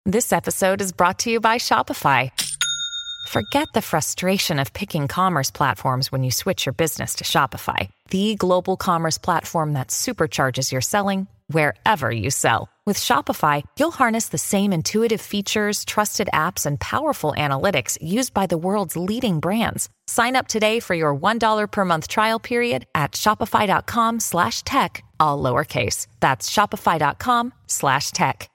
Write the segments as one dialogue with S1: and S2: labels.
S1: This episode is brought to you by Shopify. Forget the frustration of picking commerce platforms when you switch your business to Shopify, the global commerce platform that supercharges your selling wherever you sell. With Shopify, you'll harness the same intuitive features, trusted apps, and powerful analytics used by the world's leading brands. Sign up today for your $1 per month trial period at shopify.com/tech, all lowercase. That's shopify.com/tech.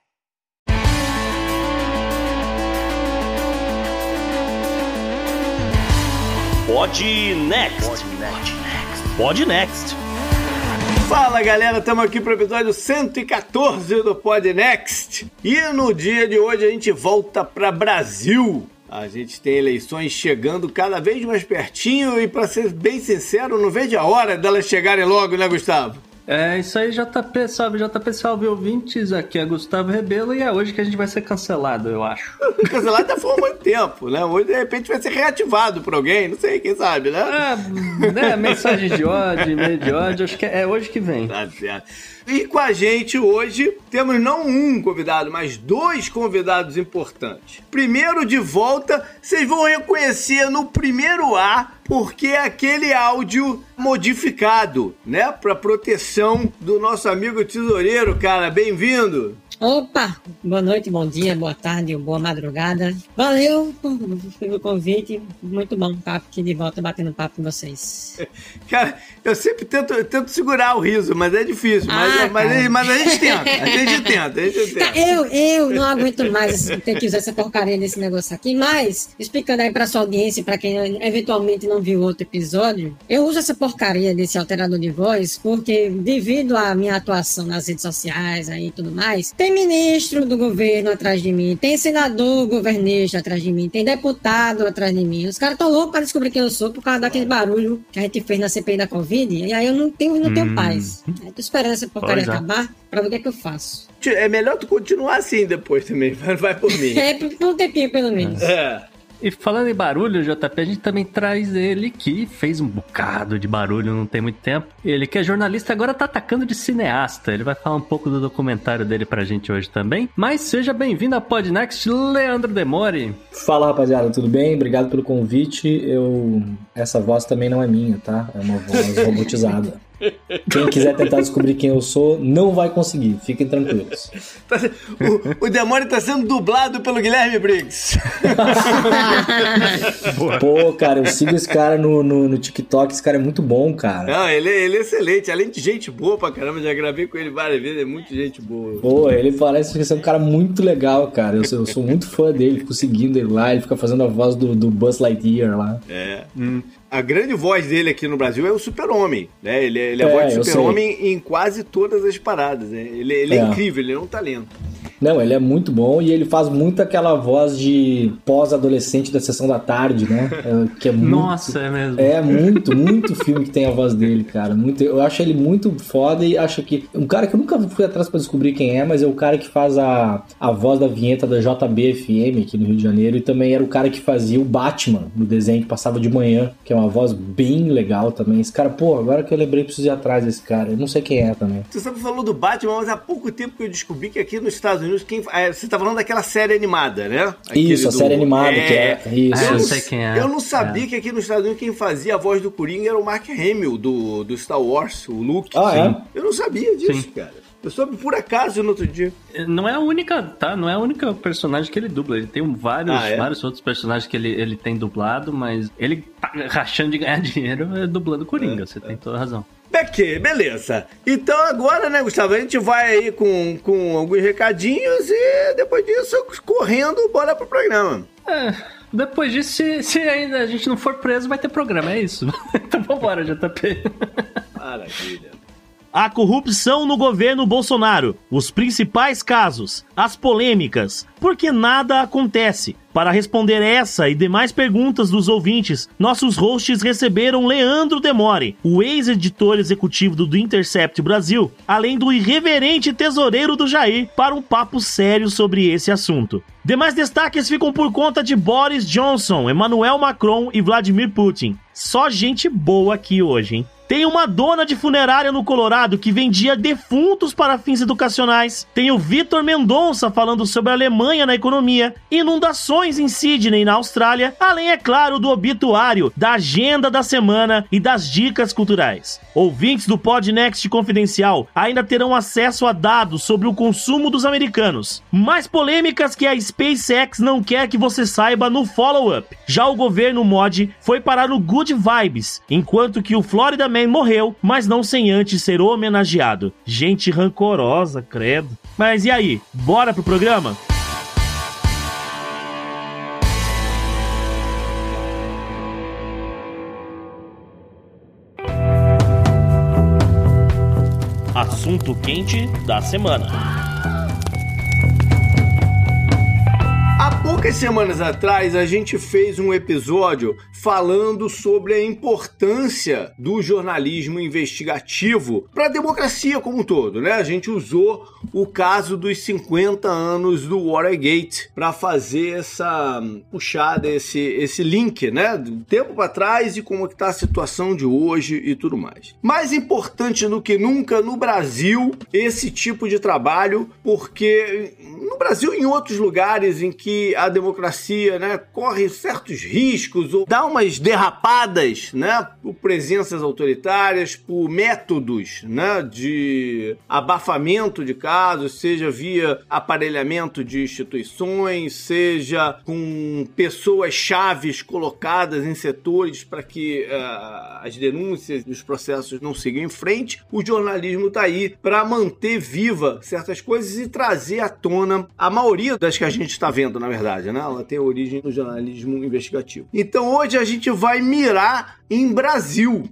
S2: Pod Next.
S3: Fala galera, estamos aqui para o episódio 114 do Pod Next. E no dia de hoje a gente volta para Brasil. A gente tem eleições chegando cada vez mais pertinho e, para ser bem sincero, não vejo a hora delas chegarem logo, né, Gustavo?
S4: É isso aí, JP, salve JP, salve ouvintes, aqui é Gustavo Rebelo e é hoje que a gente vai ser cancelado, eu acho.
S3: Cancelado já foi há muito tempo, né? Hoje de repente vai ser reativado por alguém, não sei, quem sabe, né?
S4: Mensagem de ódio, e-mail de ódio, acho que é hoje que vem.
S3: Tá certo. E com a gente hoje temos não um convidado, mas dois convidados importantes. Primeiro de volta, vocês vão reconhecer no primeiro A, porque é aquele áudio modificado, né? Para proteção do nosso amigo tesoureiro, cara. Bem-vindo!
S5: Opa! Boa noite, bom dia, boa tarde, boa madrugada. Valeu pelo convite. Muito bom estar aqui de volta batendo papo com vocês.
S3: Cara, eu sempre tento segurar o riso, mas é difícil. Mas a gente tenta.
S5: Eu não aguento mais ter que usar essa porcaria desse negócio aqui, mas, explicando aí pra sua audiência, pra quem eventualmente não viu outro episódio, eu uso essa porcaria desse alterador de voz porque, devido à minha atuação nas redes sociais aí e tudo mais, tem ministro do governo atrás de mim, tem senador governista atrás de mim, tem deputado atrás de mim. Os caras estão loucos pra descobrir quem eu sou por causa daquele barulho que a gente fez na CPI da Covid, e aí eu não tenho paz. Eu tô esperando essa porcaria acabar pra ver o que é que eu faço.
S3: É melhor tu continuar assim depois também, vai por mim.
S5: Por um tempinho pelo menos.
S4: E falando em barulho, JP, a gente também traz ele que fez um bocado de barulho não tem muito tempo. Ele que é jornalista agora tá atacando de cineasta. Ele vai falar um pouco do documentário dele pra gente hoje também. Mas seja bem-vindo a Pod Next, Leandro Demore.
S6: Fala, rapaziada, tudo bem? Obrigado pelo convite. Essa voz também não é minha, tá? É uma voz robotizada. Quem quiser tentar descobrir quem eu sou, não vai conseguir. Fiquem tranquilos.
S3: O Demore tá sendo dublado pelo Guilherme Briggs.
S6: Pô, cara, eu sigo esse cara no TikTok. Esse cara é muito bom, cara.
S3: Não, ele é excelente. Além de gente boa pra caramba, já gravei com ele várias vezes. É muito gente boa.
S6: Pô, ele parece ser um cara muito legal, cara. Eu sou muito fã dele. Fico seguindo ele lá. Ele fica fazendo a voz do Buzz Lightyear lá.
S3: A grande voz dele aqui no Brasil é o Super-Homem, né? Ele é a voz do Super-Homem em quase todas as paradas, né? Ele é incrível, ele é um talento.
S6: Não, ele é muito bom e ele faz muito aquela voz de pós-adolescente da Sessão da Tarde, né? Que é muito,
S4: Nossa, é mesmo.
S6: É muito filme que tem a voz dele, cara. Eu acho ele muito foda e acho que... Um cara que eu nunca fui atrás pra descobrir quem é, mas é o cara que faz a voz da vinheta da JBFM aqui no Rio de Janeiro e também era o cara que fazia o Batman no desenho que passava de manhã, que é uma voz bem legal também. Esse cara, pô, agora que eu lembrei, preciso ir atrás desse cara. Eu não sei quem é também.
S3: Você sabe, falou do Batman, mas há pouco tempo que eu descobri que aqui nos Estados Unidos você tá falando daquela série animada, né?
S6: Isso, a série animada que é... Isso.
S4: Eu não sei quem é.
S3: Eu não sabia que aqui nos Estados Unidos quem fazia a voz do Coringa era o Mark Hamill, do Star Wars, o Luke.
S6: É?
S3: Eu não sabia disso, cara. Eu soube por acaso no outro dia.
S4: Não é a única, tá? Não é a única personagem que ele dubla. Ele tem vários outros personagens que ele tem dublado, mas ele tá rachando de ganhar dinheiro dublando Coringa. Você tem toda a razão.
S3: Beleza. Então agora, né, Gustavo, a gente vai aí com alguns recadinhos e depois disso, correndo, bora pro programa.
S4: Depois disso, se ainda a gente não for preso, vai ter programa, é isso. Então vambora, JP.
S3: Maravilha.
S2: A corrupção no governo Bolsonaro, os principais casos, as polêmicas, porque nada acontece. Para responder essa e demais perguntas dos ouvintes, nossos hosts receberam Leandro Demore, o ex-editor executivo do Intercept Brasil, além do irreverente tesoureiro do Jair, para um papo sério sobre esse assunto. Demais destaques ficam por conta de Boris Johnson, Emmanuel Macron e Vladimir Putin. Só gente boa aqui hoje, hein? Tem uma dona de funerária no Colorado que vendia defuntos para fins educacionais. Tem o Vitor Mendonça falando sobre a Alemanha na economia. Inundações em Sydney, na Austrália. Além, é claro, do obituário, da agenda da semana e das dicas culturais. Ouvintes do Podnext Confidencial ainda terão acesso a dados sobre o consumo dos americanos. Mais polêmicas que a SpaceX não quer que você saiba no follow-up. Já o governo Mod foi parar no Good Vibes, enquanto que o Florida Man morreu, mas não sem antes ser homenageado. Gente rancorosa, credo. Mas e aí, bora pro programa? Assunto quente da semana.
S3: Há poucas semanas atrás, a gente fez um episódio falando sobre a importância do jornalismo investigativo para a democracia como um todo, né? A gente usou o caso dos 50 anos do Watergate para fazer essa puxada, esse link, né? Do tempo para trás e como está a situação de hoje e tudo mais. Mais importante do que nunca no Brasil, esse tipo de trabalho, porque no Brasil e em outros lugares em que a democracia, né, corre certos riscos ou dá umas derrapadas, né, por presenças autoritárias, por métodos, né, de abafamento de casos, seja via aparelhamento de instituições, seja com pessoas chaves colocadas em setores para que as denúncias e os processos não sigam em frente. O jornalismo está aí para manter viva certas coisas e trazer à tona a maioria das que a gente está vendo, na verdade, né? Ela tem origem no jornalismo investigativo. Então hoje a gente vai mirar em Brasil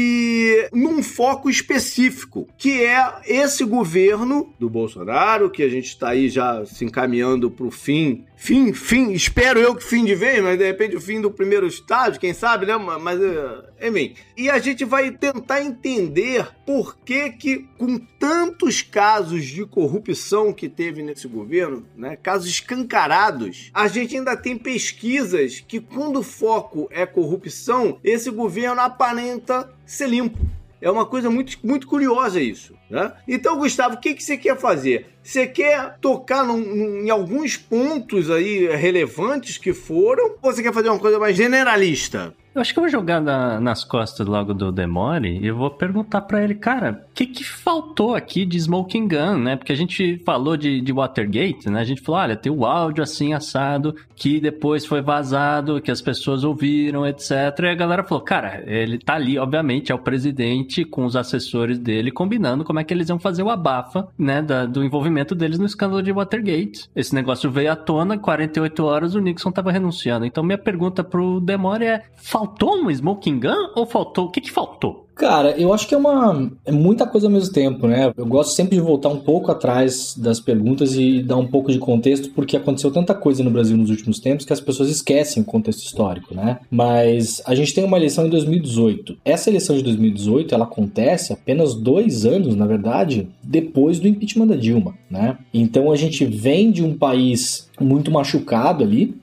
S3: e num foco específico, que é esse governo do Bolsonaro, que a gente está aí já se encaminhando para o fim, espero eu que fim de vez, mas de repente o fim do primeiro estágio, quem sabe, né? Mas, enfim. E a gente vai tentar entender por que com tantos casos de corrupção que teve nesse governo, né? Casos escancarados, a gente ainda tem pesquisas que quando o foco é corrupção, esse governo aparenta ser limpo. É uma coisa muito, muito curiosa isso, né? Então, Gustavo, o que você quer fazer? Você quer tocar em alguns pontos aí relevantes que foram, ou você quer fazer uma coisa mais generalista?
S4: Eu acho que eu vou jogar nas costas logo do Demore e eu vou perguntar pra ele, cara, o que faltou aqui de Smoking Gun, né? Porque a gente falou de Watergate, né? A gente falou, olha, tem o áudio assim assado, que depois foi vazado, que as pessoas ouviram, etc. E a galera falou, cara, ele tá ali, obviamente, é o presidente com os assessores dele combinando como é que eles iam fazer o abafa, né? Do envolvimento deles no escândalo de Watergate. Esse negócio veio à tona, 48 horas o Nixon tava renunciando. Então minha pergunta pro Demore é, faltou um Smoking Gun ou faltou? O que faltou?
S6: Cara, eu acho que é muita coisa ao mesmo tempo, né? Eu gosto sempre de voltar um pouco atrás das perguntas e dar um pouco de contexto, porque aconteceu tanta coisa no Brasil nos últimos tempos que as pessoas esquecem o contexto histórico, né? Mas a gente tem uma eleição em 2018. Essa eleição de 2018, ela acontece apenas 2 anos, na verdade, depois do impeachment da Dilma, né? Então a gente vem de um país muito machucado ali,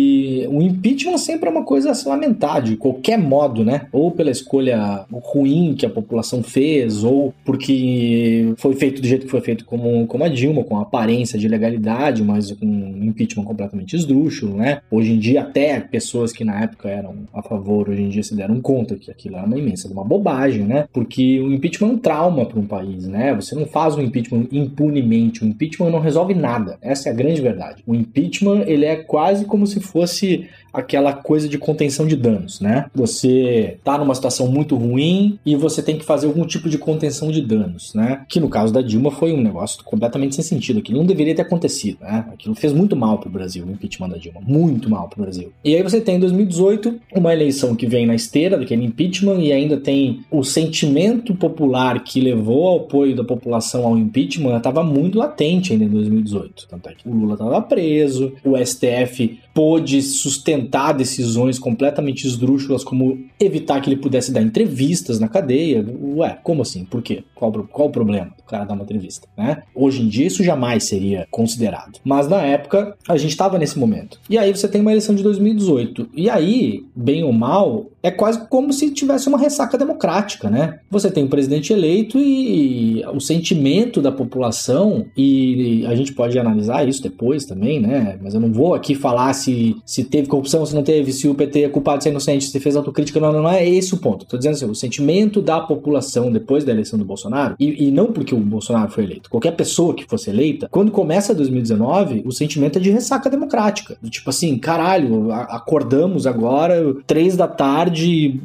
S6: e o impeachment sempre é uma coisa a se lamentar de qualquer modo, né? Ou pela escolha ruim que a população fez, ou porque foi feito do jeito que foi feito como a Dilma, com a aparência de legalidade, mas com um impeachment completamente esdrúxulo, né? Hoje em dia, até pessoas que na época eram a favor, hoje em dia se deram conta que aquilo era uma imensa, uma bobagem, né? Porque o impeachment é um trauma para um país, né? Você não faz um impeachment impunemente, o impeachment não resolve nada, essa é a grande verdade. O impeachment, ele é quase como se fosse aquela coisa de contenção de danos, né? Você tá numa situação muito ruim e você tem que fazer algum tipo de contenção de danos, né? Que no caso da Dilma foi um negócio completamente sem sentido. Aquilo não deveria ter acontecido, né? Aquilo fez muito mal pro Brasil, o impeachment da Dilma. Muito mal pro Brasil. E aí você tem em 2018 uma eleição que vem na esteira daquele impeachment e ainda tem o sentimento popular que levou ao apoio da população ao impeachment estava muito latente ainda em 2018. Tanto é que o Lula estava preso, o STF pôde sustentar decisões completamente esdrúxulas, como evitar que ele pudesse dar entrevistas na cadeia. Ué, como assim? Por quê? Qual o problema do cara dar uma entrevista, né? Hoje em dia isso jamais seria considerado. Mas na época época, a gente estava nesse momento. E aí você tem uma eleição de 2018. E aí, bem ou mal, é quase como se tivesse uma ressaca democrática, né? Você tem um presidente eleito e o sentimento da população, e a gente pode analisar isso depois também, né? Mas eu não vou aqui falar se teve corrupção, se não teve, se o PT é culpado, se é inocente, se fez autocrítica, não é esse o ponto. Tô dizendo assim, o sentimento da população depois da eleição do Bolsonaro, e não porque o Bolsonaro foi eleito, qualquer pessoa que fosse eleita, quando começa 2019, o sentimento é de ressaca democrática. Tipo assim, caralho, acordamos agora, 3 da tarde,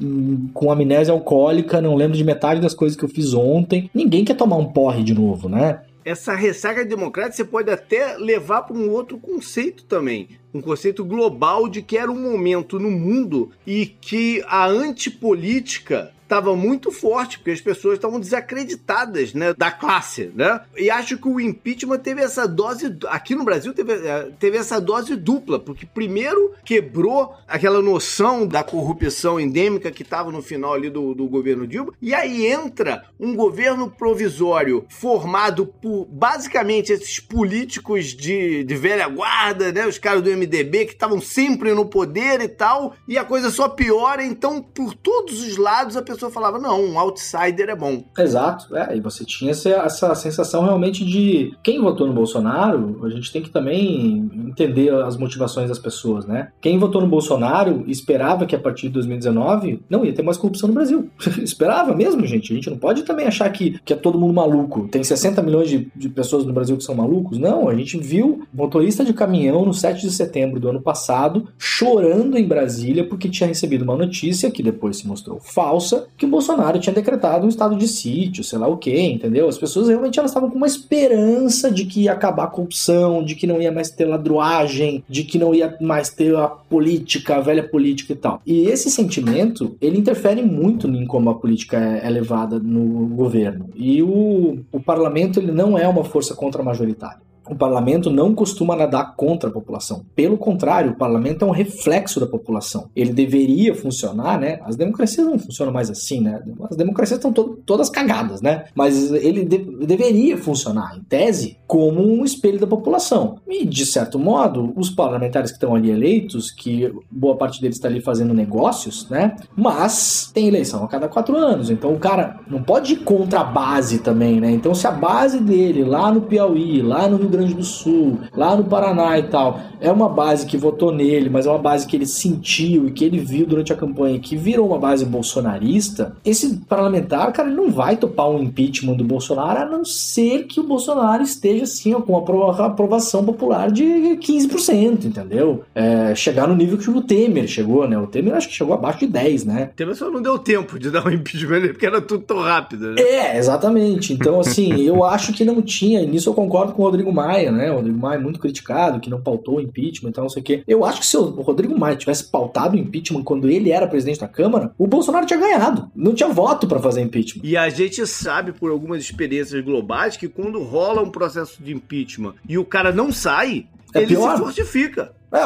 S6: com amnésia alcoólica, não lembro de metade das coisas que eu fiz ontem. Ninguém quer tomar um porre de novo, né?
S3: Essa ressaca democrática você pode até levar para um outro conceito também. Um conceito global de que era um momento no mundo e que a antipolítica estava muito forte, porque as pessoas estavam desacreditadas, né, da classe, né? E acho que o impeachment teve essa dose, aqui no Brasil teve essa dose dupla, porque primeiro quebrou aquela noção da corrupção endêmica que estava no final ali do governo Dilma, e aí entra um governo provisório formado por, basicamente, esses políticos de velha guarda, né, os caras do MDB que estavam sempre no poder e tal, e a coisa só piora, então, por todos os lados, a pessoa falava, não, um outsider é bom.
S6: Exato, e você tinha essa sensação realmente de quem votou no Bolsonaro, a gente tem que também entender as motivações das pessoas, né? Quem votou no Bolsonaro esperava que a partir de 2019 não ia ter mais corrupção no Brasil. Esperava mesmo, gente. A gente não pode também achar que é todo mundo maluco. Tem 60 milhões de pessoas no Brasil que são malucos. Não, a gente viu motorista de caminhão no 7 de setembro do ano passado chorando em Brasília porque tinha recebido uma notícia que depois se mostrou falsa, que o Bolsonaro tinha decretado um estado de sítio, sei lá o quê, entendeu? As pessoas realmente elas estavam com uma esperança de que ia acabar a corrupção, de que não ia mais ter ladruagem, de que não ia mais ter a política, a velha política e tal. E esse sentimento, ele interfere muito em como a política é levada no governo. E o parlamento, ele não é uma força contra-majoritária. O parlamento não costuma nadar contra a população. Pelo contrário, o parlamento é um reflexo da população. Ele deveria funcionar, né? As democracias não funcionam mais assim, né? As democracias estão todas cagadas, né? Mas ele deveria funcionar, em tese, como um espelho da população. E, de certo modo, os parlamentares que estão ali eleitos, que boa parte deles está ali fazendo negócios, né? Mas tem eleição a cada 4 anos. Então o cara não pode ir contra a base também, né? Então se a base dele, lá no Piauí, lá no Rio Grande do Sul, lá no Paraná e tal, é uma base que votou nele, mas é uma base que ele sentiu e que ele viu durante a campanha, que virou uma base bolsonarista, esse parlamentar, cara, ele não vai topar um impeachment do Bolsonaro, a não ser que o Bolsonaro esteja, assim, com uma aprovação popular de 15%, entendeu? Chegar no nível que o Temer chegou, né? O Temer acho que chegou abaixo de 10%, né?
S3: O Temer só não deu tempo de dar um impeachment, porque era tudo tão rápido, né?
S6: Exatamente. Então, assim, eu acho que não tinha, e nisso eu concordo com o Rodrigo Maia, né? O Rodrigo Maia é muito criticado, que não pautou o impeachment e tal, não sei o quê. Eu acho que se o Rodrigo Maia tivesse pautado o impeachment quando ele era presidente da Câmara, o Bolsonaro tinha ganhado. Não tinha voto pra fazer impeachment.
S3: E a gente sabe, por algumas experiências globais, que quando rola um processo de impeachment e o cara não sai, ele
S6: pior.
S3: Se fortifica.
S6: É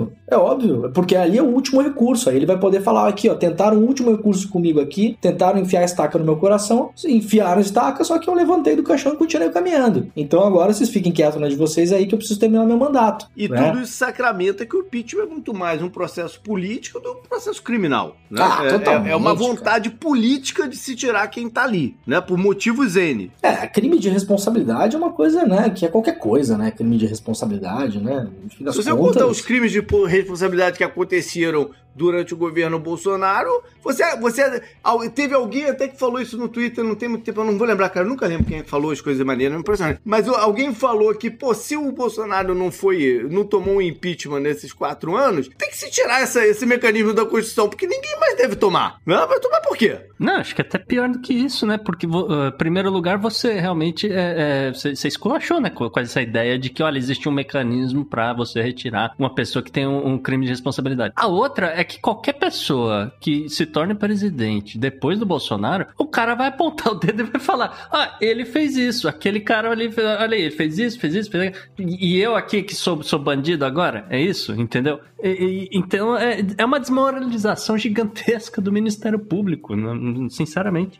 S6: óbvio, porque ali é o último recurso, aí ele vai poder falar aqui, ó, tentaram o último recurso comigo aqui, tentaram enfiar a estaca no meu coração, enfiaram a estaca, só que eu levantei do caixão e continuei caminhando. Então agora vocês fiquem quietos, né, de vocês aí que eu preciso terminar meu mandato.
S3: E
S6: né?
S3: Tudo isso sacramenta que o impeachment é muito mais um processo político do que um processo criminal. Né?
S6: Totalmente.
S3: É uma vontade política de se tirar quem tá ali, né, por motivos N.
S6: Crime de responsabilidade é uma coisa, né, que é qualquer coisa, né, crime de responsabilidade, né, no fim das
S3: Se você
S6: contas...
S3: contar os crimes de responsabilidade que aconteceram durante o governo Bolsonaro, teve alguém até que falou isso no Twitter, não tem muito tempo, eu não vou lembrar, cara, eu nunca lembro quem falou as coisas de maneira impressionante, mas alguém falou que, se o Bolsonaro não tomou um impeachment nesses 4 anos, tem que se tirar esse mecanismo da Constituição, porque ninguém mais deve tomar. Não, vai tomar por quê?
S4: Não, acho que até pior do que isso, né, porque, em primeiro lugar, você realmente, você esculachou, né, com essa ideia de que, olha, existe um mecanismo pra você retirar uma pessoa que tem um crime de responsabilidade. A outra é que qualquer pessoa que se torne presidente depois do Bolsonaro, o cara vai apontar o dedo e vai falar, ele fez isso, aquele cara ali, olha aí, ele fez isso, e eu aqui que sou bandido agora, é isso, entendeu? Então é uma desmoralização gigantesca do Ministério Público, sinceramente.
S3: Bom,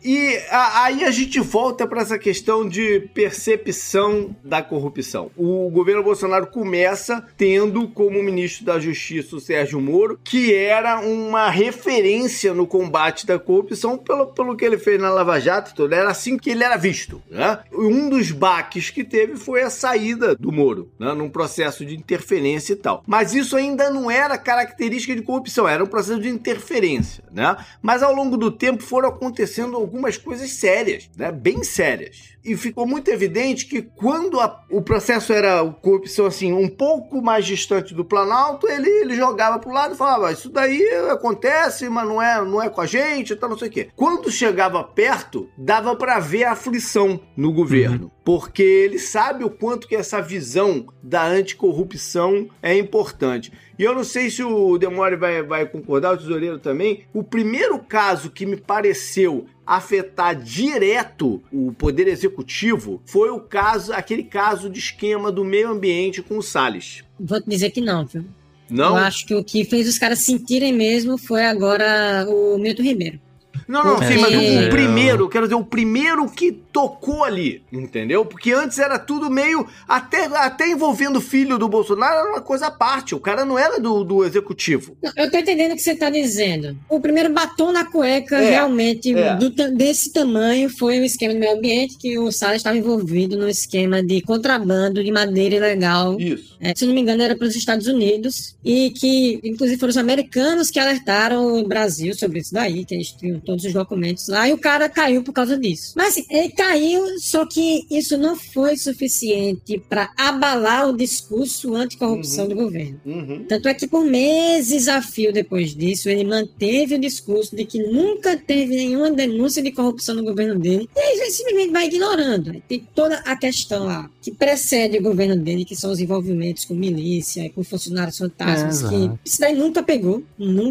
S3: E aí a gente volta para essa questão de percepção da corrupção. O governo Bolsonaro começa tendo como ministro da Justiça o Sérgio Moro, que era uma referência no combate da corrupção pelo que ele fez na Lava Jato, era assim que ele era visto, né? Um dos baques que teve foi a saída do Moro, né? Num processo de interferência e tal. Mas isso ainda não era característica de corrupção, era um processo de interferência, né? Mas ao longo do tempo foram acontecendo algumas coisas sérias, né? Bem sérias. E ficou muito evidente que quando o processo era corrupção assim, um pouco mais distante do Planalto, ele jogava pro lado e falava, isso daí acontece, mas não é com a gente, tá, não sei o quê. Quando chegava perto, dava para ver a aflição no governo, porque ele sabe o quanto que essa visão da anticorrupção é importante. E eu não sei se o Demore vai concordar, o tesoureiro também, o primeiro caso que me pareceu afetar direto o poder executivo foi aquele caso de esquema do meio ambiente com o Salles.
S5: Vou te dizer que não, viu?
S3: Não?
S5: Eu acho que o que fez os caras sentirem mesmo foi agora o Milton Ribeiro.
S3: Não, sim, mas o primeiro, quero dizer, o primeiro que tocou ali, entendeu? Porque antes era tudo meio, até envolvendo o filho do Bolsonaro, era uma coisa à parte, o cara não era do executivo.
S5: Eu tô entendendo o que você tá dizendo. O primeiro batom na cueca, realmente, desse tamanho, foi o esquema do meio ambiente, que o Salles estava envolvido no esquema de contrabando de madeira ilegal.
S3: Isso.
S5: Se não me engano, era para os Estados Unidos, e que, inclusive, foram os americanos que alertaram o Brasil sobre isso daí, que eles tinham todos os documentos lá, e o cara caiu por causa disso. Mas assim, ele caiu, só que isso não foi suficiente para abalar o discurso anticorrupção do governo. Tanto é que por meses a fio depois disso, ele manteve o discurso de que nunca teve nenhuma denúncia de corrupção no governo dele, e aí ele simplesmente vai ignorando. Tem toda a questão lá que precede o governo dele, que são os envolvimentos com milícia, com funcionários fantasmas, que isso daí nunca pegou.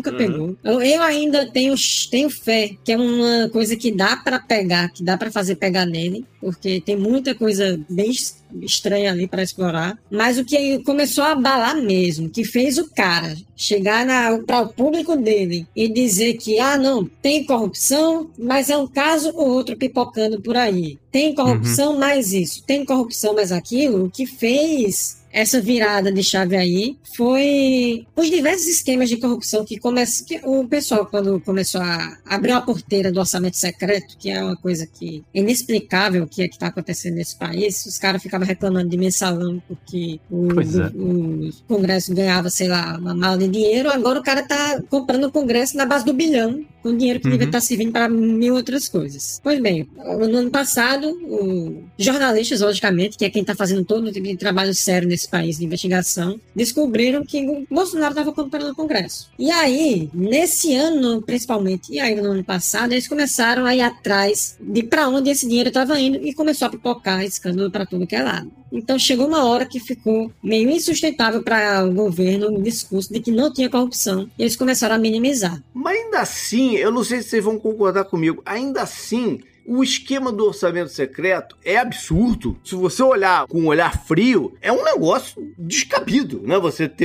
S5: Eu ainda tenho fé que é uma coisa que dá pra pegar, que dá pra fazer pegar nele, porque tem muita coisa bem estranha ali pra explorar. Mas o que começou a abalar mesmo, que fez o cara chegar para o público dele e dizer que, não, tem corrupção, mas é um caso ou outro pipocando por aí. Tem corrupção, mais isso. Tem corrupção, mais aquilo. O que fez essa virada de chave aí foi os diversos esquemas de corrupção que o pessoal, quando começou a abrir uma porteira do orçamento secreto, que é uma coisa que é inexplicável o que é que está acontecendo nesse país, os caras ficavam reclamando de mensalão porque o Congresso ganhava, sei lá, uma mala de dinheiro, agora o cara tá comprando o Congresso na base do bilhão, com dinheiro que devia estar servindo para mil outras coisas. Pois bem, no ano passado, os jornalistas, logicamente, que é quem está fazendo todo tipo de trabalho sério nesse país de investigação, descobriram que o Bolsonaro estava comprando o Congresso. E aí, nesse ano, principalmente, e ainda no ano passado, eles começaram a ir atrás de para onde esse dinheiro estava indo e começou a pipocar escândalo para tudo que é lado. Então chegou uma hora que ficou meio insustentável para o governo o discurso de que não tinha corrupção e eles começaram a minimizar.
S3: Mas ainda assim, eu não sei se vocês vão concordar comigo, ainda assim, o esquema do orçamento secreto é absurdo. Se você olhar com um olhar frio, é um negócio descabido, né? Você ter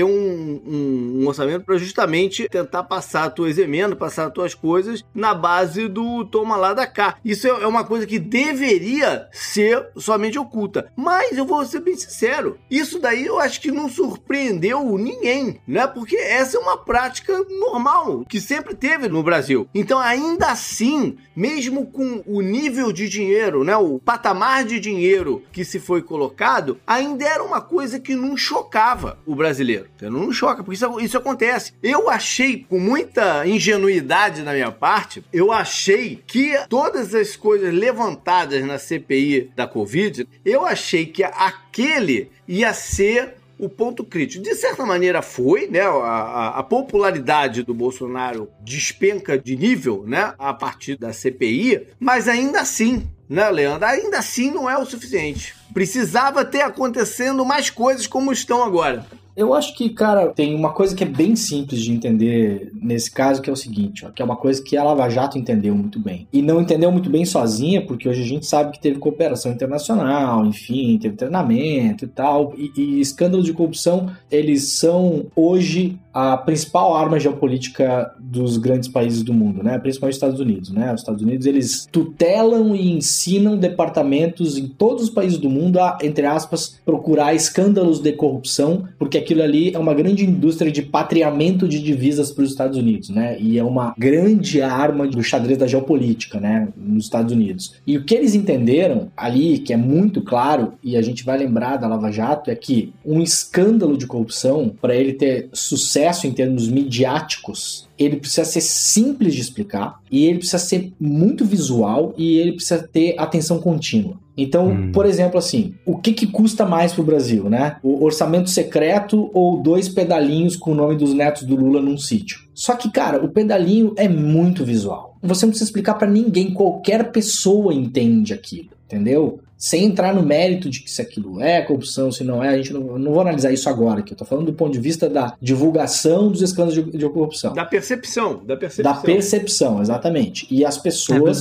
S3: um orçamento para justamente tentar passar as tuas emendas, passar as tuas coisas na base do toma lá da cá. Isso é uma coisa que deveria ser somente oculta. Mas eu vou ser bem sincero, isso daí eu acho que não surpreendeu ninguém, né? Porque essa é uma prática normal, que sempre teve no Brasil. Então, ainda assim, mesmo com o nível de dinheiro, né, o patamar de dinheiro que se foi colocado, ainda era uma coisa que não chocava o brasileiro. Não choca, porque isso acontece. Eu achei, com muita ingenuidade da minha parte, eu achei que todas as coisas levantadas na CPI da Covid, eu achei que aquele ia ser o ponto crítico. De certa maneira foi, né? A popularidade do Bolsonaro despenca de nível, né? A partir da CPI, mas ainda assim, né, Leandro? Ainda assim não é o suficiente. Precisava ter acontecendo mais coisas como estão agora.
S6: Eu acho que, cara, tem uma coisa que é bem simples de entender nesse caso, que é o seguinte, ó, que é uma coisa que a Lava Jato entendeu muito bem. E não entendeu muito bem sozinha, porque hoje a gente sabe que teve cooperação internacional, enfim, teve treinamento e tal, e escândalos de corrupção, eles são hoje a principal arma geopolítica dos grandes países do mundo, né? Principalmente os Estados Unidos, né? Os Estados Unidos, eles tutelam e ensinam departamentos em todos os países do mundo a, entre aspas, procurar escândalos de corrupção, porque aquilo ali é uma grande indústria de patriamento de divisas para os Estados Unidos, né? E é uma grande arma do xadrez da geopolítica, né? Nos Estados Unidos. E o que eles entenderam ali, que é muito claro, e a gente vai lembrar da Lava Jato, é que um escândalo de corrupção, para ele ter sucesso em termos midiáticos, ele precisa ser simples de explicar, e ele precisa ser muito visual, e ele precisa ter atenção contínua. Então, por exemplo, assim, o que custa mais pro Brasil, né? O orçamento secreto ou 2 pedalinhos com o nome dos netos do Lula num sítio? Só que, cara, o pedalinho é muito visual. Você não precisa explicar pra ninguém, qualquer pessoa entende aquilo, entendeu? Sem entrar no mérito de que se aquilo é corrupção, se não é, a gente não vou analisar isso agora, que eu tô falando do ponto de vista da divulgação dos escândalos de corrupção.
S3: Da percepção.
S6: Da percepção, exatamente. E as pessoas...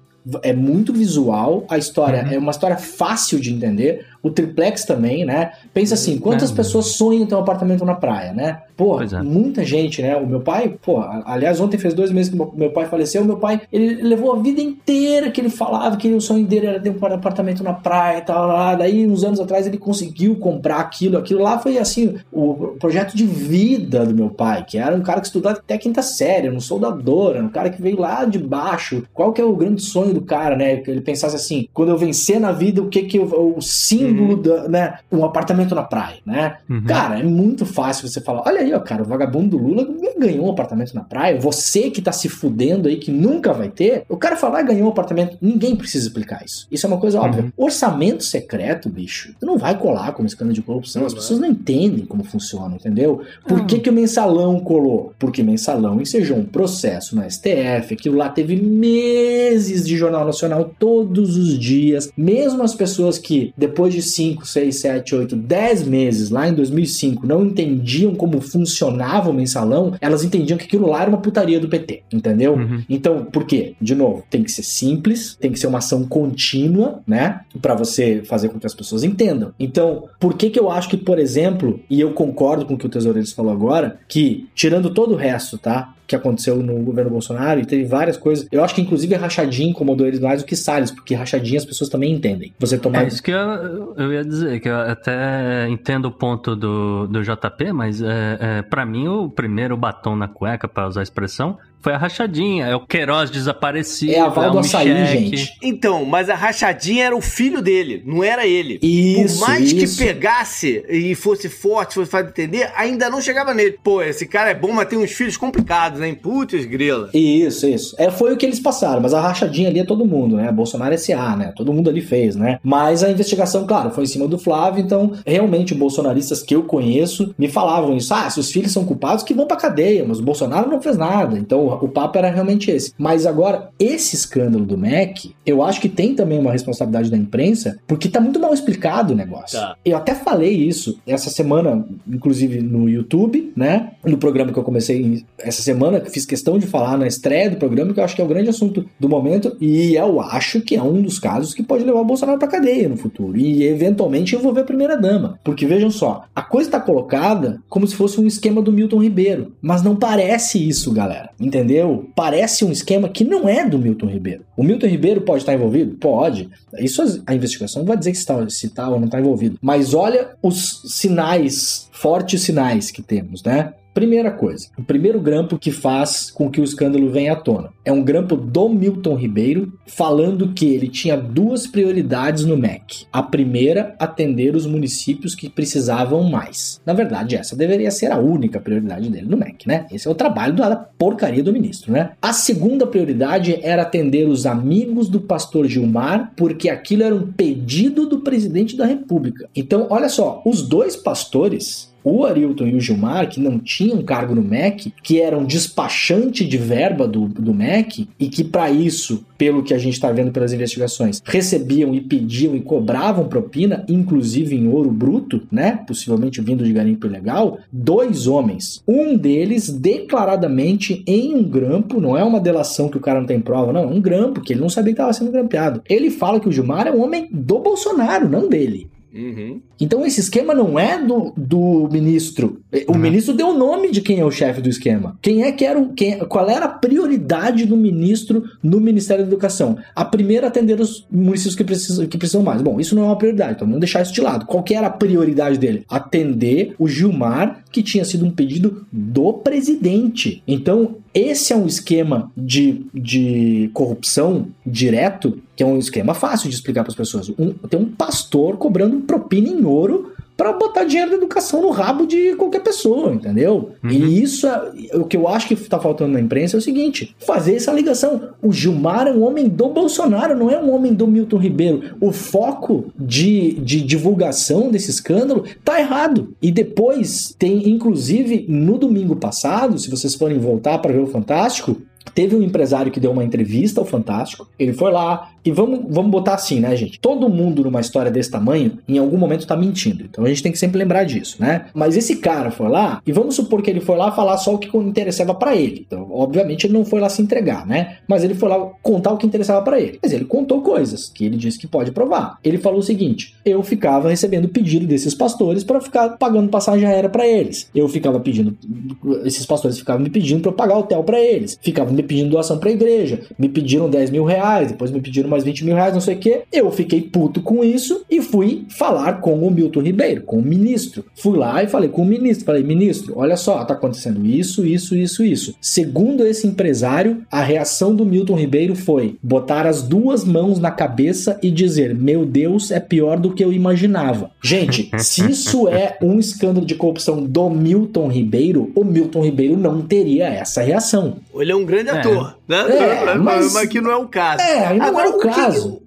S6: É muito visual, a história é uma história fácil de entender, o triplex também, né? Pensa assim, quantas pessoas sonham ter um apartamento na praia, né? Pô, muita gente, né? O meu pai, pô, aliás, ontem fez 2 meses que meu pai faleceu, meu pai, ele levou a vida inteira que ele falava que o sonho dele era ter um apartamento na praia e tal, lá. Daí, uns anos atrás, ele conseguiu comprar aquilo lá foi, assim, o projeto de vida do meu pai, que era um cara que estudava até 5ª série, um soldador, era um cara que veio lá de baixo. Qual que é o grande sonho do cara, né? Que ele pensasse assim, quando eu vencer na vida, o símbolo né? Um apartamento na praia, né? Cara, é muito fácil você falar, olha aí, ó, cara, o vagabundo do Lula ganhou um apartamento na praia, você que tá se fudendo aí, que nunca vai ter, o cara falar ganhou um apartamento, ninguém precisa explicar isso. Isso é uma coisa óbvia. Orçamento secreto, bicho, tu não vai colar como escândalo de corrupção, as pessoas não entendem como funciona, entendeu? Por que o mensalão colou? Porque mensalão ensejou um processo no STF, aquilo lá teve meses de Jornal Nacional todos os dias, mesmo as pessoas que depois de 5, 6, 7, 8, 10 meses lá em 2005 não entendiam como funcionava o mensalão, elas entendiam que aquilo lá era uma putaria do PT, entendeu? Então, por quê? De novo, tem que ser simples, tem que ser uma ação contínua, né? Pra você fazer com que as pessoas entendam. Então, por que eu acho que, por exemplo, e eu concordo com o que o Tesoureiros falou agora, que, tirando todo o resto, tá? Que aconteceu no governo Bolsonaro, e teve várias coisas. Eu acho que inclusive a rachadinha incomodou eles mais do que Salles, porque rachadinha as pessoas também entendem. Você tomar...
S4: É isso que eu ia dizer, que eu até entendo o ponto do JP, mas pra mim o primeiro batom na cueca, pra usar a expressão, foi a rachadinha, é o Queiroz desaparecido.
S6: É a Val do Açaí, gente.
S3: Então, mas a rachadinha era o filho dele, não era ele.
S6: Isso,
S3: por mais que pegasse e fosse forte, fosse fácil de entender, ainda não chegava nele. Pô, esse cara é bom, mas tem uns filhos complicados, né? Putz, grila.
S6: Isso. Foi o que eles passaram, mas a rachadinha ali é todo mundo, né? Bolsonaro S.A., né? Todo mundo ali fez, né? Mas a investigação, claro, foi em cima do Flávio, então, realmente, bolsonaristas que eu conheço me falavam isso. Se os filhos são culpados, que vão pra cadeia, mas o Bolsonaro não fez nada. Então, o papo era realmente esse. Mas agora, esse escândalo do MEC, eu acho que tem também uma responsabilidade da imprensa, porque tá muito mal explicado o negócio. Tá. Eu até falei isso essa semana, inclusive no YouTube, né? No programa que eu comecei essa semana, que fiz questão de falar na estreia do programa, que eu acho que é o grande assunto do momento, e eu acho que é um dos casos que pode levar o Bolsonaro pra cadeia no futuro, e eventualmente envolver a primeira-dama. Porque vejam só, a coisa tá colocada como se fosse um esquema do Milton Ribeiro, mas não parece isso, galera. Entendeu? Parece um esquema que não é do Milton Ribeiro. O Milton Ribeiro pode estar envolvido? Pode. Isso a investigação não vai dizer se está ou não está envolvido. Mas olha os sinais, fortes sinais que temos, né? Primeira coisa, o primeiro grampo que faz com que o escândalo venha à tona é um grampo do Milton Ribeiro falando que ele tinha 2 prioridades no MEC. A primeira, atender os municípios que precisavam mais. Na verdade, essa deveria ser a única prioridade dele no MEC, né? Esse é o trabalho da porcaria do ministro, né? A segunda prioridade era atender os amigos do pastor Gilmar, porque aquilo era um pedido do presidente da República. Então, olha só, os 2 pastores o Arilton e o Gilmar, que não tinham cargo no MEC, que eram despachante de verba do MEC, e que para isso, pelo que a gente está vendo pelas investigações, recebiam e pediam e cobravam propina, inclusive em ouro bruto, né? Possivelmente vindo de garimpo ilegal, 2 homens. Um deles declaradamente em um grampo, não é uma delação que o cara não tem prova, não, é um grampo, que ele não sabia que estava sendo grampeado. Ele fala que o Gilmar é um homem do Bolsonaro, não dele.
S3: Uhum.
S6: Então esse esquema não é do ministro. O ministro deu o nome de quem é o chefe do esquema. Qual era a prioridade do ministro no Ministério da Educação? A primeira, atender os municípios que precisam mais. Bom, isso não é uma prioridade, então vamos deixar isso de lado. Qual que era a prioridade dele? Atender o Gilmar, que tinha sido um pedido do presidente. Então esse é um esquema de corrupção direto, que é um esquema fácil de explicar para as pessoas. Tem um pastor cobrando propina em ouro para botar dinheiro da educação no rabo de qualquer pessoa, entendeu? Uhum. E isso, o que eu acho que tá faltando na imprensa é o seguinte, fazer essa ligação. O Gilmar é um homem do Bolsonaro, não é um homem do Milton Ribeiro. O foco de divulgação desse escândalo tá errado. E depois tem, inclusive, no domingo passado, se vocês forem voltar para ver o Fantástico, teve um empresário que deu uma entrevista ao Fantástico, ele foi lá, e vamos botar assim, né, gente? Todo mundo numa história desse tamanho, em algum momento tá mentindo. Então a gente tem que sempre lembrar disso, né? Mas esse cara foi lá, e vamos supor que ele foi lá falar só o que interessava pra ele. Então, obviamente, ele não foi lá se entregar, né? Mas ele foi lá contar o que interessava pra ele. Mas ele contou coisas que ele disse que pode provar. Ele falou o seguinte, eu ficava recebendo pedido desses pastores pra ficar pagando passagem aérea pra eles. Esses pastores ficavam me pedindo pra eu pagar hotel pra eles. Ficavam me pedindo doação pra igreja. Me pediram 10 mil reais, depois me pediram mais 20 mil reais, não sei o que. Eu fiquei puto com isso e fui falar com o Milton Ribeiro, com o ministro. Fui lá e falei com o ministro. Falei, ministro, olha só, tá acontecendo isso. Segundo esse empresário, a reação do Milton Ribeiro foi botar as 2 mãos na cabeça e dizer, meu Deus, é pior do que eu imaginava. Gente, se isso é um escândalo de corrupção do Milton Ribeiro, o Milton Ribeiro não teria essa reação.
S3: Ele é um grande ator, né? Mas aqui não é o caso.
S6: Não é o caso.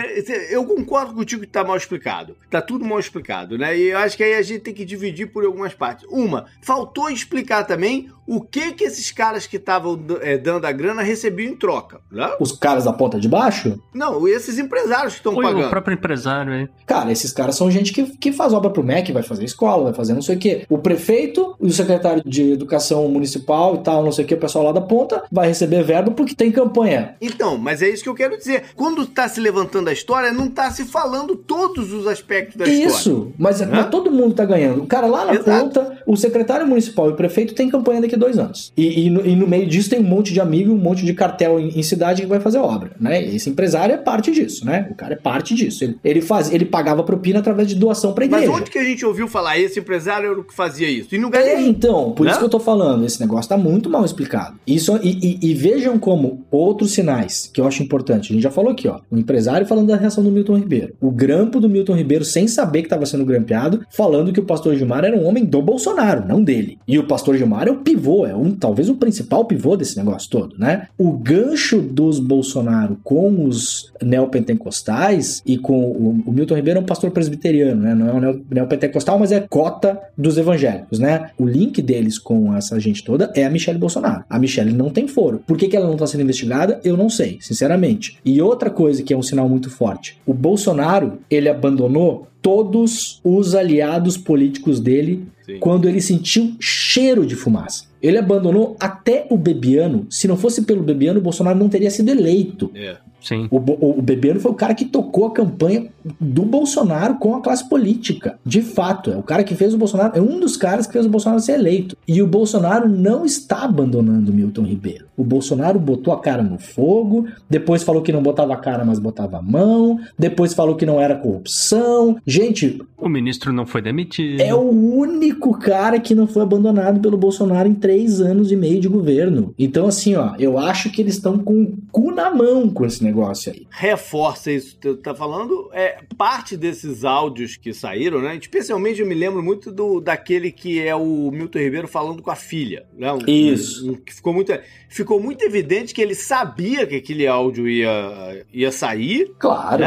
S3: Eu concordo contigo que tá mal explicado. Tá tudo mal explicado, né? E eu acho que aí a gente tem que dividir por algumas partes. Faltou explicar também o que esses caras que estavam dando a grana recebiam em troca, né?
S6: Os caras da ponta de baixo?
S3: Não, esses empresários que estão pagando.
S4: O próprio empresário aí.
S6: Cara, esses caras são gente que faz obra pro MEC, vai fazer escola, vai fazer não sei o quê. O prefeito e o secretário de educação municipal e tal, não sei o que, o pessoal lá da ponta vai receber verba porque tem campanha.
S3: Então, mas é isso que eu quero dizer. Quando tá se levantando a história, não tá se falando todos os aspectos da história.
S6: Isso, mas todo mundo tá ganhando. O cara lá na ponta, o secretário municipal e o prefeito tem campanha daqui a 2 anos. E no meio disso tem um monte de amigo, um monte de cartel em cidade que vai fazer obra, né? Esse empresário é parte disso, né? O cara é parte disso. Ele pagava propina através de doação pra igreja.
S3: Mas onde que a gente ouviu falar? Esse empresário era o que fazia isso? E no lugar nenhum.
S6: Então, por isso que eu tô falando, esse negócio tá muito mal explicado. Isso, e vejam como outros sinais que eu acho importante. A gente já falou aqui, ó. O empresário falando da reação do Milton Ribeiro. O grampo do Milton Ribeiro, sem saber que estava sendo grampeado, falando que o pastor Gilmar era um homem do Bolsonaro, não dele. E o pastor Gilmar é o pivô, talvez o principal pivô desse negócio todo, né? O gancho dos Bolsonaro com os neopentecostais e com o Milton Ribeiro é um pastor presbiteriano, né? Não é um neopentecostal, mas é cota dos evangélicos, né? O link deles com essa gente toda é a Michelle Bolsonaro. A Michelle não tem foro. Por que ela não está sendo investigada? Eu não sei, sinceramente. E outra coisa que é um sinal muito forte. O Bolsonaro, ele abandonou todos os aliados políticos dele quando ele sentiu cheiro de fumaça. Ele abandonou até o Bebiano. Se não fosse pelo Bebiano, o Bolsonaro não teria sido eleito.
S4: Sim.
S6: O Bebiano foi o cara que tocou a campanha do Bolsonaro com a classe política. De fato, é o cara que fez o Bolsonaro, é um dos caras que fez o Bolsonaro ser eleito. E o Bolsonaro não está abandonando o Milton Ribeiro. O Bolsonaro botou a cara no fogo, depois falou que não botava a cara, mas botava a mão, depois falou que não era corrupção. Gente...
S4: O ministro não foi demitido.
S6: É o único cara que não foi abandonado pelo Bolsonaro em 3 anos e meio de governo. Então, assim, ó, eu acho que eles estão com o cu na mão com esse negócio aí.
S3: Reforça isso que tu tá falando. Parte desses áudios que saíram, né? Especialmente eu me lembro muito daquele que é o Milton Ribeiro falando com a filha. Né?
S6: Isso.
S3: Que ficou muito evidente que ele sabia que aquele áudio ia sair.
S6: Claro.
S3: Né?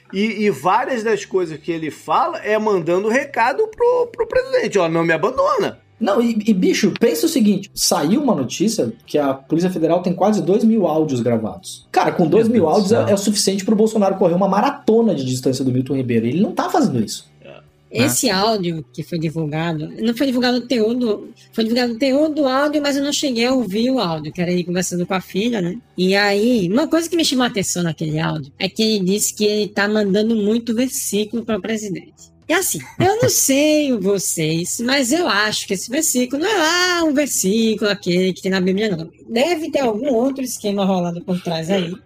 S3: E várias das coisas que ele fala é mandando recado pro presidente, ó, não me abandona.
S6: Não, e bicho, pensa o seguinte, saiu uma notícia que a Polícia Federal tem quase 2.000 áudios gravados. Cara, com 2.000 áudios é o suficiente pro Bolsonaro correr uma maratona de distância do Milton Ribeiro. Ele não tá fazendo isso.
S5: Esse áudio que foi divulgado, não foi divulgado o teor do áudio, mas eu não cheguei a ouvir o áudio, que era ele conversando com a filha, né? E aí, uma coisa que me chamou a atenção naquele áudio é que ele disse que ele tá mandando muito versículo para o presidente. E assim, eu não sei vocês, mas eu acho que esse versículo não é lá um versículo aquele que tem na Bíblia, não. Deve ter algum outro esquema rolando por trás aí.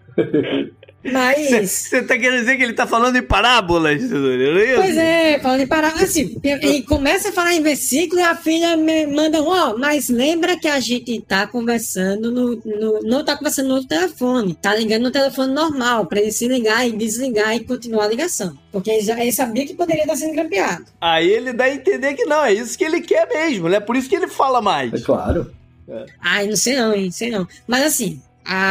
S5: Mas...
S3: Você tá querendo dizer que ele tá falando em parábolas, Tesouro?
S5: Pois é, falando em parábolas. Assim, ele começa a falar em versículo e a filha me manda mas lembra que a gente tá conversando não tá conversando no outro telefone, tá ligando no telefone normal, pra ele se ligar e desligar e continuar a ligação. Porque ele sabia que poderia estar sendo grampeado.
S3: Aí ele dá a entender que não, é isso que ele quer mesmo, né? Por isso que ele fala mais.
S6: É claro.
S5: Ai, não sei não. Mas assim...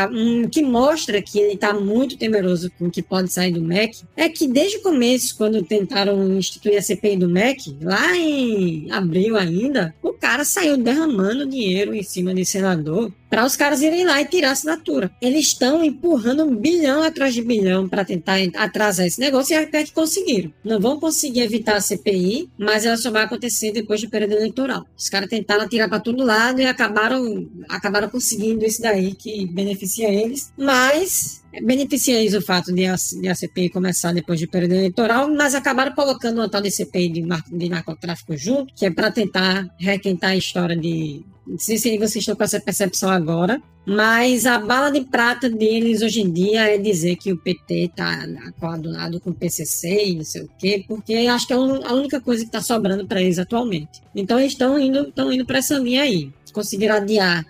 S5: que mostra que ele está muito temeroso com o que pode sair do MEC é que desde o começo, quando tentaram instituir a CPI do MEC, lá em abril ainda, o cara saiu derramando dinheiro em cima de senador para os caras irem lá e tirar a assinatura. Eles estão empurrando bilhão atrás de bilhão para tentar atrasar esse negócio e até que conseguiram. Não vão conseguir evitar a CPI, mas ela só vai acontecer depois do período eleitoral. Os caras tentaram atirar para todo lado e acabaram conseguindo isso daí que beneficia eles, mas... beneficia eles o fato de a CPI começar depois do período eleitoral, mas acabaram colocando uma tal de CPI de narcotráfico junto, que é para tentar requentar a história de... Não sei se vocês estão com essa percepção agora, mas a bala de prata deles hoje em dia é dizer que o PT está coadunado com o PCC e não sei o quê, porque acho que é a única coisa que está sobrando para eles atualmente. Então eles estão indo para essa linha aí. Conseguiram adiar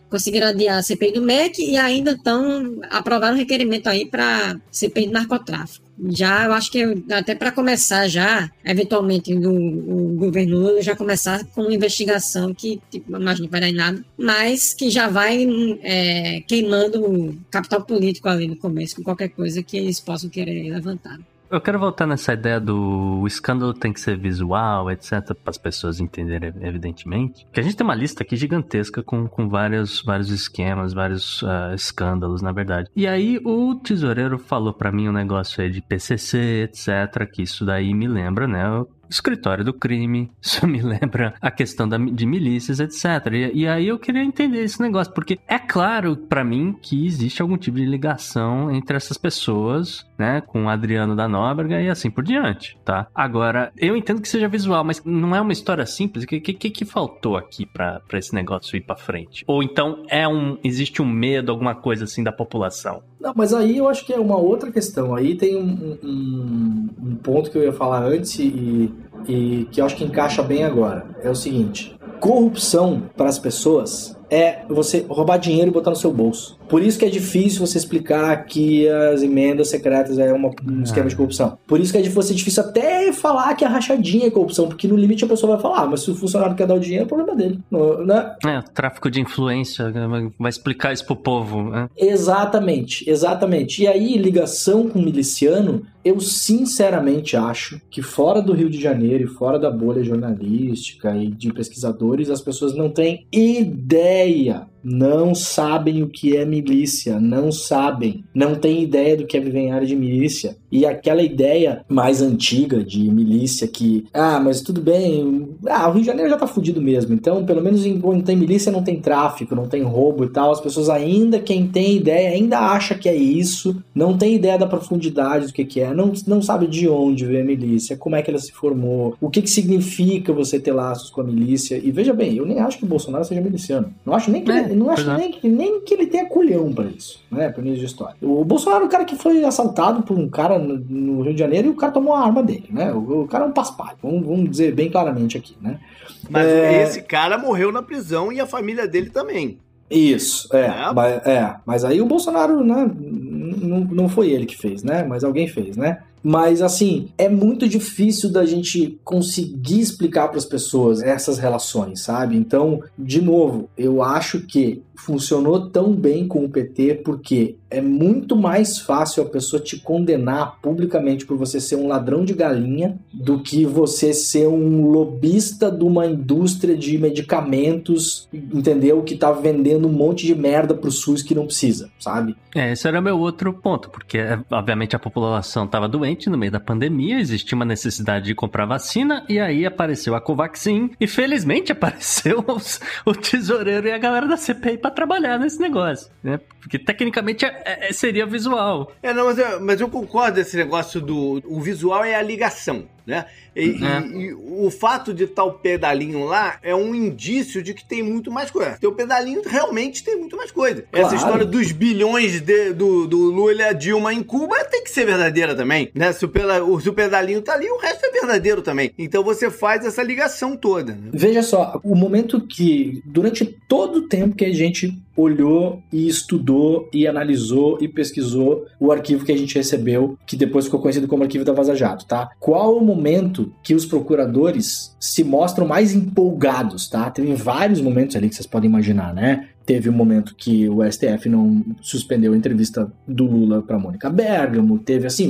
S5: a CPI do MEC e ainda aprovaram um requerimento aí para CPI do narcotráfico. Já, eu acho que até para começar já, eventualmente o governo Lula já começar com uma investigação que, imagino que vai dar em nada, mas que já vai queimando o capital político ali no começo, com qualquer coisa que eles possam querer levantar.
S4: Eu quero voltar nessa ideia do escândalo tem que ser visual, etc, para as pessoas entenderem, evidentemente. Que a gente tem uma lista aqui gigantesca com vários esquemas, vários escândalos, na verdade. E aí o tesoureiro falou para mim um negócio aí de PCC, etc, que isso daí me lembra, né, o escritório do crime, isso me lembra a questão de milícias, etc. E aí eu queria entender esse negócio, porque é claro pra mim que existe algum tipo de ligação entre essas pessoas, né, com o Adriano da Nóbrega e assim por diante, tá? Agora, eu entendo que seja visual, mas não é uma história simples. O que faltou aqui pra esse negócio ir pra frente? Ou então existe um medo, alguma coisa assim da população?
S6: Não, mas aí eu acho que é uma outra questão. Aí tem um ponto que eu ia falar antes e que eu acho que encaixa bem agora. É o seguinte: corrupção para as pessoas é você roubar dinheiro e botar no seu bolso. Por isso que é difícil você explicar que as emendas secretas é um esquema de corrupção. Por isso que é difícil até falar que a rachadinha é corrupção, porque no limite a pessoa vai falar, mas se o funcionário quer dar o dinheiro, é problema dele. Não, né?
S4: Tráfico de influência, vai explicar isso pro povo. Né?
S6: Exatamente. E aí, ligação com miliciano, eu sinceramente acho que fora do Rio de Janeiro e fora da bolha jornalística e de pesquisadores, as pessoas não têm ideia, não sabem o que é milícia, não têm ideia do que é viver em área de milícia. E aquela ideia mais antiga de milícia que, mas tudo bem, o Rio de Janeiro já tá fudido mesmo, então pelo menos quando tem milícia não tem tráfico, não tem roubo e tal, as pessoas ainda, quem tem ideia, ainda acha que é isso, não tem ideia da profundidade do que é, não sabe de onde veio a milícia, como é que ela se formou, o que significa você ter laços com a milícia. E veja bem, eu nem acho que o Bolsonaro seja miliciano, não acho nem que nem que ele tenha culhão pra isso, né, pra início de história. O Bolsonaro é um cara que foi assaltado por um cara no Rio de Janeiro e o cara tomou a arma dele, né, o cara é um paspalho, vamos dizer bem claramente aqui, né.
S3: Mas esse cara morreu na prisão e a família dele também.
S6: Isso, mas aí o Bolsonaro, né, não foi ele que fez, né, mas alguém fez, né. Mas, assim, é muito difícil da gente conseguir explicar para as pessoas essas relações, sabe? Então, de novo, eu acho que funcionou tão bem com o PT porque é muito mais fácil a pessoa te condenar publicamente por você ser um ladrão de galinha do que você ser um lobista de uma indústria de medicamentos, entendeu? Que tá vendendo um monte de merda pro SUS que não precisa, sabe?
S4: Esse era o meu outro ponto, porque, obviamente, a população estava doente no meio da pandemia, existia uma necessidade de comprar vacina, e aí apareceu a Covaxin, e felizmente apareceu o tesoureiro e a galera da CPI para trabalhar nesse negócio, né? Porque, tecnicamente, seria visual.
S3: Mas eu concordo desse negócio o visual é a ligação, né? E o fato de estar o pedalinho lá é um indício de que tem muito mais coisa. O pedalinho realmente tem muito mais coisa. Claro. Essa história dos bilhões do Lula e a Dilma em Cuba tem que ser verdadeira também, né? Se o pedalinho tá ali, o resto é verdadeiro também. Então você faz essa ligação toda, né?
S6: Veja só, o momento que, durante todo o tempo que a gente olhou e estudou e analisou e pesquisou o arquivo que a gente recebeu, que depois ficou conhecido como arquivo da Vaza Jato, tá? Qual o momento que os procuradores se mostram mais empolgados, tá? Tem vários momentos ali que vocês podem imaginar, né? Teve um momento que o STF não suspendeu a entrevista do Lula pra Mônica Bergamo,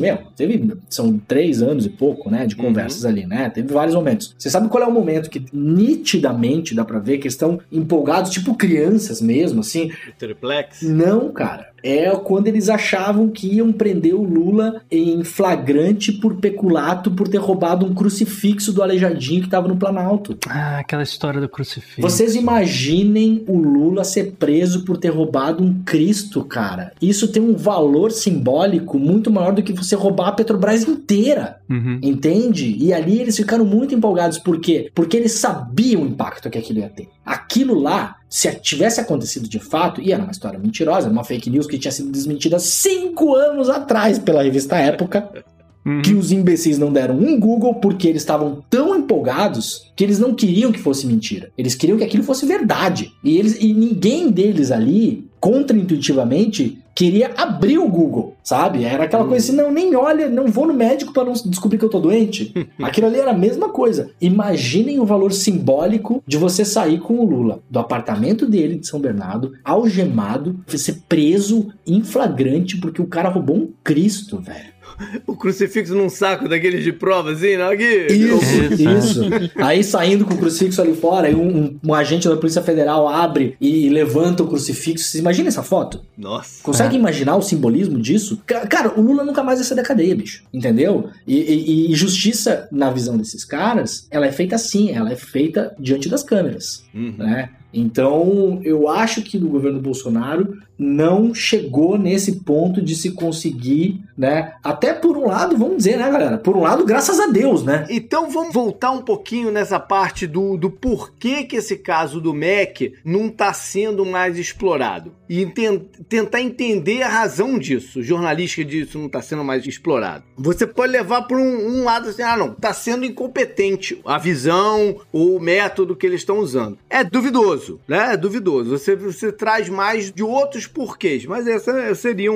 S6: são 3 anos e pouco, né, de conversas ali, né, teve vários momentos. Você sabe qual é o momento que nitidamente dá pra ver que eles estão empolgados, tipo crianças mesmo, assim?
S3: Triplex?
S6: Não, cara. É quando eles achavam que iam prender o Lula em flagrante por peculato por ter roubado um crucifixo do Aleijadinho que estava no Planalto.
S4: Ah, aquela história do crucifixo.
S6: Vocês imaginem o Lula ser preso por ter roubado um Cristo, cara. Isso tem um valor simbólico muito maior do que você roubar a Petrobras inteira. Entende? E ali eles ficaram muito empolgados. Por quê? Porque eles sabiam o impacto que aquilo ia ter. Aquilo lá, se tivesse acontecido de fato, e era uma história mentirosa, uma fake news que tinha sido desmentida 5 anos atrás pela revista Época, que os imbecis não deram um Google porque eles estavam tão empolgados que eles não queriam que fosse mentira. Eles queriam que aquilo fosse verdade. E ninguém deles ali, contraintuitivamente, queria abrir o Google, sabe? Era aquela coisa assim, não, nem olha, não vou no médico pra não descobrir que eu tô doente. Aquilo ali era a mesma coisa. Imaginem o valor simbólico de você sair com o Lula do apartamento dele de São Bernardo, algemado, ser preso em flagrante porque o cara roubou um Cristo, velho.
S3: O crucifixo num saco daqueles de prova, assim, não? Aqui.
S6: Isso. Aí saindo com o crucifixo ali fora, aí um agente da Polícia Federal abre e levanta o crucifixo. Vocês imaginam essa foto?
S3: Nossa.
S6: Consegue imaginar o simbolismo disso? Cara, o Lula nunca mais vai sair da cadeia, bicho. Entendeu? E justiça, na visão desses caras, ela é feita assim, ela é feita diante das câmeras, né? Então, eu acho que no governo Bolsonaro não chegou nesse ponto de se conseguir, né? Até por um lado, vamos dizer, né, galera? Por um lado, graças a Deus, né?
S3: Então, vamos voltar um pouquinho nessa parte do porquê que esse caso do MEC não está sendo mais explorado. E tentar entender a razão disso, jornalística disso não está sendo mais explorado. Você pode levar por um lado assim, não, está sendo incompetente a visão ou o método que eles estão usando. É duvidoso, né? É duvidoso. Você traz mais de outros porquês, mas essa seria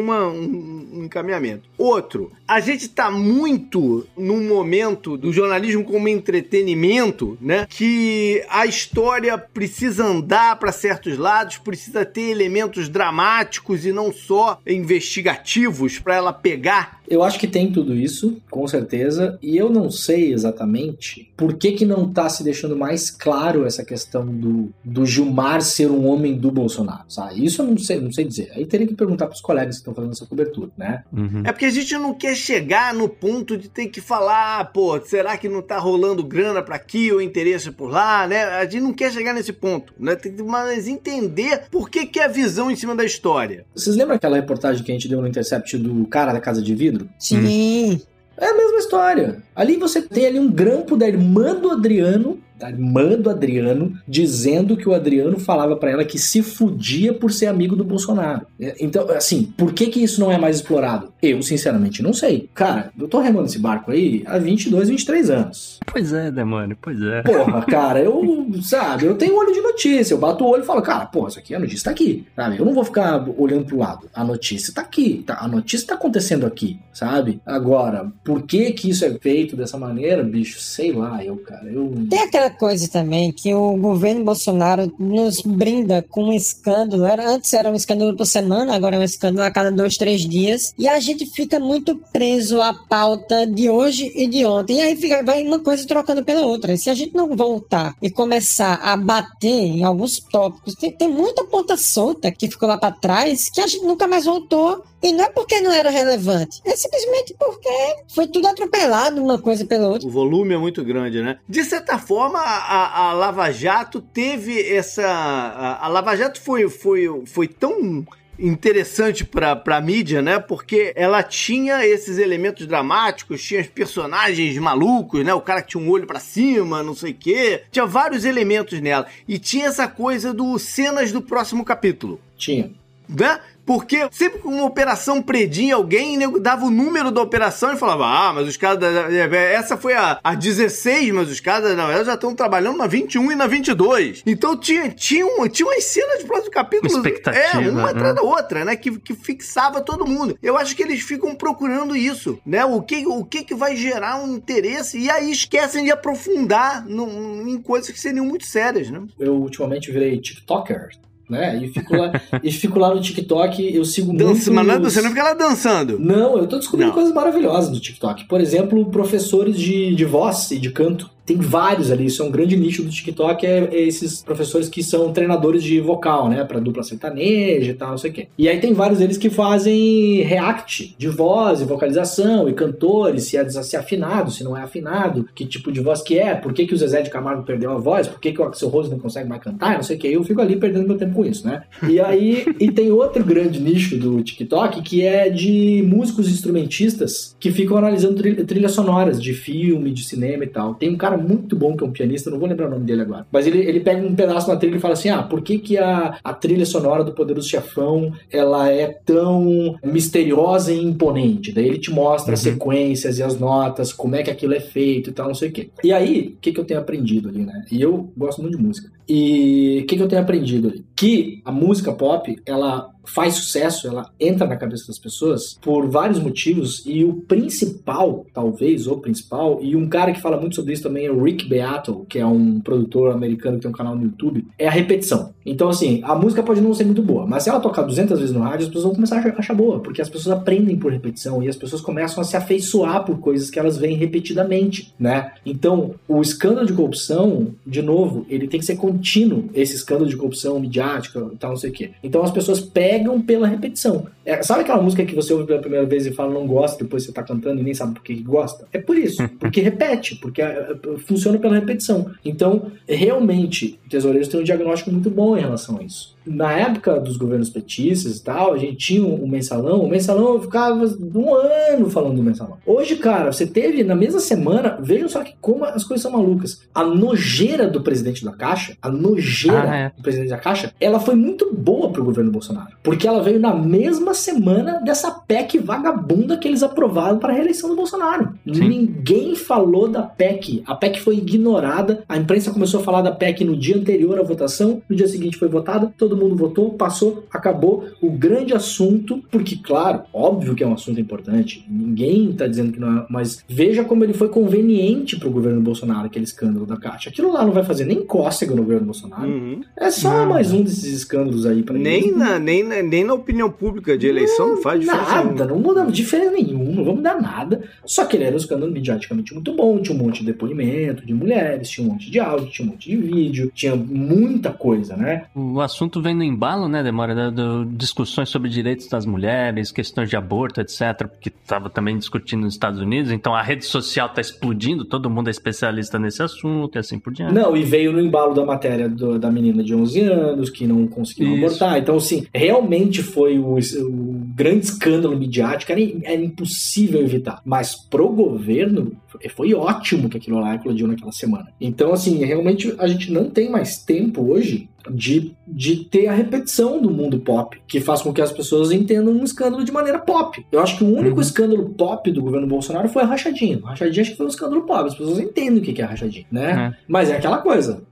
S3: um encaminhamento. Outro, a gente está muito num momento do jornalismo como entretenimento, né? Que a história precisa andar para certos lados, precisa ter elementos dramáticos e não só investigativos para ela pegar.
S6: Eu acho que tem tudo isso, com certeza, e eu não sei exatamente por que não tá se deixando mais claro essa questão do Gilmar ser um homem do Bolsonaro, sabe? Isso eu não sei dizer. Aí teria que perguntar pros colegas que estão fazendo essa cobertura, né?
S3: É porque a gente não quer chegar no ponto de ter que falar, será que não tá rolando grana pra aqui ou interesse por lá, né? A gente não quer chegar nesse ponto, né? Tem que mais entender por que é a visão em cima da história.
S6: Vocês lembram aquela reportagem que a gente deu no Intercept do cara da Casa de Vidro?
S5: Sim.
S6: É a mesma história. Ali você tem ali um grampo da irmã do Adriano da irmã do Adriano, dizendo que o Adriano falava pra ela que se fudia por ser amigo do Bolsonaro. Então, assim, por que isso não é mais explorado? Eu, sinceramente, não sei. Cara, eu tô remando esse barco aí há 22, 23 anos.
S4: Pois é, Demônio, pois é.
S6: Porra, cara, eu tenho olho de notícia, eu bato o olho e falo, cara, porra, isso aqui, a notícia tá aqui, sabe? Eu não vou ficar olhando pro lado. A notícia tá aqui, a notícia tá acontecendo aqui, sabe? Agora, por que isso é feito dessa maneira, bicho? Sei lá, Tem
S5: aquela coisa também que o governo Bolsonaro nos brinda com um escândalo. Antes era um escândalo por semana, agora é um escândalo a cada 2, 3 dias. E a gente fica muito preso à pauta de hoje e de ontem. E aí vai uma coisa trocando pela outra. E se a gente não voltar e começar a bater em alguns tópicos, tem muita ponta solta que ficou lá pra trás que a gente nunca mais voltou. E não é porque não era relevante, é simplesmente porque foi tudo atropelado uma coisa pela outra.
S3: O volume é muito grande, né? De certa forma, a Lava Jato teve essa... A Lava Jato foi tão interessante pra mídia, né? Porque ela tinha esses elementos dramáticos, tinha os personagens malucos, né? O cara que tinha um olho pra cima, não sei o quê. Tinha vários elementos nela. E tinha essa coisa do cenas do próximo capítulo.
S6: Tinha.
S3: Né? Porque sempre que uma operação predia alguém, o nego dava o número da operação e falava, mas os caras... Essa foi a 16, mas os caras, na verdade, já estão trabalhando na 21 e na 22. Então tinha umas cenas de próximo capítulo... uma atrás da outra, né? Que fixava todo mundo. Eu acho que eles ficam procurando isso, né? O que vai gerar um interesse e aí esquecem de aprofundar em coisas que seriam muito sérias, né?
S6: Eu ultimamente virei TikToker, né? E fico lá no TikTok, eu sigo muito...
S3: Mas você não fica lá dançando?
S6: Não, eu tô descobrindo coisas maravilhosas no TikTok. Por exemplo, professores de voz e de canto. Tem vários ali, isso é um grande nicho do TikTok, esses professores que são treinadores de vocal, né, pra dupla sertaneja e tal, não sei o quê. E aí tem vários deles que fazem react de voz e vocalização e cantores, se é afinado, se não é afinado, que tipo de voz que é, por que o Zezé de Camargo perdeu a voz, por que o Axel Rose não consegue mais cantar, não sei o quê. Eu fico ali perdendo meu tempo com isso, né. E aí, tem outro grande nicho do TikTok que é de músicos instrumentistas que ficam analisando trilhas sonoras de filme, de cinema e tal. Tem um cara muito bom que é um pianista, não vou lembrar o nome dele agora, mas ele pega um pedaço na trilha e fala assim, por que a trilha sonora do Poderoso Chefão ela é tão misteriosa e imponente? Daí ele te mostra as sequências e as notas, como é que aquilo é feito e tal, não sei o quê. E aí, o que eu tenho aprendido ali, né? E eu gosto muito de música. E o que eu tenho aprendido ali? Que a música pop, ela faz sucesso, ela entra na cabeça das pessoas por vários motivos, e o principal, talvez, o principal, e um cara que fala muito sobre isso também é o Rick Beato, que é um produtor americano que tem um canal no YouTube, é a repetição. Então, assim, a música pode não ser muito boa, mas se ela tocar 200 vezes no rádio, as pessoas vão começar a achar boa, porque as pessoas aprendem por repetição, e as pessoas começam a se afeiçoar por coisas que elas veem repetidamente, né? Então, o escândalo de corrupção, de novo, ele tem que ser contínuo, esse escândalo de corrupção midiática e tal, não sei o quê. Então, as pessoas pegam pela repetição. Sabe aquela música que você ouve pela primeira vez e fala não gosta, depois você tá cantando e nem sabe por que gosta? É por isso, porque repete, porque funciona pela repetição. Então, realmente, tesoureiros têm um diagnóstico muito bom em relação a isso. Na época dos governos petistas e tal, a gente tinha o mensalão eu ficava um ano falando do mensalão. Hoje, cara, você teve na mesma semana, vejam só que como as coisas são malucas. A nojeira do presidente da Caixa, do presidente da Caixa, ela foi muito boa pro governo Bolsonaro, porque ela veio na mesma semana dessa PEC vagabunda que eles aprovaram para a reeleição do Bolsonaro. Sim. Ninguém falou da PEC. A PEC foi ignorada, a imprensa começou a falar da PEC no dia anterior à votação, no dia seguinte foi votada, todo mundo votou, passou, acabou o grande assunto, porque, claro, óbvio que é um assunto importante, ninguém tá dizendo que não é, mas veja como ele foi conveniente pro governo Bolsonaro, aquele escândalo da Caixa. Aquilo lá não vai fazer nem cócega no governo Bolsonaro. É só mais um desses escândalos aí pra
S3: nem na opinião pública de eleição não faz diferença.
S6: Nada, não muda diferença nenhuma, não vai mudar nada. Só que ele era um escândalo mediaticamente muito bom, tinha um monte de depoimento de mulheres, tinha um monte de áudio, tinha um monte de vídeo, tinha muita coisa, né?
S4: O assunto vem no embalo, né, Demora, discussões sobre direitos das mulheres, questões de aborto, etc, porque estava também discutindo nos Estados Unidos, então a rede social tá explodindo, todo mundo é especialista nesse assunto e assim por diante.
S6: Não, e veio no embalo matéria da menina de 11 anos que não conseguiu abortar. Então, assim, realmente foi o grande escândalo midiático. Era impossível evitar. Mas pro governo, foi ótimo que aquilo lá eclodiu naquela semana. Então, assim, realmente a gente não tem mais tempo hoje de ter a repetição do mundo pop, que faz com que as pessoas entendam um escândalo de maneira pop. Eu acho que o único escândalo pop do governo Bolsonaro foi a rachadinha. A rachadinha acho que foi um escândalo pop. As pessoas entendem o que é a rachadinha, né? Mas é aquela coisa.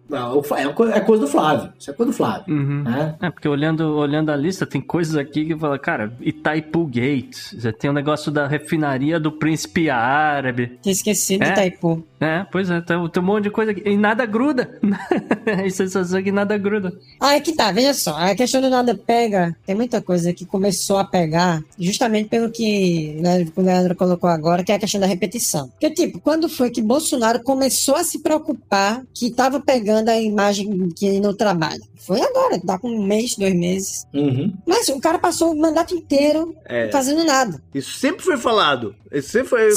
S6: É coisa do Flávio. Isso é coisa do Flávio. Né?
S4: Porque olhando a lista, tem coisas aqui que fala, cara, Itaipu Gate. Você tem um negócio da refinaria do Príncipe Árabe.
S5: Tinha esquecido de Itaipu.
S4: Pois é, tem um monte de coisa aqui. E nada gruda. A sensação é que nada gruda.
S5: É que tá, veja só, a questão do nada pega, tem muita coisa que começou a pegar, justamente pelo que, né, o Leandro colocou agora, que é a questão da repetição. Porque, tipo, quando foi que Bolsonaro começou a se preocupar que tava pegando a imagem que ele não trabalha? Foi agora, tá com 1 mês, 2 meses. Mas o cara passou o mandato inteiro fazendo nada.
S3: Isso sempre foi falado. Sempre foi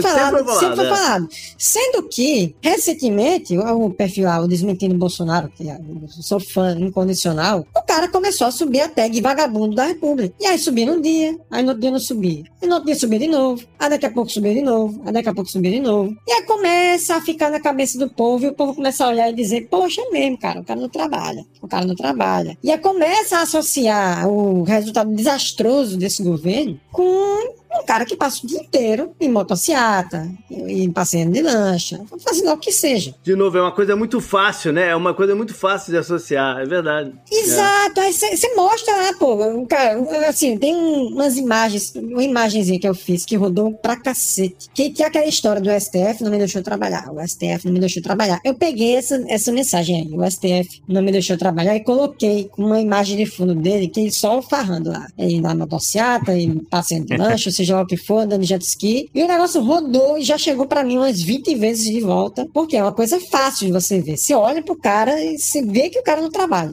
S5: falado. Sendo que, recentemente, o perfil lá, o Desmentindo Bolsonaro, que eu sou fã incondicional, o cara começou a subir a tag vagabundo da República. E aí subia num dia, aí no outro dia não subia. E no outro dia subia de novo, aí daqui a pouco subia de novo, aí daqui a pouco subia de novo. E aí começa a ficar na cabeça do povo, e o povo começa a olhar e dizer, poxa, é mesmo, cara, o cara não trabalha. O cara não trabalha. E aí começa a associar o resultado desastroso desse governo com um cara que passa o dia inteiro em motociata, e passeando de lancha, fazendo o que seja.
S3: De novo, é uma coisa muito fácil, né? É uma coisa muito fácil de associar, é verdade.
S5: Exato, aí você mostra lá, pô, cara, assim, tem umas imagens, uma imagenzinha que eu fiz que rodou pra cacete, que é aquela história do STF não me deixou trabalhar, o STF não me deixou trabalhar. Eu peguei essa mensagem aí, o STF não me deixou trabalhar, e coloquei com uma imagem de fundo dele, que ele só farrando lá, ele na motociata, e passeando de lancha, seja lá o que for, andando de jet ski, e o negócio rodou e já chegou pra mim umas 20 vezes de volta, porque é uma coisa fácil de você ver. Você olha pro cara e você vê que o cara não trabalha.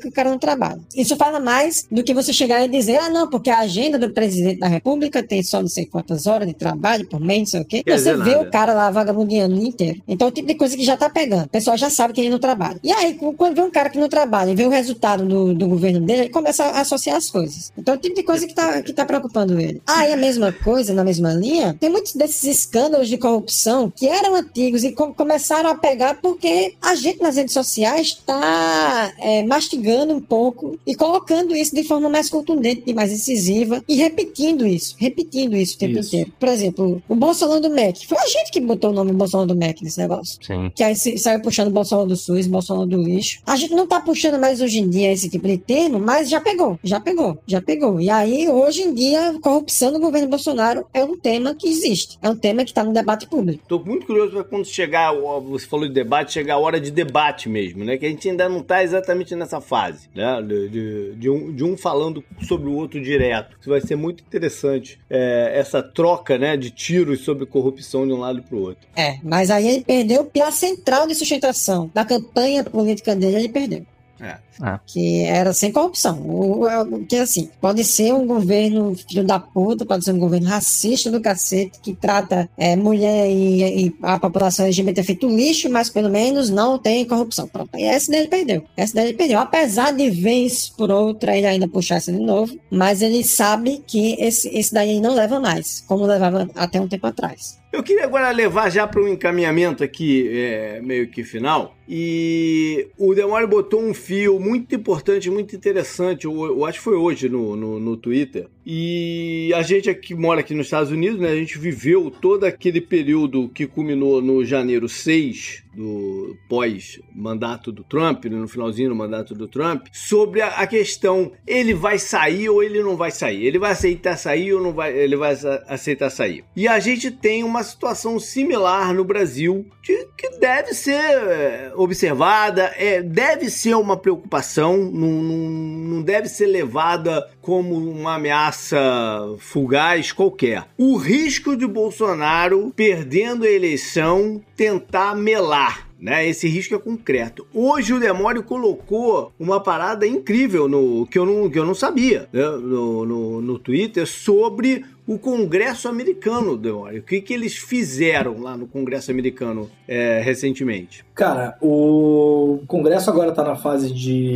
S5: Isso fala mais do que você chegar e dizer, não, porque a agenda do presidente da República tem só não sei quantas horas de trabalho por mês, não sei o quê. Você vê o cara lá vagabundeando o dia inteiro. Então é o tipo de coisa que já tá pegando. O pessoal já sabe que ele não trabalha. E aí, quando vê um cara que não trabalha e vê o resultado do governo dele, ele começa a associar as coisas. Então é o tipo de coisa que tá preocupando ele. E a mesma coisa, na mesma linha, tem muitos desses escândalos de corrupção que eram antigos e começaram a pegar porque a gente nas redes sociais está mastigando um pouco e colocando isso de forma mais contundente, mais incisiva e repetindo isso o tempo inteiro. Por exemplo, o Bolsonaro do MEC. Foi a gente que botou o nome Bolsonaro do MEC nesse negócio. Sim. Que aí saiu puxando Bolsonaro do SUS, Bolsonaro do lixo. A gente não tá puxando mais hoje em dia esse tipo de termo, mas já pegou. E aí, hoje em dia, a corrupção do governo Bolsonaro é um tema que existe. É um tema que está no debate público.
S3: Tô muito curioso para quando chegar, você falou de debate, chegar a hora de debate mesmo, né? Que a gente ainda não tá exatamente nessa fase, né? De um falando sobre o outro direto. Isso vai ser muito interessante, essa troca, né, de tiros sobre corrupção de um lado pro outro.
S5: Mas aí ele perdeu o pilar central de sustentação da campanha política dele, ele perdeu. Que era sem corrupção. Que assim, pode ser um governo filho da puta, pode ser um governo racista do cacete, que trata mulher e a população LGBT feito lixo, mas pelo menos não tem corrupção. Pronto. E essa daí ele perdeu. Apesar de vez por outra ele ainda puxar essa de novo, mas ele sabe que esse daí não leva mais, como levava até um tempo atrás.
S3: Eu queria agora levar já para um encaminhamento aqui, meio que final. E o Demore botou um fio muito importante, muito interessante, eu acho que foi hoje no Twitter. E a gente aqui mora aqui nos Estados Unidos, né? A gente viveu todo aquele período que culminou no janeiro 6 do pós-mandato do Trump, no finalzinho do mandato do Trump, sobre a questão, ele vai sair ou ele não vai sair? Ele vai aceitar sair ou não vai? Ele vai aceitar sair? E a gente tem uma situação similar no Brasil que deve ser observada, deve ser uma preocupação, não deve ser levada como uma ameaça fugaz qualquer. O risco de Bolsonaro, perdendo a eleição, tentar melar né? Esse risco é concreto. Hoje o Demório colocou uma parada incrível que eu não sabia, né? no Twitter sobre o Congresso americano, Demório. O que eles fizeram lá no Congresso americano recentemente?
S6: Cara, o Congresso agora está na fase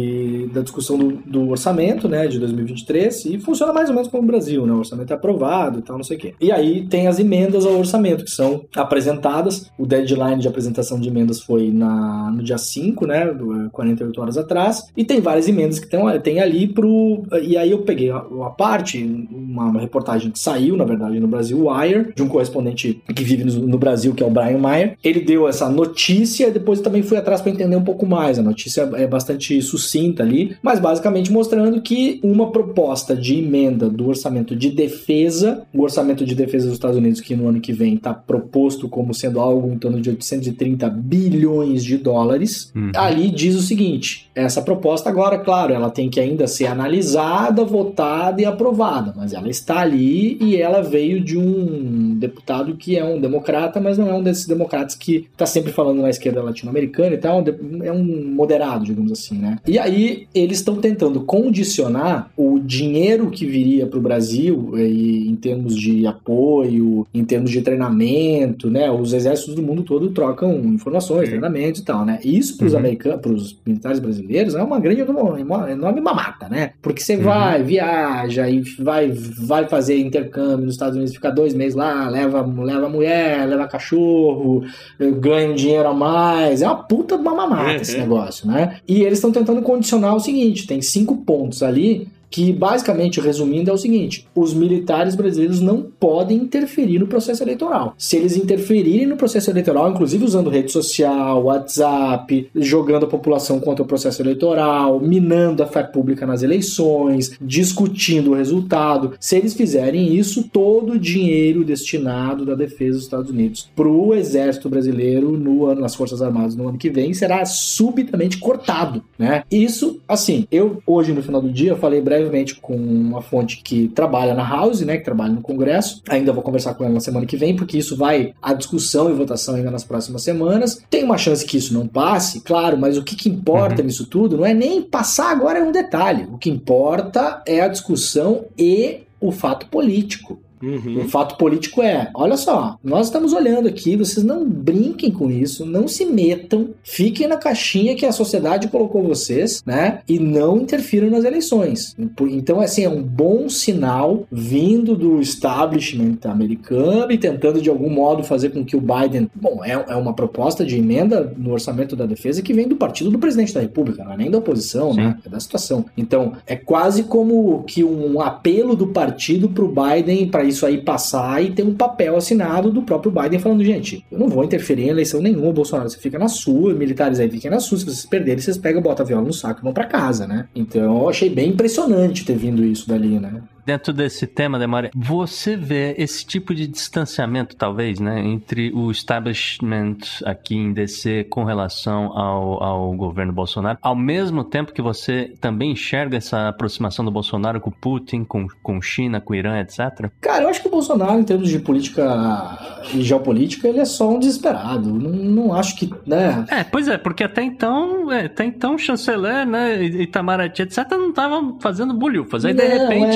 S6: da discussão do orçamento, né, de 2023, e funciona mais ou menos como o Brasil, né? O orçamento é aprovado e tal, não sei o quê. E aí tem as emendas ao orçamento, que são apresentadas. O deadline de apresentação de emendas foi no dia 5, né, 48 horas atrás, e tem várias emendas que tem ali E aí eu peguei a parte, uma reportagem que saiu, na verdade, no Brasil Wire, de um correspondente que vive no Brasil, que é o Brian Mayer. Ele deu essa notícia e depois eu também fui atrás para entender um pouco mais. A notícia é bastante sucinta ali, mas basicamente mostrando que uma proposta de emenda do orçamento de defesa, o orçamento de defesa dos Estados Unidos, que no ano que vem está proposto como sendo algo em torno de 830 bilhões de dólares, ali diz o seguinte: essa proposta agora, claro, ela tem que ainda ser analisada, votada e aprovada, mas ela está ali e ela veio de um deputado que é um democrata, mas não é um desses democratas que está sempre falando na esquerda latino-americana e tal, é um moderado, digamos assim, né? E aí eles estão tentando condicionar o dinheiro que viria para o Brasil em termos de apoio, em termos de treinamento, né? Os exércitos do mundo todo trocam informações, treinamentos e tal, né? E isso para os americanos, para os militares brasileiros, é uma enorme mamata, né? Porque você viaja e vai fazer intercâmbio nos Estados Unidos, fica 2 meses lá, leva mulher, leva cachorro, ganha um dinheiro a mais, é uma puta de uma mamata esse negócio, né? E eles estão tentando condicionar o seguinte: tem 5 pontos ali que, basicamente, resumindo, é o seguinte: os militares brasileiros não podem interferir no processo eleitoral. Se eles interferirem no processo eleitoral, inclusive usando rede social, WhatsApp, jogando a população contra o processo eleitoral, minando a fé pública nas eleições, discutindo o resultado, se eles fizerem isso, todo o dinheiro destinado da defesa dos Estados Unidos para o exército brasileiro nas Forças Armadas no ano que vem será subitamente cortado, né? Isso, assim, eu hoje no final do dia falei brevemente com uma fonte que trabalha na House, né, que trabalha no Congresso. Ainda vou conversar com ela na semana que vem, porque isso vai à discussão e votação ainda nas próximas semanas. Tem uma chance que isso não passe, claro, mas o que importa nisso tudo não é nem passar agora, é um detalhe. O que importa é a discussão e o fato político. O fato político é: olha só, nós estamos olhando aqui, vocês não brinquem com isso, não se metam, fiquem na caixinha que a sociedade colocou vocês, né? E não interfiram nas eleições. Então, assim, é um bom sinal vindo do establishment americano e tentando de algum modo fazer com que o Biden... Bom, é uma proposta de emenda no orçamento da defesa que vem do partido do presidente da República, não é nem da oposição, né? É da situação. Então, é quase como que um apelo do partido pro Biden para isso aí passar e ter um papel assinado do próprio Biden falando: gente, eu não vou interferir em eleição nenhuma, Bolsonaro, você fica na sua, militares aí fiquem na sua, se vocês perderem, vocês pegam, botam a viola no saco e vão pra casa, né? Então eu achei bem impressionante ter vindo isso dali, né?
S4: Dentro desse tema, Demório, você vê esse tipo de distanciamento, talvez, né, entre o establishment aqui em DC com relação ao governo Bolsonaro, ao mesmo tempo que você também enxerga essa aproximação do Bolsonaro com Putin, com China, com Irã, etc?
S6: Cara, eu acho que o Bolsonaro, em termos de política e geopolítica, ele é só um desesperado. Não acho que, né?
S4: Pois é, porque até então o chanceler, né, Itamaraty, etc, não estavam fazendo bolhufas. Aí, de repente,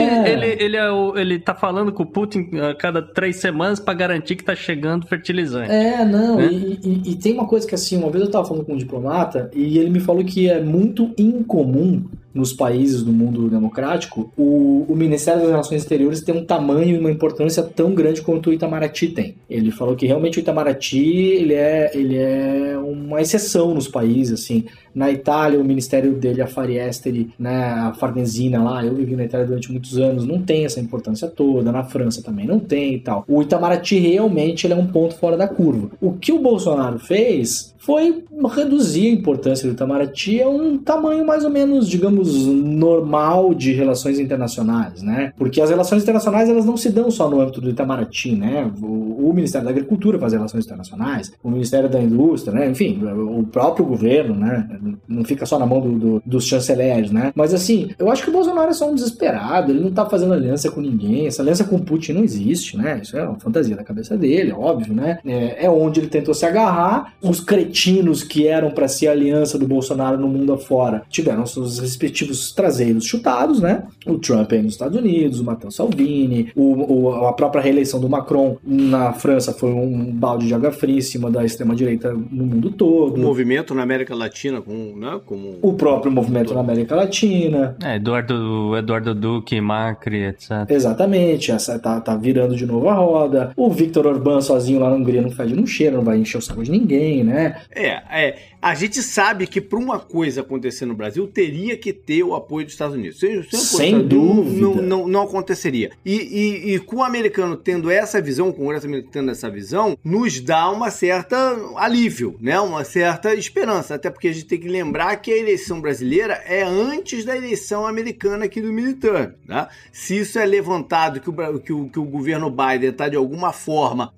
S4: ele tá falando com o Putin a cada 3 semanas pra garantir que tá chegando fertilizante.
S6: Né? E tem uma coisa que, assim, uma vez eu tava falando com um diplomata e ele me falou que é muito incomum nos países do mundo democrático, o Ministério das Relações Exteriores tem um tamanho e uma importância tão grande quanto o Itamaraty tem. Ele falou que realmente o Itamaraty ele é uma exceção nos países, assim. Na Itália, o ministério dele, a Affari Esteri, né, a Farnesina lá, eu vivi na Itália durante muitos anos, não tem essa importância toda. Na França também não tem e tal. O Itamaraty realmente ele é um ponto fora da curva. O que o Bolsonaro fez foi reduzir a importância do Itamaraty a um tamanho mais ou menos, digamos, normal de relações internacionais, né? Porque as relações internacionais, elas não se dão só no âmbito do Itamaraty, né? O Ministério da Agricultura faz relações internacionais, o Ministério da Indústria, né? Enfim, o próprio governo, né? não fica só na mão dos chanceleres, né? Mas assim, eu acho que o Bolsonaro é só um desesperado, ele não tá fazendo aliança com ninguém, essa aliança com o Putin não existe, né? Isso é uma fantasia da cabeça dele, óbvio, né? É onde ele tentou se agarrar, os cretinos que eram pra ser a aliança do Bolsonaro no mundo afora tiveram seus respectivos traseiros chutados, né? O Trump aí nos Estados Unidos, o Matteo Salvini, a própria reeleição do Macron na França foi um balde de água fria em cima da extrema-direita no mundo todo.
S3: O movimento na América Latina,
S6: o próprio movimento na América Latina.
S4: Eduardo Duque, Macri, etc.
S6: Exatamente, essa tá virando de novo a roda. O Viktor Orbán sozinho lá na Hungria não fede, não cheira, não vai encher o saco de ninguém, né?
S3: A gente sabe que para uma coisa acontecer no Brasil, teria que ter o apoio dos Estados Unidos.
S6: Sem dúvida.
S3: Não aconteceria. E com o americano tendo essa visão, o Congresso americano tendo essa visão, nos dá uma certa alívio, né? Uma certa esperança. Até porque a gente tem que lembrar que a eleição brasileira é antes da eleição americana aqui do midterm, né? Se isso é levantado, que o governo Biden está de alguma forma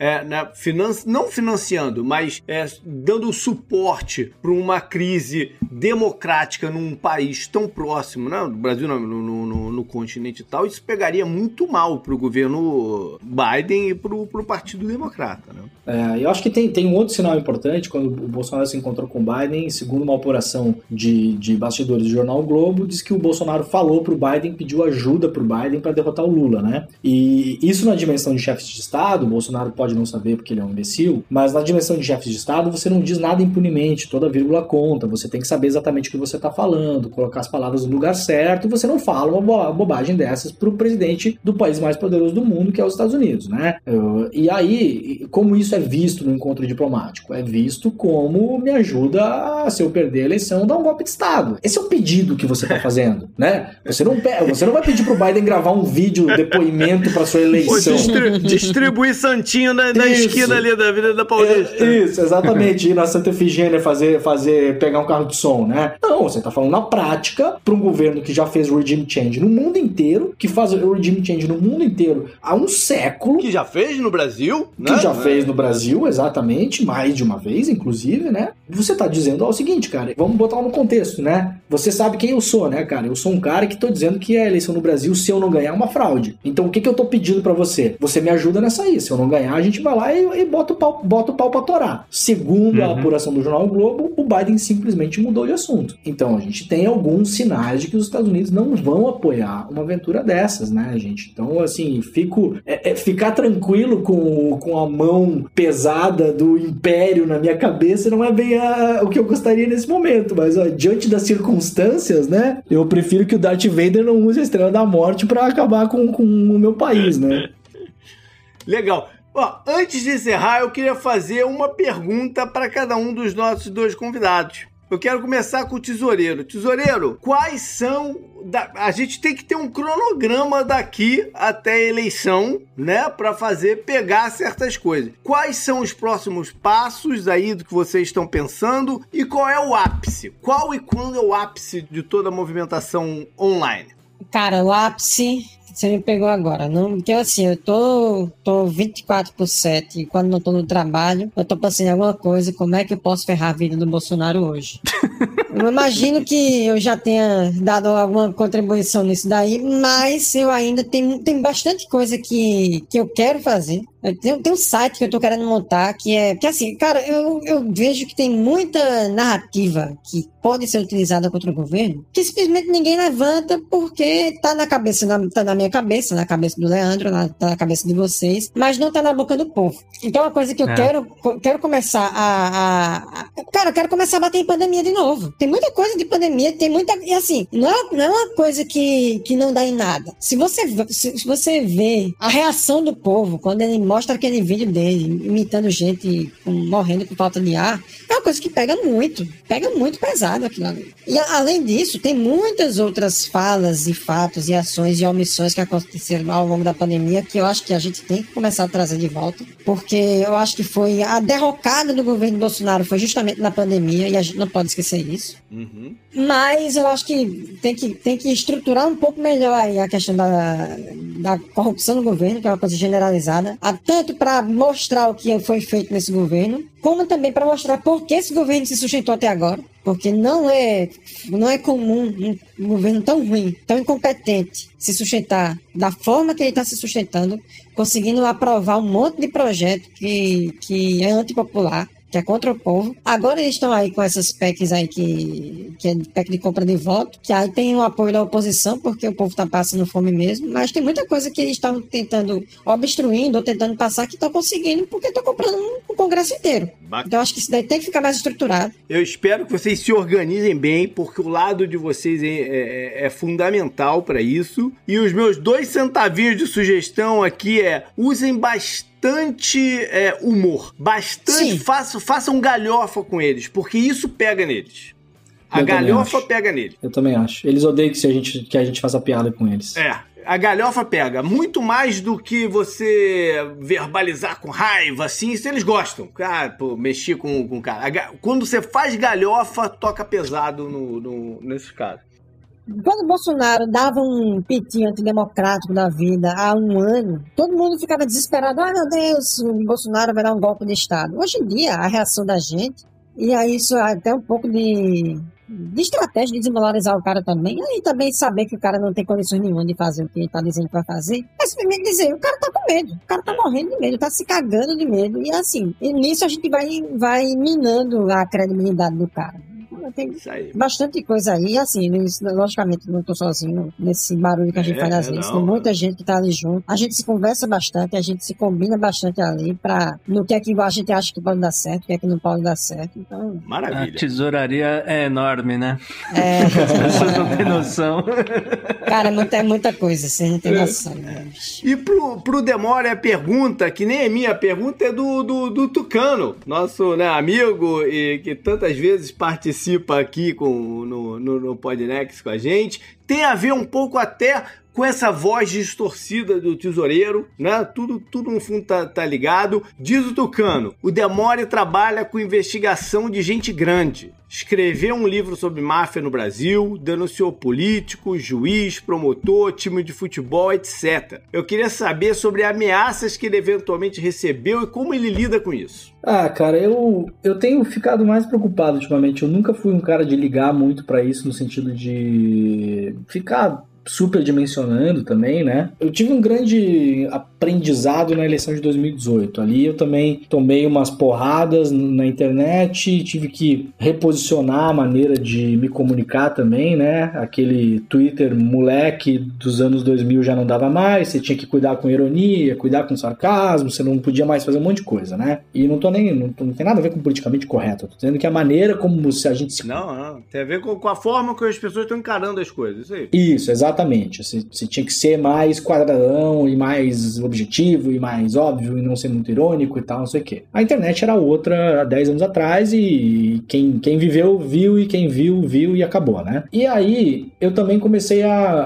S3: não financiando, mas dando suporte para uma crise democrática num país tão próximo, né? Do Brasil no continente e tal, isso pegaria muito mal para o governo Biden e para o Partido Democrata, né?
S6: Eu acho que tem um outro sinal importante quando o Bolsonaro se encontrou com o Biden, segundo uma apuração de bastidores do jornal o Globo, diz que o Bolsonaro falou pro Biden, pediu ajuda pro Biden para derrotar o Lula, né? E isso na dimensão de chefes de Estado, o Bolsonaro pode não saber porque ele é um imbecil, mas na dimensão de chefes de Estado você não diz nada impunemente, toda vírgula conta, você tem que saber exatamente o que você está falando, colocar as palavras no lugar certo, e você não fala uma bobagem dessas pro presidente do país mais poderoso do mundo, que é os Estados Unidos, né? E aí, como isso é visto no encontro diplomático? É visto como me ajuda a, se eu perder a eleição, dar um golpe de Estado. Esse é o pedido que você está fazendo, né? Você não vai pedir pro Biden gravar um vídeo depoimento para sua eleição.
S3: Distribuir santinho na esquina ali da Avenida Paulista.
S6: Isso, exatamente. Ir na Santa Efigênia pegar um carro de som, né? Não, você tá falando na prática para um governo que já fez regime change no mundo inteiro, que faz regime change no mundo inteiro há um século.
S3: Que já fez no Brasil, né?
S6: Que já fez no Brasil, exatamente, mais de uma vez, inclusive, né? Você tá dizendo o seguinte, cara, vamos botar no contexto, né? Você sabe quem eu sou, né, cara? Eu sou um cara que tô dizendo que a eleição no Brasil, se eu não ganhar, é uma fraude. Então, o que eu tô pedindo pra você? Você me ajuda nessa aí. Se eu não ganhar, a gente vai lá e bota o pau pra torar. Segundo a apuração do jornal o Globo, o Biden simplesmente mudou de assunto. Então, a gente tem alguns sinais de que os Estados Unidos não vão apoiar uma aventura dessas, né, gente? Então, assim, ficar tranquilo com a mão pesada do império na minha cabeça não é bem o que eu gostaria nesse momento, mas diante das circunstâncias, né, eu prefiro que o Darth Vader não use a Estrela da Morte pra acabar com o meu país, né?
S3: Legal. Antes de encerrar, eu queria fazer uma pergunta para cada um dos nossos dois convidados. Eu quero começar com o Tesoureiro. Tesoureiro, quais são... A gente tem que ter um cronograma daqui até a eleição, né? Para pegar certas coisas. Quais são os próximos passos aí do que vocês estão pensando? E qual é o ápice? Qual e quando é o ápice de toda a movimentação online?
S5: Cara, o ápice... Você me pegou agora, não? Porque assim, eu tô 24/7 e quando não tô no trabalho, eu tô pensando em alguma coisa, como é que eu posso ferrar a vida do Bolsonaro hoje? Eu imagino que eu já tenha dado alguma contribuição nisso daí, mas eu ainda tem bastante coisa que eu quero fazer. Tem um site que eu tô querendo montar que assim, cara, eu vejo que tem muita narrativa que pode ser utilizada contra o governo que simplesmente ninguém levanta porque tá na minha cabeça, na cabeça do Leandro, tá na cabeça de vocês, mas não tá na boca do povo. Então é uma coisa que eu quero começar Cara, eu quero começar a bater em pandemia de novo. Tem muita coisa de pandemia, e assim, não é uma coisa que não dá em nada. Se você vê a reação do povo quando ele mostra aquele vídeo dele imitando gente morrendo por falta de ar, é uma coisa que pega muito pesado aquilo ali. E além disso, tem muitas outras falas e fatos e ações e omissões que aconteceram ao longo da pandemia que eu acho que a gente tem que começar a trazer de volta, porque eu acho que foi a derrocada do governo Bolsonaro foi justamente na pandemia e a gente não pode esquecer isso.
S3: Uhum.
S5: Mas eu acho que tem que estruturar um pouco melhor aí a questão da corrupção do governo, que é uma coisa generalizada, tanto para mostrar o que foi feito nesse governo, como também para mostrar por que esse governo se sustentou até agora. Porque não é comum um governo tão ruim, tão incompetente, se sustentar da forma que ele está se sustentando, conseguindo aprovar um monte de projeto que é antipopular, que é contra o povo. Agora eles estão aí com essas PECs aí que é PEC de compra de voto, que aí tem o apoio da oposição, porque o povo está passando fome mesmo, mas tem muita coisa que eles estão tentando, obstruindo ou tentando passar, que estão conseguindo, porque estão comprando o Congresso inteiro. Então acho que isso daí tem que ficar mais estruturado.
S3: Eu espero que vocês se organizem bem, porque o lado de vocês é fundamental para isso. E os meus 2 centavinhos de sugestão aqui usem bastante humor, bastante, façam galhofa com eles, porque isso pega neles. A galhofa pega neles.
S6: Eu também acho. Eles odeiam que a gente faça piada com eles.
S3: A galhofa pega muito mais do que você verbalizar com raiva, assim, se eles gostam. Mexer com o cara. Quando você faz galhofa, toca pesado nesse caso.
S5: Quando o Bolsonaro dava um piti antidemocrático da vida há um ano, todo mundo ficava desesperado. Meu Deus, o Bolsonaro vai dar um golpe de Estado. Hoje em dia, a reação da gente, e aí isso é até um pouco de estratégia de desmoralizar o cara também, e aí também saber que o cara não tem condições nenhuma de fazer o que ele tá dizendo que vai fazer, é simplesmente dizer, o cara tá com medo, o cara tá morrendo de medo, tá se cagando de medo, e assim, e nisso a gente vai minando a credibilidade do cara. Tem bastante coisa aí, assim, logicamente não tô sozinho nesse barulho que a gente faz às vezes, tem muita gente que tá ali junto, a gente se conversa bastante, a gente se combina bastante ali no que é que a gente acha que pode dar certo, o que é que não pode dar certo, então...
S3: Maravilha.
S4: A tesouraria é enorme, né? Vocês não tem noção.
S5: Cara, é muita coisa, você não tem noção.
S3: E pro Demore a pergunta, que nem é minha pergunta, é do Tucano, nosso amigo e que tantas vezes participa aqui no Podnext com a gente. Tem a ver um pouco até com essa voz distorcida do tesoureiro, né? Tudo no fundo tá ligado. Diz o Tucano, o Demore trabalha com investigação de gente grande. Escreveu um livro sobre máfia no Brasil, denunciou político, juiz, promotor, time de futebol, etc. Eu queria saber sobre ameaças que ele eventualmente recebeu e como ele lida com isso.
S6: Cara, eu tenho ficado mais preocupado ultimamente. Eu nunca fui um cara de ligar muito pra isso, no sentido de ficar superdimensionando também, né? Eu tive um grande aprendizado na eleição de 2018. Ali eu também tomei umas porradas na internet, tive que reposicionar a maneira de me comunicar também, né? Aquele Twitter moleque dos anos 2000 já não dava mais, você tinha que cuidar com ironia, cuidar com sarcasmo, você não podia mais fazer um monte de coisa, né? E não tem nada a ver com politicamente correto, eu tô dizendo que a maneira como a gente se...
S3: Não, tem a ver com a forma que as pessoas estão encarando as coisas, isso aí.
S6: Isso, exatamente. Você tinha que ser mais quadradão e mais objetivo e mais óbvio e não ser muito irônico e tal, não sei o quê. A internet era outra há 10 anos atrás e quem viveu, viu e quem viu e acabou, né? E aí eu também comecei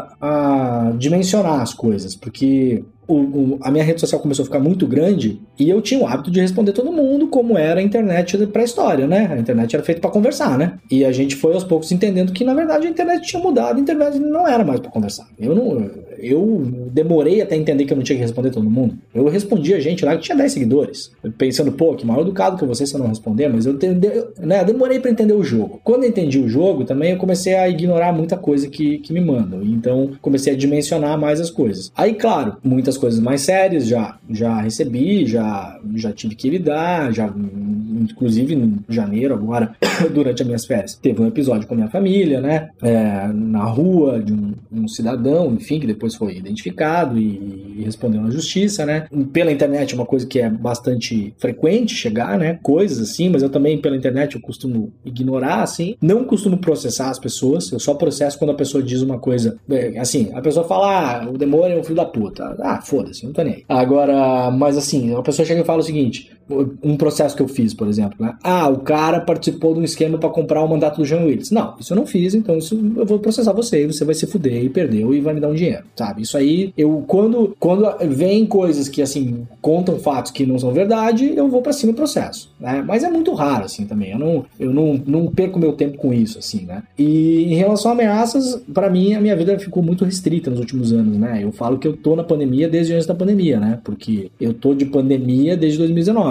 S6: a dimensionar as coisas, porque... a minha rede social começou a ficar muito grande e eu tinha o hábito de responder todo mundo como era a internet pré-história, né? A internet era feita para conversar, né? E a gente foi aos poucos entendendo que, na verdade, a internet tinha mudado, a internet não era mais para conversar. Eu demorei até entender que eu não tinha que responder todo mundo. Eu respondia gente lá que tinha 10 seguidores, pensando, que mal educado que você se eu não responder, mas eu demorei para entender o jogo. Quando eu entendi o jogo, também eu comecei a ignorar muita coisa que me mandam. Então, comecei a dimensionar mais as coisas. Aí, claro, muitas coisas mais sérias já recebi, já tive que lidar, inclusive em janeiro agora, durante as minhas férias, teve um episódio com a minha família, né, na rua, de um cidadão, enfim, que depois foi identificado e respondeu na justiça, né, pela internet é uma coisa que é bastante frequente chegar, né, coisas assim, mas eu também pela internet eu costumo ignorar, assim, não costumo processar as pessoas, eu só processo quando a pessoa diz uma coisa, assim, a pessoa fala, o demônio é um filho da puta, foda-se, não tô nem aí. Agora, mas assim, a pessoa chega e fala o seguinte, um processo que eu fiz, por exemplo, né? O cara participou de um esquema pra comprar o mandato do Jean Willis. Não, isso eu não fiz, então isso eu vou processar você, e você vai se fuder e perdeu e vai me dar um dinheiro, sabe? Isso aí, quando vem coisas que, assim, contam fatos que não são verdade, eu vou pra cima do processo, né? Mas é muito raro, assim, também. Eu não perco meu tempo com isso, assim, né? E em relação a ameaças, pra mim, a minha vida ficou muito restrita nos últimos anos, né? Eu falo que eu tô na pandemia desde antes da pandemia, né? Porque eu tô de pandemia desde 2019.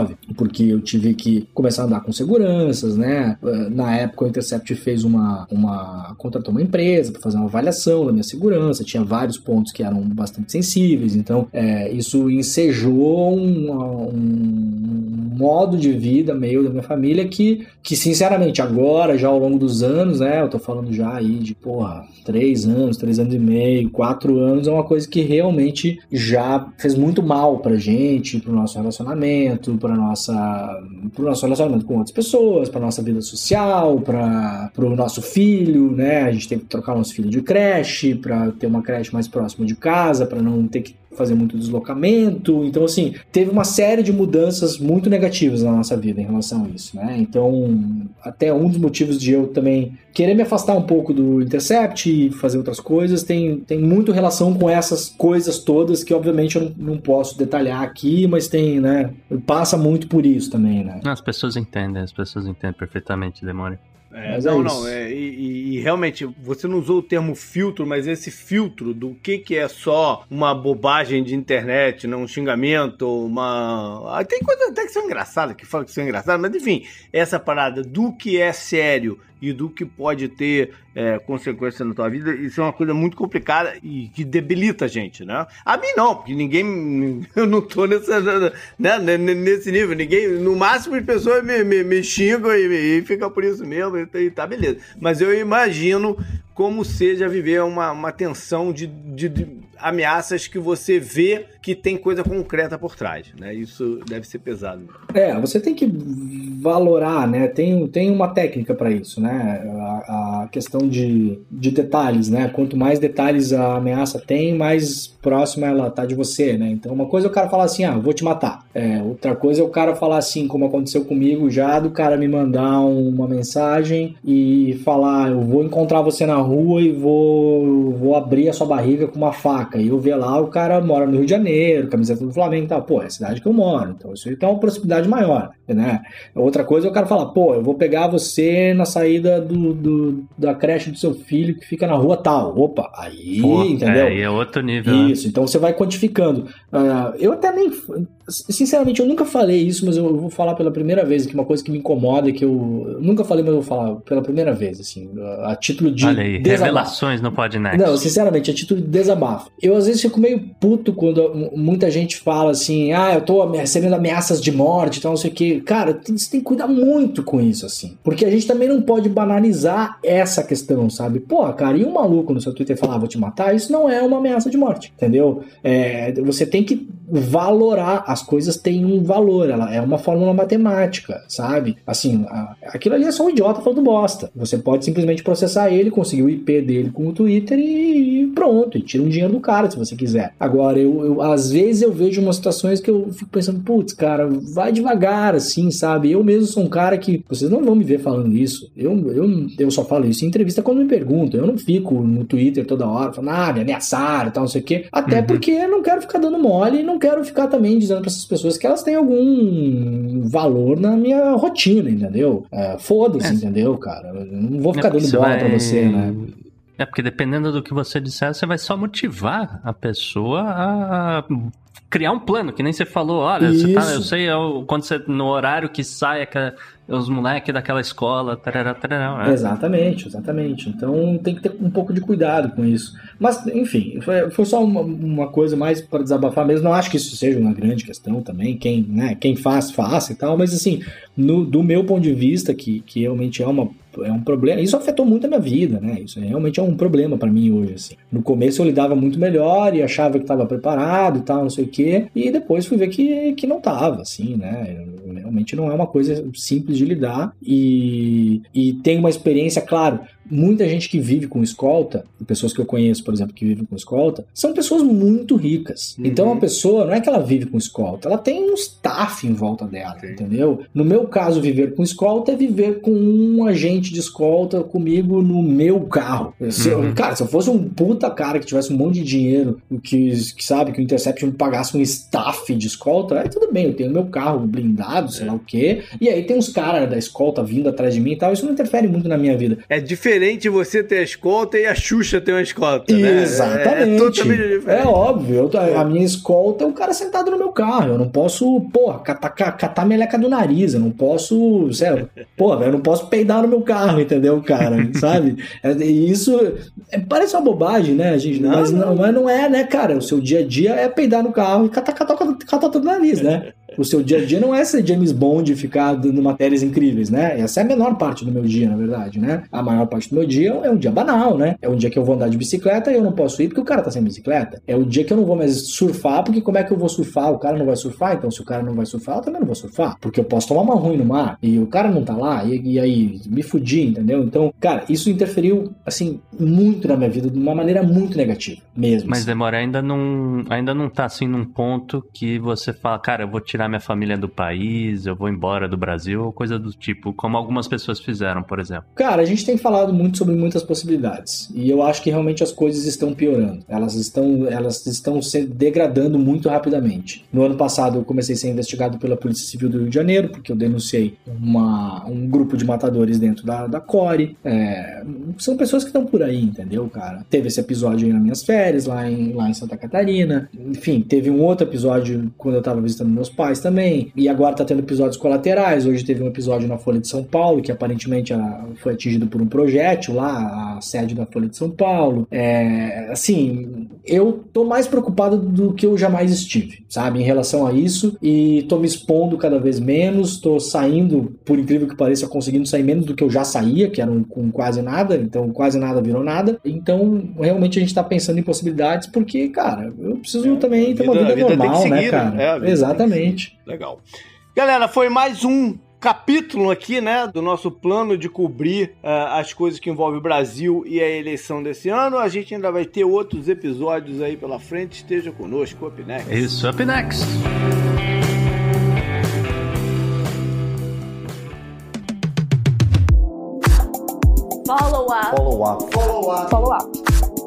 S6: 2019, porque eu tive que começar a andar com seguranças, né? Na época o Intercept contratou uma empresa para fazer uma avaliação da minha segurança, tinha vários pontos que eram bastante sensíveis, então isso ensejou um modo de vida meio da minha família que sinceramente agora, já ao longo dos anos, né, eu tô falando já aí de 3 anos e meio, 4 anos, é uma coisa que realmente já fez muito mal pra gente, pro nosso relacionamento, pro nosso relacionamento com outras pessoas, pra nossa vida social, pro nosso filho, né, a gente teve que trocar nosso filho de creche pra ter uma creche mais próxima de casa, pra não ter que fazer muito deslocamento. Então, assim, teve uma série de mudanças muito negativas na nossa vida em relação a isso, né? Então, até um dos motivos de eu também querer me afastar um pouco do Intercept e fazer outras coisas tem muito relação com essas coisas todas que, obviamente, eu não posso detalhar aqui, mas tem, né? Passa muito por isso também, né?
S4: As pessoas entendem perfeitamente, Demônio.
S3: E realmente, você não usou o termo filtro, mas esse filtro do que é só uma bobagem de internet, um xingamento, tem coisas até que são engraçadas, que falam que são engraçadas, mas enfim, essa parada do que é sério e do que pode ter consequência na tua vida, isso é uma coisa muito complicada e que debilita a gente, né? A mim não, porque eu não tô nesse nível, no máximo as pessoas me xingam e fica por isso mesmo, e tá beleza. Mas eu imagino como seja viver uma tensão de ameaças que você vê que tem coisa concreta por trás, né? Isso deve ser pesado.
S6: Você tem que valorar, né? Tem uma técnica para isso, né? A questão de detalhes, né? Quanto mais detalhes a ameaça tem, mais próxima ela tá de você, né? Então, uma coisa é o cara falar assim, eu vou te matar. Outra coisa é o cara falar assim, como aconteceu comigo já, do cara me mandar uma mensagem e falar, eu vou encontrar você na rua e vou abrir a sua barriga com uma faca. E eu ver lá, o cara mora no Rio de Janeiro, camiseta do Flamengo e tal. É a cidade que eu moro. Então, isso aí tem uma proximidade maior, né? Outra coisa é o cara falar, eu vou pegar você na saída da creche do seu filho que fica na rua tal. Opa, aí, entendeu?
S4: Aí é outro nível.
S6: Isso, então você vai quantificando. Eu até nem... Sinceramente, eu nunca falei isso, mas eu vou falar pela primeira vez aqui, uma coisa que me incomoda, que eu nunca falei, mas eu vou falar pela primeira vez, assim, a título de
S4: Olha aí, revelações no Podnext.
S6: Não, sinceramente, a título de desabafo. Eu às vezes fico meio puto quando muita gente fala assim, eu tô recebendo ameaças de morte e tal, não sei o que. Cara, você tem que cuidar muito com isso, assim, porque a gente também não pode banalizar essa questão, sabe? Cara, e um maluco no seu Twitter falar, vou te matar, isso não é uma ameaça de morte, entendeu? Você tem que valorar, as coisas têm um valor, ela é uma fórmula matemática, sabe? Assim, aquilo ali é só um idiota falando bosta. Você pode simplesmente processar ele, conseguir o IP dele com o Twitter e pronto, e tira um dinheiro do cara se você quiser. Agora, às vezes eu vejo umas situações que eu fico pensando, putz, cara, vai devagar, assim, sabe? Eu mesmo sou um cara que, vocês não vão me ver falando isso, eu só falo isso em entrevista quando me perguntam, eu não fico no Twitter toda hora falando, me ameaçaram e tal, não sei o quê, até porque eu não quero ficar dando mole e não quero ficar também dizendo pra essas pessoas que elas têm algum valor na minha rotina, entendeu? Foda-se, entendeu, cara? Eu não vou ficar dando bola pra você, né?
S4: Porque dependendo do que você disser, você vai só motivar a pessoa a criar um plano, que nem você falou, olha, eu sei quando você, no horário que sai os moleques daquela escola, tarará.
S6: Exatamente. Então tem que ter um pouco de cuidado com isso. Mas, enfim, foi só uma coisa mais para desabafar mesmo. Não acho que isso seja uma grande questão também. Quem faça e tal. Mas, assim, do meu ponto de vista, que realmente é um problema. Isso afetou muito a minha vida, né? Isso realmente é um problema pra mim hoje, assim. No começo eu lidava muito melhor e achava que estava preparado e tal, não sei o quê. E depois fui ver que não tava, assim, né? Realmente não é uma coisa simples de lidar. E tem uma experiência, claro, muita gente que vive com escolta, pessoas que eu conheço, por exemplo, que vivem com escolta, são pessoas muito ricas. Então a pessoa, não é que ela vive com escolta, ela tem um staff em volta dela, entendeu? No meu caso, viver com escolta é viver com um agente de escolta comigo no meu carro. Cara, se eu fosse um puta cara que tivesse um monte de dinheiro, que sabe, que o Intercept me pagasse um staff de escolta, aí tudo bem, eu tenho meu carro blindado, sei lá o quê. E aí tem uns caras da escolta vindo atrás de mim e tal. Isso não interfere muito na minha vida.
S3: É diferente você ter a escolta e a Xuxa ter uma escolta, né?
S6: Exatamente.
S3: É totalmente diferente.
S6: É óbvio. A minha escolta é o cara sentado no meu carro. Eu não posso, catar meleca do nariz. Eu não posso, sério, eu não posso peidar no meu carro, entendeu, cara? Sabe? E isso parece uma bobagem, né, gente? Mas não é, né, cara? O seu dia a dia é peidar no carro e catar todo o nariz, né? O seu dia a dia não é ser James Bond e ficar dando matérias incríveis, né? Essa é a menor parte do meu dia, na verdade, né? A maior parte do meu dia é um dia banal, né? É um dia que eu vou andar de bicicleta e eu não posso ir porque o cara tá sem bicicleta. É o dia que eu não vou mais surfar, porque como é que eu vou surfar? O cara não vai surfar, então se o cara não vai surfar, eu também não vou surfar. Porque eu posso tomar uma ruim no mar e o cara não tá lá, e aí me fudi, entendeu? Então, cara, isso interferiu, assim, muito na minha vida, de uma maneira muito negativa, mesmo.
S4: Mas, Demora, ainda não tá, assim, num ponto que você fala, cara, eu vou tirar minha família do país, eu vou embora do Brasil, ou coisa do tipo, como algumas pessoas fizeram, por exemplo.
S6: Cara, a gente tem falado muito sobre muitas possibilidades, e eu acho que realmente as coisas estão piorando. Elas estão se degradando muito rapidamente. No ano passado eu comecei a ser investigado pela Polícia Civil do Rio de Janeiro, porque eu denunciei um grupo de matadores dentro da CORE. São pessoas que estão por aí, entendeu, cara? Teve esse episódio aí nas minhas férias, lá em Santa Catarina. Enfim, teve um outro episódio quando eu tava visitando meus pais também. E agora tá tendo episódios colaterais. Hoje teve um episódio na Folha de São Paulo, que aparentemente foi atingido por um projétil lá, a sede da Folha de São Paulo. Assim, eu tô mais preocupado do que eu jamais estive, sabe? Em relação a isso. E tô me expondo cada vez menos. Tô saindo, por incrível que pareça, conseguindo sair menos do que eu já saía, que era com quase nada. Então, quase nada virou nada. Então, realmente a gente tá pensando em possibilidades, porque, cara, eu preciso também ter uma vida normal, né, cara? Exatamente.
S3: Legal. Galera, foi mais um capítulo aqui, né, do nosso plano de cobrir as coisas que envolvem o Brasil e a eleição desse ano. A gente ainda vai ter outros episódios aí pela frente. Esteja conosco, Up Next.
S4: Isso, Up Next.
S7: Follow up.
S8: Follow up.
S7: Follow up. Follow up.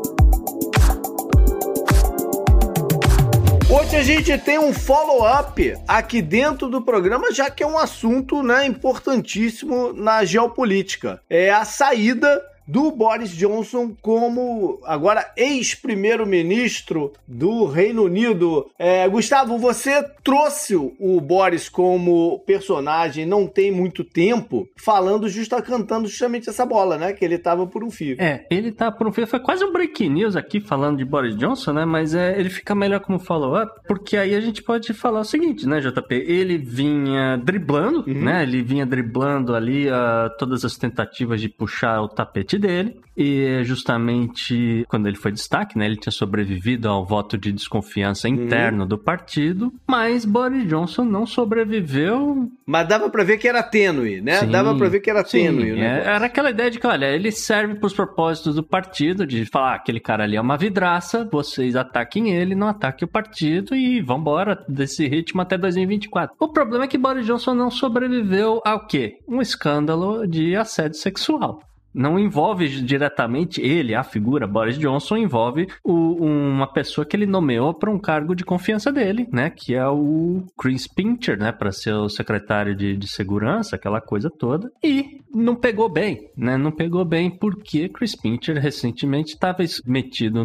S3: Hoje a gente tem um follow-up aqui dentro do programa, já que é um assunto, né, importantíssimo na geopolítica. É a saída do Boris Johnson como agora ex-primeiro-ministro do Reino Unido. Gustavo, você trouxe o Boris como personagem não tem muito tempo, cantando justamente essa bola, né? Que ele tava por um fio.
S4: Ele tá por um fio. Foi quase um break news aqui falando de Boris Johnson, né? Mas ele fica melhor como follow-up, porque aí a gente pode falar o seguinte, né, JP? Ele vinha driblando, né? Ele vinha driblando ali todas as tentativas de puxar o tapete dele, e justamente quando ele foi destaque, né, ele tinha sobrevivido ao voto de desconfiança interno do partido, mas Boris Johnson não sobreviveu.
S3: Mas dava pra ver que era tênue, né? Sim, dava pra ver que era tênue. Né?
S4: Era aquela ideia de que, olha, ele serve pros propósitos do partido, de falar, aquele cara ali é uma vidraça, vocês ataquem ele, não ataquem o partido e vambora desse ritmo até 2024. O problema é que Boris Johnson não sobreviveu ao quê? Um escândalo de assédio sexual. Não envolve diretamente ele, a figura Boris Johnson, envolve uma pessoa que ele nomeou para um cargo de confiança dele, né? Que é o Chris Pincher, né? Para ser o secretário de segurança, aquela coisa toda. E não pegou bem, né? Não pegou bem porque Chris Pincher recentemente estava metido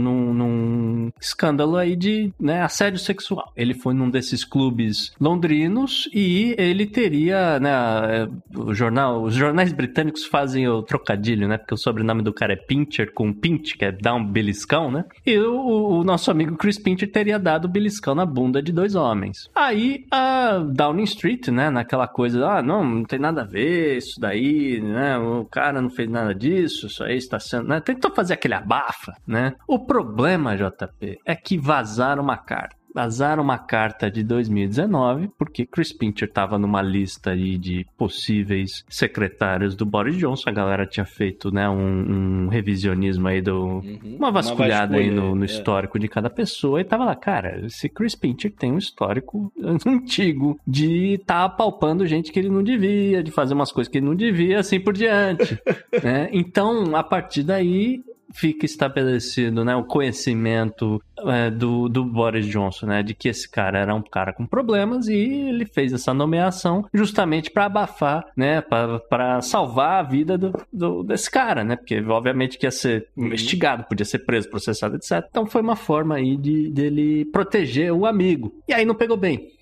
S4: num escândalo aí de, né, assédio sexual. Ele foi num desses clubes londrinos e ele teria, né? Os jornais britânicos fazem o trocadilho, né? Porque o sobrenome do cara é Pincher com pinch, que é dar um beliscão, né? E o nosso amigo Chris Pincher teria dado beliscão na bunda de 2 homens. Aí a Downing Street, né? Naquela coisa, não tem nada a ver isso daí, né? O cara não fez nada disso, isso aí está sendo, né? Tentou fazer aquele abafa, né? O problema, JP, é que vazaram uma carta. Vazaram uma carta de 2019, porque Chris Pincher estava numa lista aí de possíveis secretários do Boris Johnson. A galera tinha feito, né, um revisionismo aí, uma vasculhada aí no histórico de cada pessoa, e tava lá, cara, esse Chris Pincher tem um histórico antigo de estar apalpando gente que ele não devia, de fazer umas coisas que ele não devia, assim por diante. Né? Então, a partir daí, fica estabelecido, né, o conhecimento do Boris Johnson, né, de que esse cara era um cara com problemas e ele fez essa nomeação justamente para abafar, né, para salvar a vida desse cara, né, porque obviamente que ia ser investigado, podia ser preso, processado, etc. Então foi uma forma aí dele proteger o amigo. E aí não pegou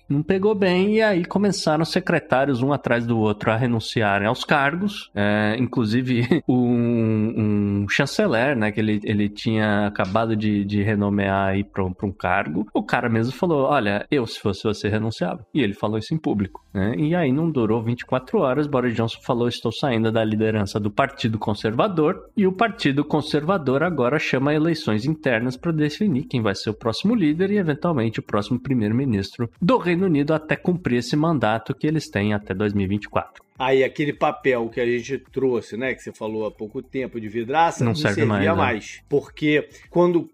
S4: bem, e aí começaram os secretários, um atrás do outro, a renunciarem aos cargos. Inclusive, um chanceler, né, que ele tinha acabado de renomear aí para um cargo. O cara mesmo falou, olha, se fosse você, renunciava. E ele falou isso em público, né? E aí não durou 24 horas, Boris Johnson falou, estou saindo da liderança do Partido Conservador, e o Partido Conservador agora chama eleições internas para definir quem vai ser o próximo líder e, eventualmente, o próximo primeiro-ministro do Reino Unido até cumprir esse mandato que eles têm até 2024.
S3: Aí aquele papel que a gente trouxe, né, que você falou há pouco tempo de vidraça,
S4: não serve mais.
S3: Porque quando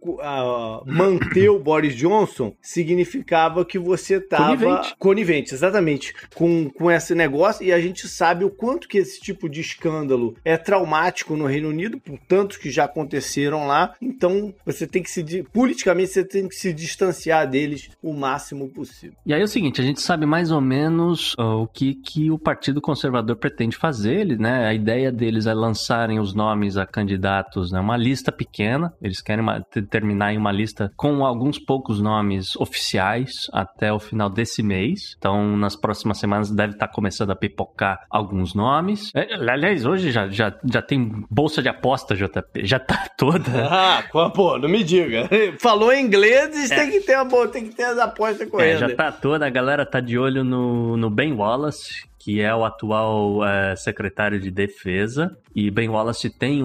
S3: manter o Boris Johnson significava que você estava conivente, exatamente, com esse negócio, e a gente sabe o quanto que esse tipo de escândalo é traumático no Reino Unido, por tantos que já aconteceram lá. Então você tem que politicamente você tem que se distanciar deles o máximo possível.
S4: E aí é o seguinte, a gente sabe mais ou menos o que o Partido Conservador pretende fazer, né? A ideia deles é lançarem os nomes a candidatos, né? Uma lista pequena, eles querem terminar em uma lista com alguns poucos nomes oficiais até o final desse mês. Então, nas próximas semanas deve estar começando a pipocar alguns nomes. Aliás, hoje já tem bolsa de aposta, JP, já tá toda.
S3: Pô, não me diga. Falou em inglês, tem que ter as apostas correndo.
S4: Já tá toda, a galera tá de olho no Ben Wallace, que é o atual secretário de Defesa. E Ben Wallace tem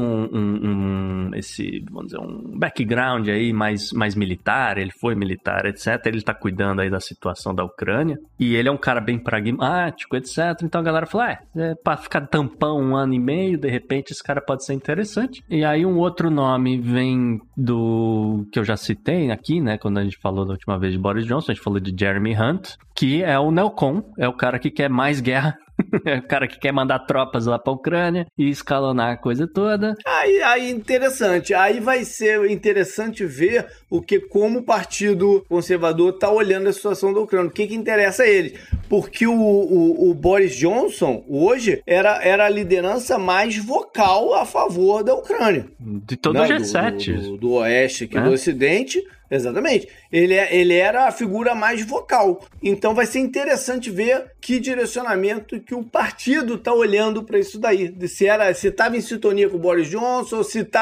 S4: vamos dizer, um background aí mais militar, ele foi militar, etc. Ele tá cuidando aí da situação da Ucrânia. E ele é um cara bem pragmático, etc. Então a galera falou, pra ficar tampão 1 ano e meio, de repente esse cara pode ser interessante. E aí um outro nome vem do que eu já citei aqui, né, quando a gente falou da última vez de Boris Johnson, a gente falou de Jeremy Hunt, que é o neocon, é o cara que quer mais guerra. É o cara que quer mandar tropas lá pra Ucrânia e escalonar a coisa toda.
S3: Aí interessante. Aí vai ser interessante ver como o Partido Conservador tá olhando a situação da Ucrânia. O que interessa a eles. Porque o Boris Johnson, hoje, era a liderança mais vocal a favor da Ucrânia.
S4: De todo o G7.
S3: Do Oeste aqui do Ocidente. Exatamente. Ele era a figura mais vocal. Então vai ser interessante ver que direcionamento que o partido está olhando para isso daí. Se estava em sintonia com o Boris Johnson,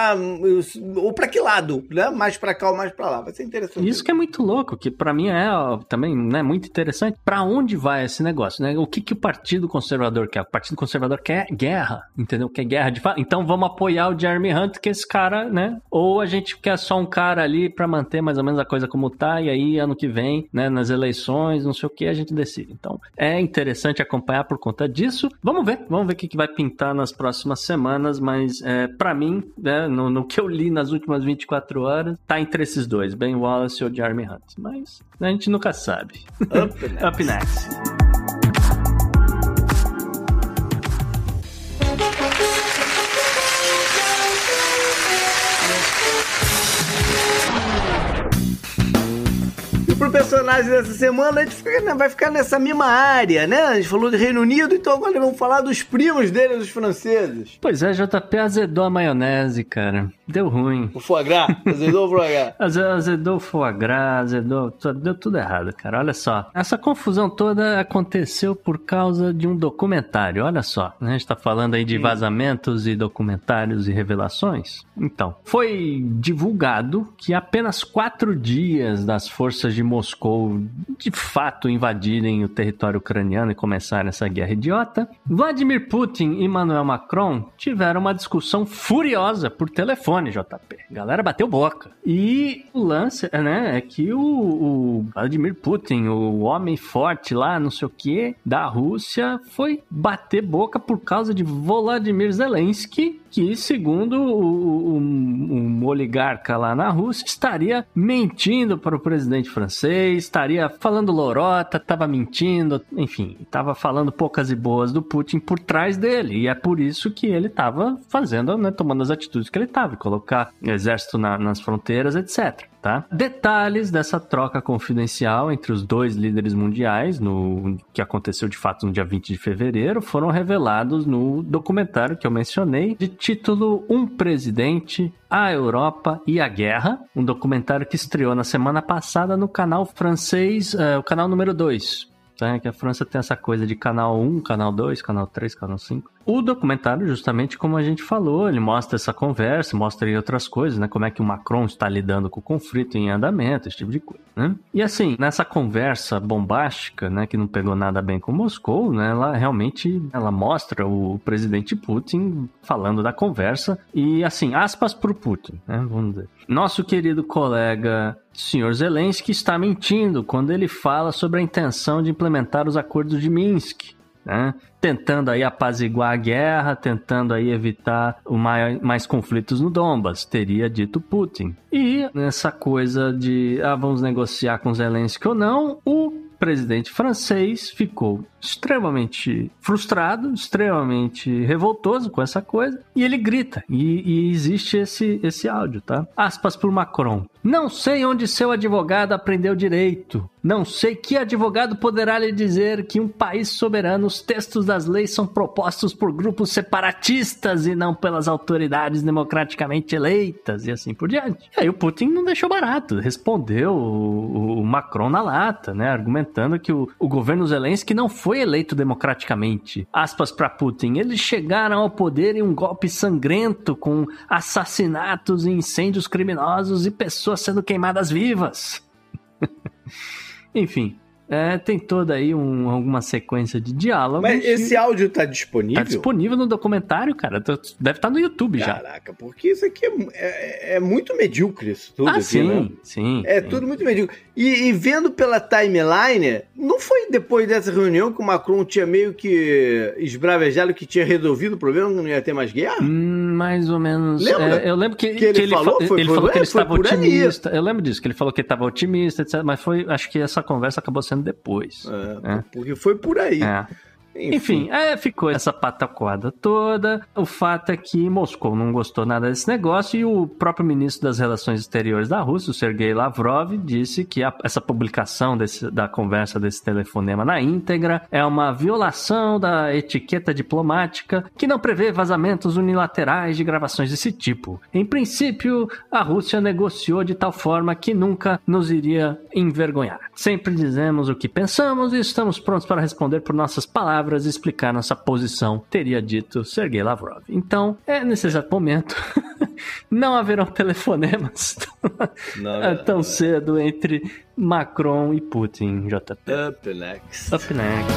S3: ou para que lado, né? Mais para cá ou mais para lá. Vai ser interessante.
S4: Isso que é muito louco, que para mim é também, né, muito interessante. Para onde vai esse negócio, né? O que o Partido Conservador quer? O Partido Conservador quer guerra, entendeu? Quer guerra de fato. Então vamos apoiar o Jeremy Hunt, que é esse cara, né? Ou a gente quer só um cara ali para manter mais ou menos a coisa como tá, e aí ano que vem, né, nas eleições, não sei o que, a gente decide. Então, é interessante acompanhar por conta disso. Vamos ver o que vai pintar nas próximas semanas, mas pra mim, né, no que eu li nas últimas 24 horas, tá entre esses dois, Ben Wallace ou Jeremy Hunt. Mas a gente nunca sabe. Up next.
S3: Pro personagem dessa semana, a gente vai ficar nessa mesma área, né? A gente falou de Reino Unido, então agora vamos falar dos primos dele, dos franceses.
S4: Pois é, JP azedou a maionese, cara. Deu ruim.
S3: O foie gras? Azedou o foie gras?
S4: Azedou o foie gras, deu tudo errado, cara. Olha só. Essa confusão toda aconteceu por causa de um documentário, olha só. A gente tá falando aí de vazamentos e documentários e revelações. Então, foi divulgado que apenas 4 dias das forças de Moscou de fato invadirem o território ucraniano e começarem essa guerra idiota, Vladimir Putin e Emmanuel Macron tiveram uma discussão furiosa por telefone, JP. A galera bateu boca. E o lance, né, é que o Vladimir Putin, o homem forte lá, não sei o que, da Rússia, foi bater boca por causa de Volodymyr Zelensky, que, segundo um oligarca lá na Rússia, estaria mentindo para o presidente francês, estaria falando lorota, estava mentindo, enfim, estava falando poucas e boas do Putin por trás dele. E é por isso que ele estava fazendo, né, tomando as atitudes que ele estava, colocar exército nas fronteiras, etc. Tá? Detalhes dessa troca confidencial entre os dois líderes mundiais, que aconteceu de fato no dia 20 de fevereiro, foram revelados no documentário que eu mencionei, de título Um Presidente, a Europa e a Guerra, um documentário que estreou na semana passada no canal francês, o canal número 2. Tá? Que a França tem essa coisa de canal 1, canal 2, canal 3, canal 5. O documentário, justamente como a gente falou, ele mostra essa conversa, mostra aí outras coisas, né? Como é que o Macron está lidando com o conflito em andamento, esse tipo de coisa, né? E assim, nessa conversa bombástica, né, que não pegou nada bem com Moscou, né, ela mostra o presidente Putin falando da conversa e, assim, aspas pro Putin, né? Vamos dizer. Nosso querido colega Sr. Zelensky está mentindo quando ele fala sobre a intenção de implementar os acordos de Minsk, né? Tentando aí apaziguar a guerra, tentando aí evitar mais conflitos no Donbas, teria dito Putin. E nessa coisa de vamos negociar com Zelensky ou não, o presidente francês ficou extremamente frustrado, extremamente revoltoso com essa coisa, e ele grita, e existe esse áudio, tá? Aspas pro Macron. Não sei onde seu advogado aprendeu direito. Não sei que advogado poderá lhe dizer que um país soberano, os textos das leis são propostos por grupos separatistas e não pelas autoridades democraticamente eleitas, e assim por diante. E aí o Putin não deixou barato, respondeu o Macron na lata, né? Argumentando que o governo Zelensky não foi eleito democraticamente. Aspas para Putin. Eles chegaram ao poder em um golpe sangrento com assassinatos e incêndios criminosos e pessoas sendo queimadas vivas. Enfim, tem toda aí alguma sequência de diálogos.
S3: Mas esse áudio tá disponível?
S4: Tá disponível no documentário, cara. Deve estar no YouTube já.
S3: Caraca, porque isso aqui é muito medíocre, isso tudo. Aqui,
S4: sim,
S3: né?
S4: sim.
S3: Tudo muito medíocre. E vendo pela timeline, não foi depois dessa reunião que o Macron tinha meio que esbravejado que tinha resolvido o problema, não ia ter mais guerra?
S4: Mais ou menos. Eu lembro que ele falou que ele estava otimista. Eu lembro disso, que ele falou que ele estava otimista, etc. Mas acho que essa conversa acabou sendo depois.
S3: Porque foi por aí.
S4: Enfim, ficou essa pataquada toda. O fato é que Moscou não gostou nada desse negócio e o próprio ministro das Relações Exteriores da Rússia, o Sergei Lavrov, disse que essa publicação da conversa desse telefonema na íntegra é uma violação da etiqueta diplomática que não prevê vazamentos unilaterais de gravações desse tipo. Em princípio, a Rússia negociou de tal forma que nunca nos iria envergonhar. Sempre dizemos o que pensamos e estamos prontos para responder por nossas palavras e explicar nossa posição, teria dito Sergei Lavrov. Então, nesse exato momento, não haverão telefonemas tão cedo entre Macron e Putin, JP.
S3: Up next.
S4: Up next.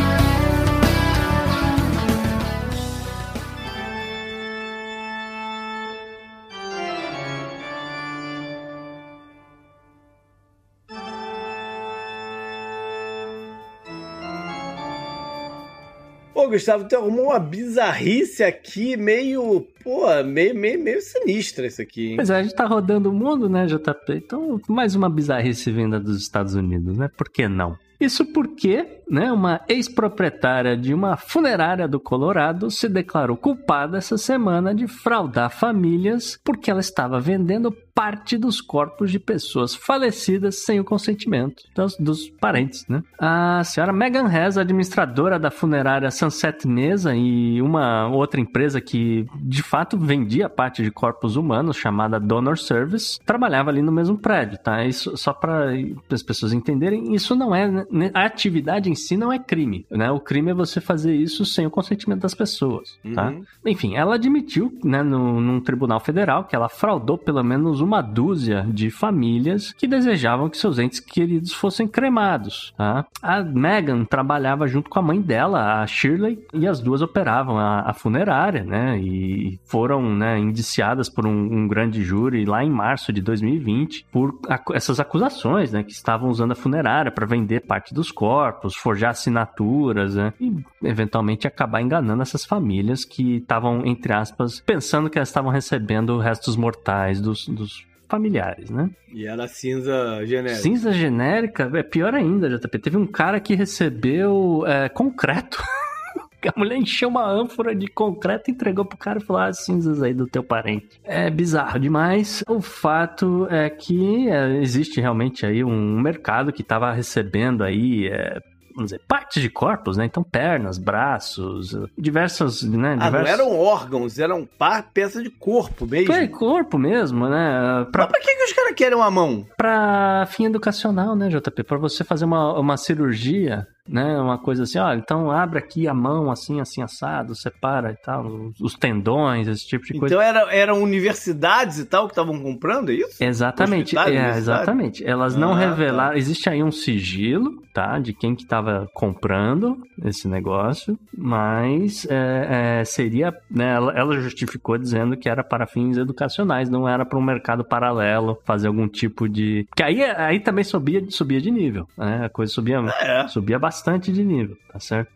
S3: Ô, Gustavo, tu arrumou uma bizarrice aqui meio sinistra isso aqui, hein?
S4: Pois a gente tá rodando o mundo, né, JP? Então, mais uma bizarrice vinda dos Estados Unidos, né? Por que não? Isso porque, né, uma ex-proprietária de uma funerária do Colorado se declarou culpada essa semana de fraudar famílias porque ela estava vendendo parte dos corpos de pessoas falecidas sem o consentimento dos parentes, né? A senhora Megan Hess, administradora da funerária Sunset Mesa e uma outra empresa que, de fato, vendia parte de corpos humanos, chamada Donor Service, trabalhava ali no mesmo prédio, tá? Isso, só para as pessoas entenderem, isso não é... A atividade em si não é crime, né? O crime é você fazer isso sem o consentimento das pessoas, tá? Enfim, ela admitiu, né, num tribunal federal que ela fraudou pelo menos uma dúzia de famílias que desejavam que seus entes queridos fossem cremados, tá? A Megan trabalhava junto com a mãe dela, a Shirley, e as duas operavam a funerária, né? E foram, né, indiciadas por um grande júri lá em março de 2020 por essas acusações, né? Que estavam usando a funerária para vender parte dos corpos, forjar assinaturas, né? E eventualmente acabar enganando essas famílias que estavam, entre aspas, pensando que elas estavam recebendo restos mortais dos familiares, né?
S3: E era cinza genérica.
S4: Cinza genérica? É pior ainda, JP. Teve um cara que recebeu concreto. A mulher encheu uma ânfora de concreto, entregou pro cara e falou: as cinzas aí do teu parente. É bizarro demais. O fato é que existe realmente aí um mercado que estava recebendo aí... vamos dizer, partes de corpos, né? Então, pernas, braços, diversos, né?
S3: Não eram órgãos, eram peça de corpo mesmo.
S4: É, corpo mesmo, né?
S3: Mas pra que os caras querem uma mão?
S4: Pra fim educacional, né, JP? Pra você fazer uma cirurgia, né? Uma coisa assim, ó, então abre aqui a mão assim, assim, assado, separa e tal, os tendões, esse tipo de coisa.
S3: Então eram universidades e tal que estavam comprando, é isso?
S4: Exatamente, exatamente. Elas não revelaram, tá. Existe aí um sigilo, tá, de quem que tava comprando esse negócio, mas seria, né, ela justificou dizendo que era para fins educacionais, não era para um mercado paralelo, fazer algum tipo de... Porque aí também subia de nível, né, a coisa subia bastante de nível, tá certo?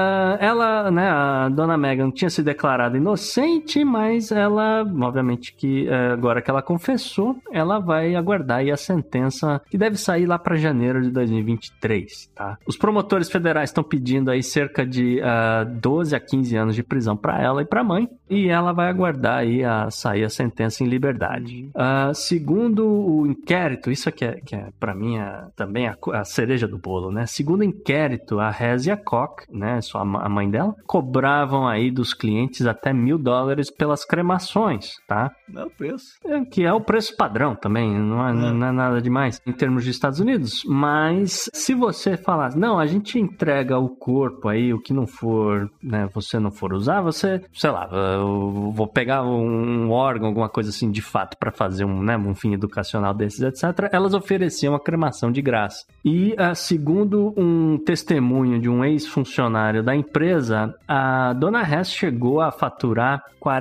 S4: Ela, né, a dona Megan tinha se declarado inocente, mas ela, obviamente que agora que ela confessou, ela vai aguardar aí a sentença que deve sair lá para janeiro de 2023. Tá? Os promotores federais estão pedindo aí cerca de 12 a 15 anos de prisão para ela e para a mãe, e ela vai aguardar aí sair a sentença em liberdade. Segundo o inquérito, isso aqui é para mim também a cereja do bolo, né? Segundo o inquérito, a Hesia Koch, né, a mãe dela, cobravam aí dos clientes até $1.000 pelas cremações, tá?
S3: É o preço.
S4: Que é o preço padrão também, não é nada demais em termos de Estados Unidos, mas se você falar, não, a gente entrega o corpo aí, o que não for, né, você não for usar, você, sei lá, eu vou pegar um órgão, alguma coisa assim, de fato, para fazer um fim educacional desses, etc., elas ofereciam a cremação de graça. E, segundo um testemunho de um ex-funcionário da empresa, a dona Hess chegou a faturar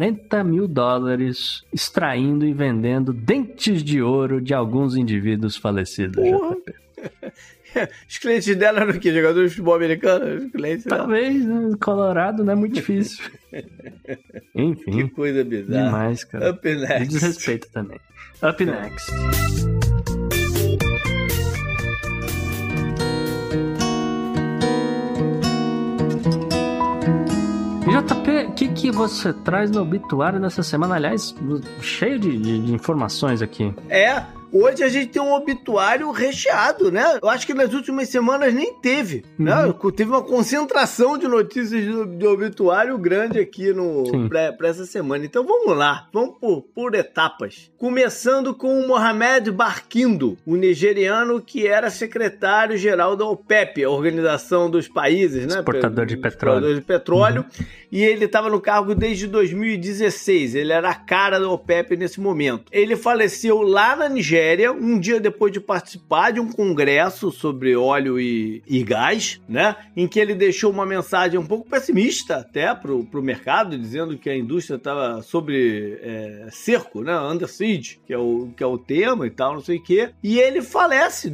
S4: $40.000 extraindo e vendendo dentes de ouro de alguns indivíduos falecidos.
S3: Os clientes dela eram o quê? Jogadores de futebol americano? Os clientes
S4: talvez, né? Colorado não é muito difícil. Enfim.
S3: Que coisa bizarra.
S4: Demais, cara.
S3: Up next.
S4: E desrespeito também. Up next. JP, o que você traz no obituário dessa semana? Aliás, cheio de informações aqui.
S3: Hoje a gente tem um obituário recheado, né? Eu acho que nas últimas semanas nem teve, né? Teve uma concentração de notícias de obituário grande aqui pra essa semana. Então vamos lá, vamos por etapas. Começando com o Mohamed Barkindo, o nigeriano que era secretário-geral da OPEP, a Organização dos Países, né?
S4: Exportador de
S3: petróleo. E ele estava no cargo desde 2016. Ele era a cara da OPEP nesse momento. Ele faleceu lá na Nigéria, um dia depois de participar de um congresso sobre óleo e gás, né? Em que ele deixou uma mensagem um pouco pessimista até pro mercado, dizendo que a indústria estava sob cerco, né? Under siege, que é o tema e tal, não sei o quê. E ele falece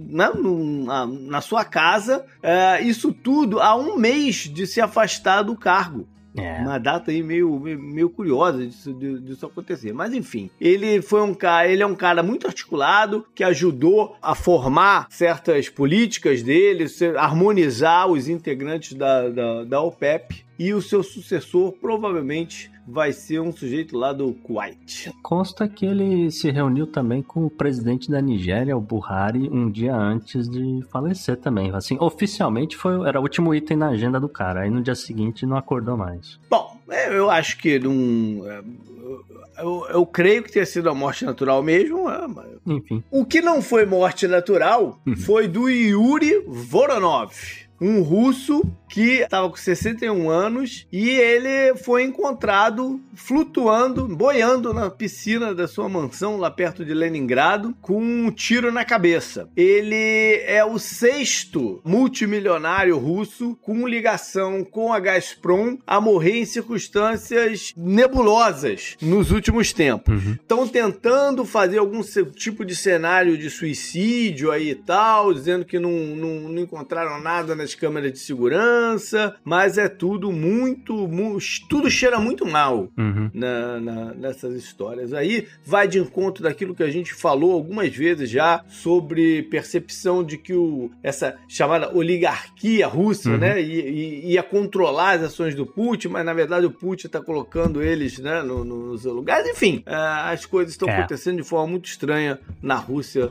S3: na sua casa, isso tudo há um mês de se afastar do cargo. Uma data aí meio curiosa disso acontecer. Mas enfim, ele é um cara muito articulado, que ajudou a formar certas políticas dele, harmonizar os integrantes da OPEP, e o seu sucessor provavelmente vai ser um sujeito lá do Kuwait.
S4: Consta que ele se reuniu também com o presidente da Nigéria, o Buhari, um dia antes de falecer também. Assim, oficialmente era o último item na agenda do cara. Aí no dia seguinte não acordou mais.
S3: Bom, eu acho que não... Eu creio que tenha sido a morte natural mesmo.
S4: Enfim.
S3: O que não foi morte natural foi do Yuri Voronov, um russo que estava com 61 anos e ele foi encontrado flutuando, boiando na piscina da sua mansão lá perto de Leningrado com um tiro na cabeça. Ele é o 6º multimilionário russo com ligação com a Gazprom a morrer em circunstâncias nebulosas nos últimos tempos. Estão tentando fazer algum tipo de cenário de suicídio aí e tal, dizendo que não encontraram nada nas as câmeras de segurança, mas é tudo tudo cheira muito mal nessas histórias. Aí vai de encontro daquilo que a gente falou algumas vezes já sobre percepção de que essa chamada oligarquia russa, né, ia controlar as ações do Putin, mas na verdade o Putin está colocando eles, né, nos seus lugares. Enfim, as coisas estão acontecendo de forma muito estranha na Rússia,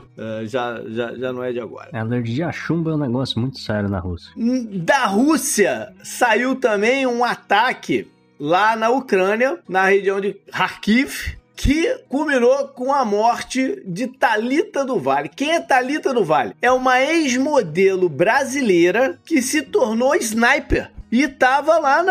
S3: já não é de agora.
S4: A alergia a chumbo é um negócio muito sério na Rússia.
S3: Da Rússia saiu também um ataque lá na Ucrânia, na região de Kharkiv, que culminou com a morte de Thalita do Vale. Quem é Thalita do Vale? É uma ex-modelo brasileira que se tornou sniper. E estava lá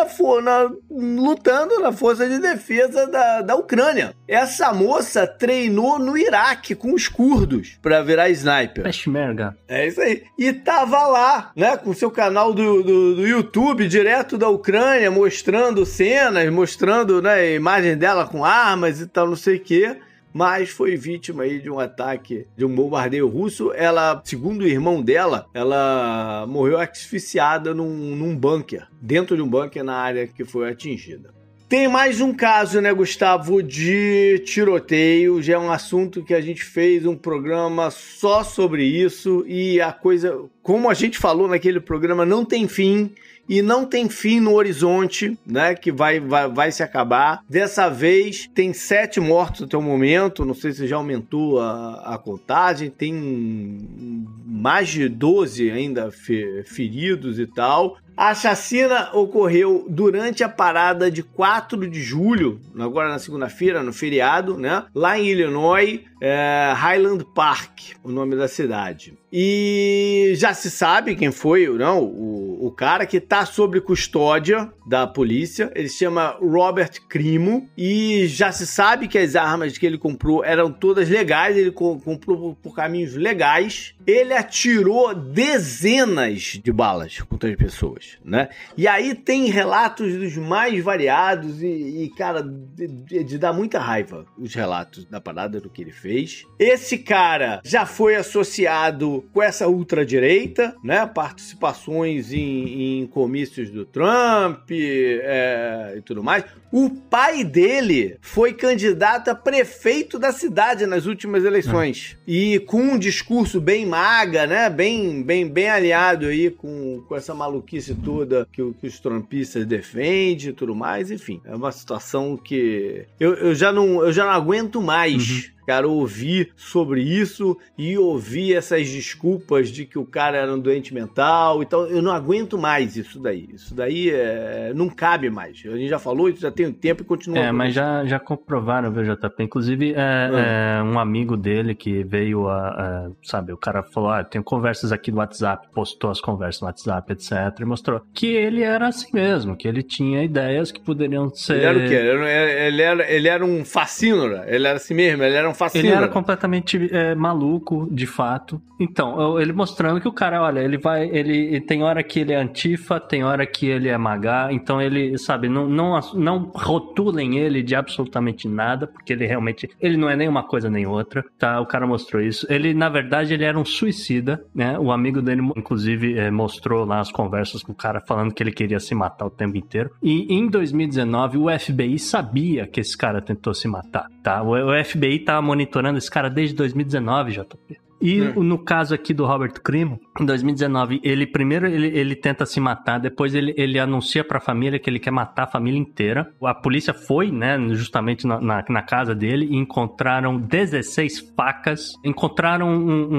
S3: lutando na Força de Defesa da Ucrânia. Essa moça treinou no Iraque com os curdos para virar sniper.
S4: Peshmerga.
S3: É isso aí. E tava lá, né, com seu canal do YouTube, direto da Ucrânia, mostrando cenas, mostrando, né, imagem dela com armas e tal, não sei o quê. Mas foi vítima aí de um ataque, de um bombardeio russo. Ela, segundo o irmão dela, ela morreu asfixiada num bunker, dentro de um bunker na área que foi atingida. Tem mais um caso, né, Gustavo, de tiroteio. Já é um assunto que a gente fez um programa só sobre isso e a coisa, como a gente falou naquele programa, não tem fim. E não tem fim no horizonte, né, que vai se acabar. Dessa vez, tem 7 mortos até o momento, não sei se já aumentou a contagem, tem mais de 12 ainda feridos e tal. A chacina ocorreu durante a parada de 4 de julho, agora na segunda-feira, no feriado, né, lá em Illinois, Highland Park, o nome da cidade. E já se sabe quem foi, não, o cara que está sob custódia da polícia. Ele se chama Robert Crimo e já se sabe que as armas que ele comprou eram todas legais, ele comprou por caminhos legais. Ele atirou dezenas de balas contra as pessoas, né? E aí tem relatos dos mais variados e cara, de dar muita raiva os relatos da parada do que ele fez. Esse cara já foi associado com essa ultradireita, né? Participações em comícios do Trump e tudo mais. O pai dele foi candidato a prefeito da cidade nas últimas eleições. E com um discurso bem maga, né? Bem aliado aí com essa maluquice toda que os trumpistas defendem e tudo mais. Enfim, é uma situação que eu já não aguento mais. Cara, ouvir sobre isso e ouvir essas desculpas de que o cara era um doente mental e tal. Eu não aguento mais isso daí. Isso daí não cabe mais. A gente já falou, isso já tem um tempo e continua.
S4: Mas já comprovaram, viu, JP? Inclusive, um amigo dele que veio sabe, o cara falou, tenho conversas aqui no WhatsApp, postou as conversas no WhatsApp, etc. E mostrou que ele era assim mesmo, que ele tinha ideias que poderiam ser...
S3: Ele era o quê? Ele era um fascínora? Ele era assim mesmo? Ele era um fascínora?
S4: Ele era completamente maluco, de fato. Então, ele mostrando que o cara, olha, ele tem hora que ele é antifa, tem hora que ele é magá, então ele, sabe, não rotulem ele de absolutamente nada, porque ele não é nem uma coisa nem outra, tá? O cara mostrou isso. Ele, na verdade, ele era um suicida, né? O amigo dele, inclusive, mostrou lá as conversas com o cara falando que ele queria se matar o tempo inteiro. E em 2019, o FBI sabia que esse cara tentou se matar, tá? O FBI tava monitorando esse cara desde 2019, JP. E no caso aqui do Robert Crimo, em 2019, ele tenta se matar, depois ele anuncia pra família que ele quer matar a família inteira. A polícia foi, né, justamente na casa dele e encontraram 16 facas, encontraram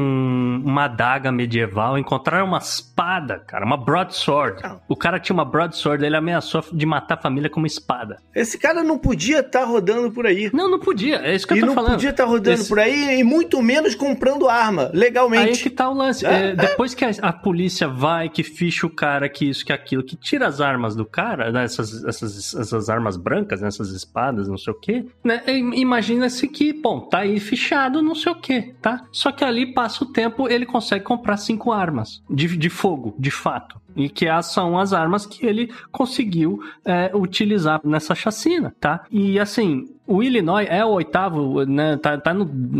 S4: uma adaga medieval, encontraram uma espada, cara, uma broadsword. O cara tinha uma broadsword, ele ameaçou de matar a família com uma espada.
S3: Esse cara não podia estar rodando por aí.
S4: Não podia, é isso que eu tô falando.
S3: E não podia estar rodando por aí e muito menos comprando arma. Legalmente.
S4: Aí que tá o lance. Depois que a polícia vai, que ficha o cara, que isso, que aquilo, que tira as armas do cara, né, essas armas brancas, né, essas espadas, não sei o quê, né, imagina-se que, bom, tá aí fichado, não sei o quê, tá? Só que ali passa o tempo, ele consegue comprar 5 armas de fogo, de fato. E que são as armas que ele conseguiu utilizar nessa chacina, tá? E assim, O Illinois é o 8º, né? Tá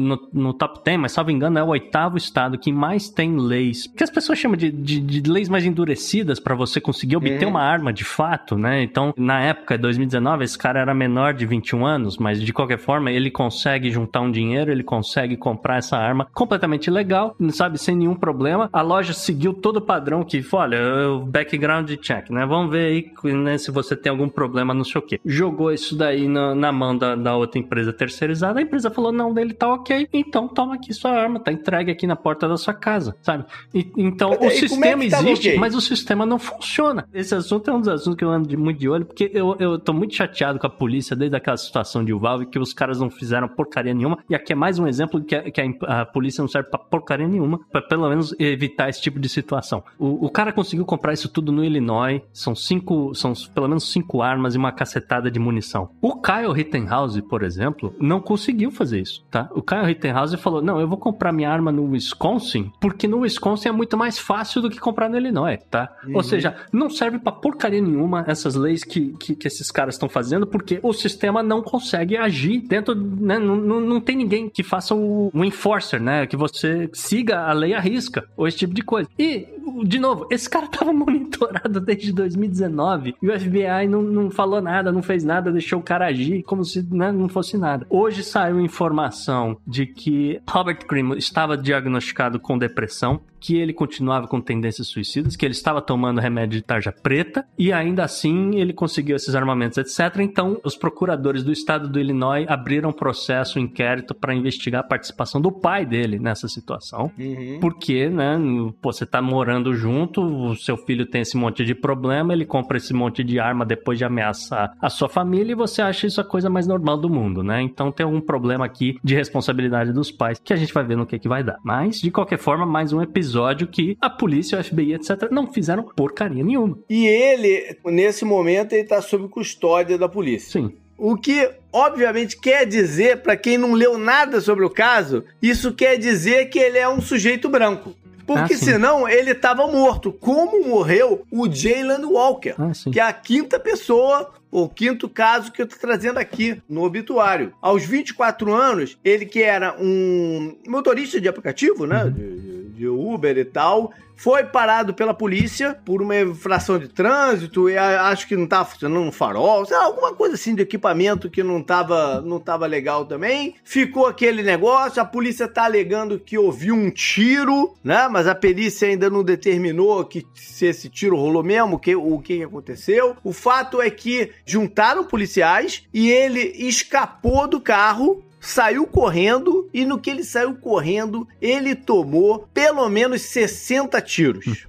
S4: no top 10, mas salvo engano é o 8º estado que mais tem leis, que as pessoas chamam de leis mais endurecidas pra você conseguir obter uma arma de fato, né? Então, na época, 2019, esse cara era menor de 21 anos, mas de qualquer forma, ele consegue juntar um dinheiro, ele consegue comprar essa arma completamente legal, sabe, sem nenhum problema. A loja seguiu todo o padrão que, olha, o background check, né? Vamos ver aí, né, se você tem algum problema, não sei o quê. Jogou isso daí na mão da outra empresa terceirizada, a empresa falou, não, dele tá ok, então toma aqui sua arma, tá entregue aqui na porta da sua casa, sabe? Então, o sistema existe, okay, mas o sistema não funciona. Esse assunto é um dos assuntos que eu ando muito de olho, porque eu tô muito chateado com a polícia desde aquela situação de Uvalde, que os caras não fizeram porcaria nenhuma, e aqui é mais um exemplo de que a polícia não serve pra porcaria nenhuma, pra pelo menos evitar esse tipo de situação. O cara conseguiu comprar isso tudo no Illinois, são pelo menos 5 armas e uma cacetada de munição. O Kyle Rittenhouse, por exemplo, não conseguiu fazer isso, tá? O Kyle Rittenhouse falou, não, eu vou comprar minha arma no Wisconsin, porque no Wisconsin é muito mais fácil do que comprar no Illinois, tá? Ou seja, não serve pra porcaria nenhuma essas leis que esses caras estão fazendo, porque o sistema não consegue agir dentro, né? Não tem ninguém que faça o enforcer, né? Que você siga a lei à risca, ou esse tipo de coisa. E, de novo, esse cara tava monitorado desde 2019, e o FBI não falou nada, não fez nada, deixou o cara agir como se, né, não fosse nada. Hoje saiu informação de que Robert Crimo estava diagnosticado com depressão, que ele continuava com tendências suicidas, que ele estava tomando remédio de tarja preta, e ainda assim ele conseguiu esses armamentos, etc. Então, os procuradores do estado do Illinois abriram um processo, um inquérito para investigar a participação do pai dele nessa situação, porque, né, você tá morando junto, o seu filho tem esse monte de problema, ele compra esse monte de arma depois de ameaçar a sua família, e você acha isso a coisa mais normal do mundo, né? Então tem algum problema aqui de responsabilidade dos pais, que a gente vai ver no que vai dar. Mas, de qualquer forma, mais um episódio que a polícia, o FBI, etc., não fizeram porcaria nenhuma.
S3: E ele, nesse momento, ele tá sob custódia da polícia.
S4: Sim.
S3: O que, obviamente, quer dizer, para quem não leu nada sobre o caso, isso quer dizer que ele é um sujeito branco. Porque senão ele estava morto. Como morreu o Jayland Walker, que é a quinta pessoa, o quinto caso que eu tô trazendo aqui no obituário. Aos 24 anos, ele que era um motorista de aplicativo, né, de Uber e tal, foi parado pela polícia por uma infração de trânsito, e acho que não estava funcionando um farol, sei lá, alguma coisa assim de equipamento que não tava legal também. Ficou aquele negócio, a polícia tá alegando que ouviu um tiro, né? Mas a perícia ainda não determinou se esse tiro rolou mesmo, o que aconteceu. O fato é que juntaram policiais e ele escapou do carro, saiu correndo, e no que ele saiu correndo, ele tomou pelo menos 60 tiros.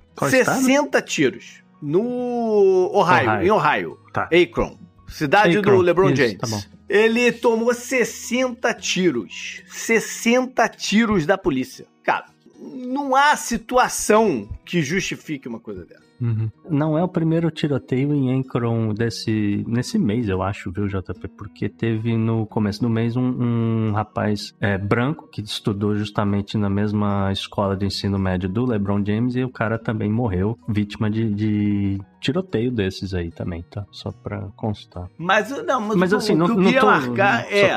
S3: 60 tiros. No Ohio, em Ohio.
S4: Tá.
S3: Akron. Cidade do LeBron James.
S4: Tá bom.
S3: Ele tomou 60 tiros. 60 tiros da polícia. Cara, não há situação que justifique uma coisa dessa.
S4: Não é o primeiro tiroteio em Akron nesse mês, eu acho, viu, JP? Porque teve no começo do mês um rapaz branco que estudou justamente na mesma escola de ensino médio do LeBron James, e o cara também morreu vítima de tiroteio desses aí também, tá? Só pra constar.
S3: Mas
S4: assim,
S3: o que eu queria marcar é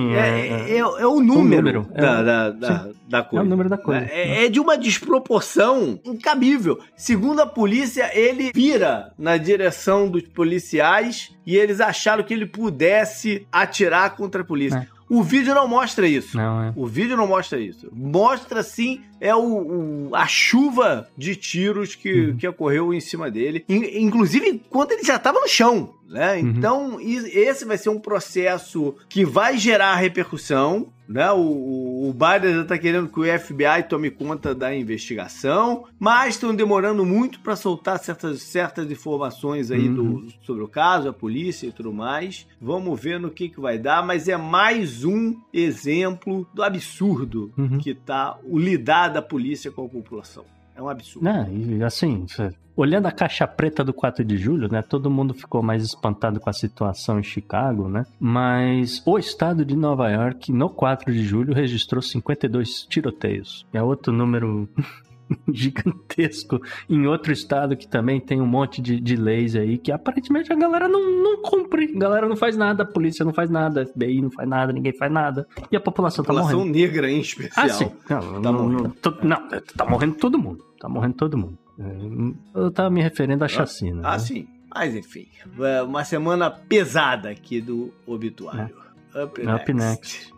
S3: o número da coisa.
S4: É o número da coisa.
S3: É de uma desproporção incabível. Segundo a polícia, ele vira na direção dos policiais e eles acharam que ele pudesse atirar contra a polícia. O vídeo não mostra isso. O vídeo não mostra isso. Mostra, sim, a chuva de tiros que ocorreu em cima dele. Inclusive, quando ele já estava no chão, né? Então, esse vai ser um processo que vai gerar repercussão, né? O Biden já está querendo que o FBI tome conta da investigação, mas estão demorando muito para soltar certas informações aí sobre o caso, a polícia e tudo mais. Vamos ver no que vai dar, mas é mais um exemplo do absurdo que tá o lidar da polícia com a população. É um absurdo.
S4: E assim, olhando a caixa preta do 4 de julho, né, todo mundo ficou mais espantado com a situação em Chicago, né, mas o estado de Nova York, no 4 de julho, registrou 52 tiroteios. É outro número gigantesco em outro estado que também tem um monte de leis aí que aparentemente a galera não cumpre. A galera não faz nada, a polícia não faz nada, a FBI não faz nada, ninguém faz nada. E a população tá morrendo.
S3: A população negra em especial.
S4: Ah, sim. Tá morrendo todo mundo. Tá morrendo todo mundo. Eu tava me referindo à chacina.
S3: Ah,
S4: né?
S3: Sim. Mas enfim, uma semana pesada aqui do obituário.
S4: Up next.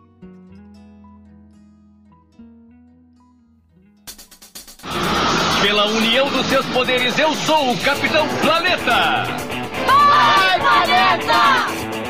S8: Pela união dos seus poderes, eu sou o Capitão Planeta!
S7: Vai, Planeta!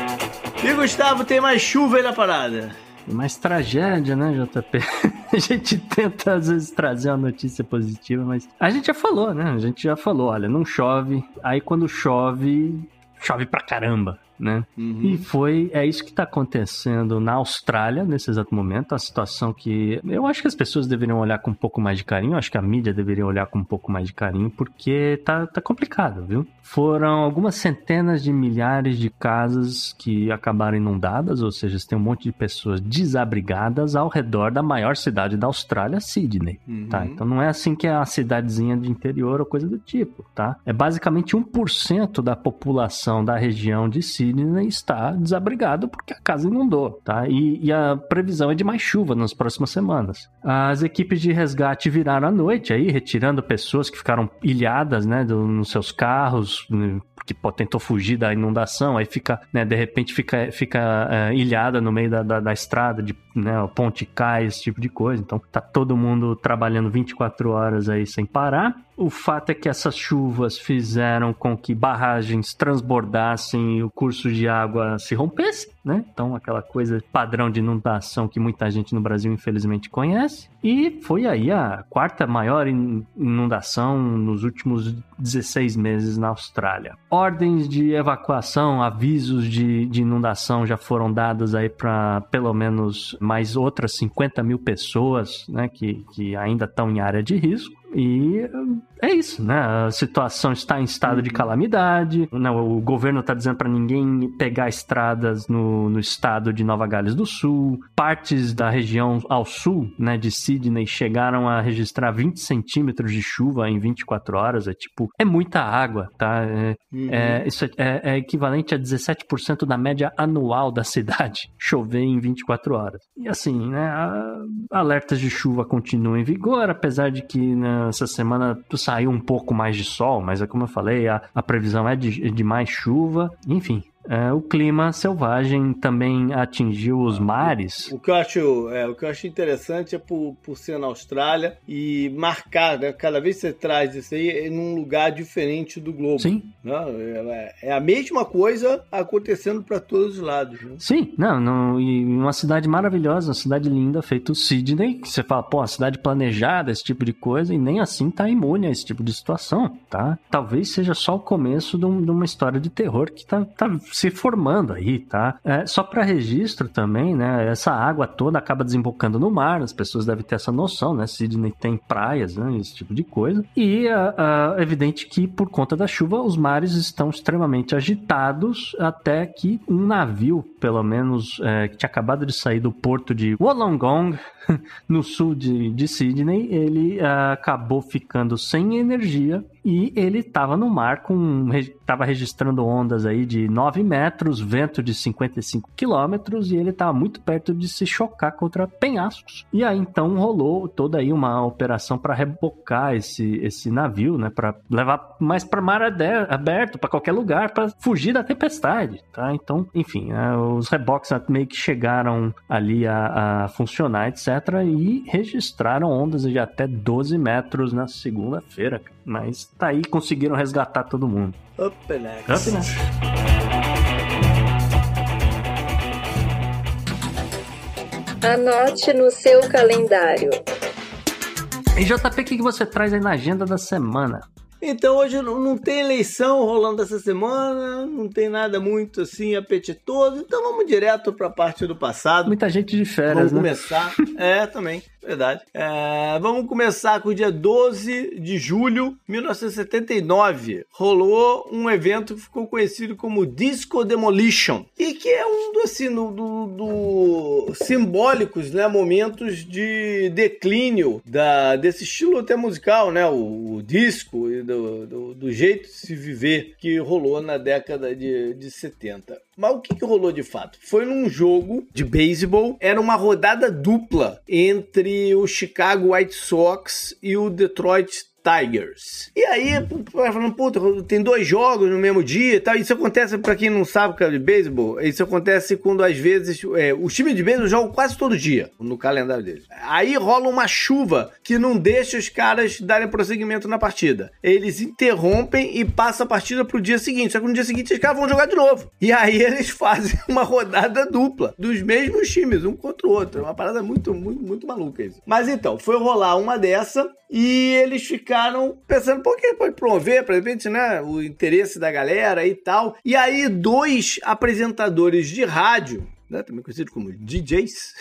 S3: E Gustavo, tem mais chuva aí na parada?
S4: Mais tragédia, né, JP? A gente tenta, às vezes, trazer uma notícia positiva, mas a gente já falou, né? A gente já falou, olha, não chove. Aí, quando chove pra caramba, né? E é isso que tá acontecendo na Austrália, nesse exato momento. A situação que eu acho que as pessoas deveriam olhar com um pouco mais de carinho. Eu acho que a mídia deveria olhar com um pouco mais de carinho, porque tá complicado, viu? Foram algumas centenas de milhares de casas que acabaram inundadas, ou seja, tem um monte de pessoas desabrigadas ao redor da maior cidade da Austrália, Sydney, tá? Então não é assim que é uma cidadezinha de interior ou coisa do tipo, tá? É basicamente 1% da população da região de Sydney está desabrigado porque a casa inundou, tá? E a previsão é de mais chuva nas próximas semanas. As equipes de resgate viraram à noite aí, retirando pessoas que ficaram ilhadas, né, nos seus carros, que tentou fugir da inundação, aí fica, né, de repente fica ilhada no meio da estrada, né, a ponte cai, esse tipo de coisa. Então tá todo mundo trabalhando 24 horas aí sem parar. O fato é que essas chuvas fizeram com que barragens transbordassem e o curso de água se rompesse, né? Então aquela coisa padrão de inundação que muita gente no Brasil infelizmente conhece. E foi aí a quarta maior inundação nos últimos 16 meses na Austrália. Ordens de evacuação, avisos de inundação já foram dados aí para pelo menos mais outras 50 mil pessoas, né, que ainda estão em área de risco. E é isso, né? A situação está em estado de calamidade. O governo está dizendo para ninguém pegar estradas no estado de Nova Gales do Sul. Partes da região ao sul, né, de Sydney chegaram a registrar 20 centímetros de chuva em 24 horas. É muita água, tá? Isso é equivalente a 17% da média anual da cidade chover em 24 horas. E assim, né? Alertas de chuva continuam em vigor, apesar de que, né, essa semana saiu um pouco mais de sol, mas é como eu falei, a previsão é de mais chuva, enfim. O clima selvagem também atingiu os mares.
S3: O que eu acho interessante é por ser na Austrália e marcar, né? Cada vez que você traz isso aí é num lugar diferente do globo.
S4: Sim.
S3: Né? É a mesma coisa acontecendo para todos os lados. Né?
S4: Sim, e uma cidade maravilhosa, uma cidade linda, feito Sydney, que você fala, uma cidade planejada, esse tipo de coisa, e nem assim tá imune a esse tipo de situação, tá? Talvez seja só o começo de uma história de terror que tá se formando aí, tá? Só para registro também, né? Essa água toda acaba desembocando no mar, as pessoas devem ter essa noção, né? Sydney tem praias, né? Esse tipo de coisa. E é evidente que por conta da chuva, os mares estão extremamente agitados até que um navio, pelo menos, que tinha acabado de sair do porto de Wollongong, no sul de Sydney, ele acabou ficando sem energia e ele estava no mar estava registrando ondas aí de 9 metros, vento de 55 quilômetros e ele estava muito perto de se chocar contra penhascos. E aí então rolou toda aí uma operação para rebocar esse navio, né, para levar mais para mar aberto, para qualquer lugar, para fugir da tempestade, tá? Então, enfim, os reboques meio que chegaram ali a funcionar, etc. E registraram ondas de até 12 metros na segunda-feira. Mas tá aí, conseguiram resgatar todo mundo.
S3: Up next.
S9: Anote no seu calendário.
S4: E JP, o que você traz aí na agenda da semana?
S3: Então hoje não tem eleição rolando essa semana, não tem nada muito assim apetitoso, então vamos direto para a parte do passado.
S4: Muita gente de férias,
S3: vamos começar. Também. Verdade. Vamos começar com o dia 12 de julho de 1979. Rolou um evento que ficou conhecido como Disco Demolition. E que é um dos simbólicos, né, momentos de declínio desse estilo até musical, né? O disco e do jeito de se viver que rolou na década de 70. Mas o que rolou de fato? Foi num jogo de beisebol, era uma rodada dupla entre o Chicago White Sox e o Detroit Tigers. E aí, falando, puta, tem 2 jogos no mesmo dia e tal. Isso acontece, pra quem não sabe, cara, de beisebol, isso acontece quando, às vezes, os times de beisebol jogam quase todo dia no calendário deles. Aí rola uma chuva que não deixa os caras darem prosseguimento na partida. Eles interrompem e passam a partida pro dia seguinte. Só que no dia seguinte os caras vão jogar de novo. E aí eles fazem uma rodada dupla dos mesmos times, um contra o outro. É uma parada muito, muito, muito maluca isso. Mas então, foi rolar uma dessa e eles ficaram pensando, por que pode promover, de repente, né, o interesse da galera e tal. E aí 2 apresentadores de rádio, né, também conhecido como DJs,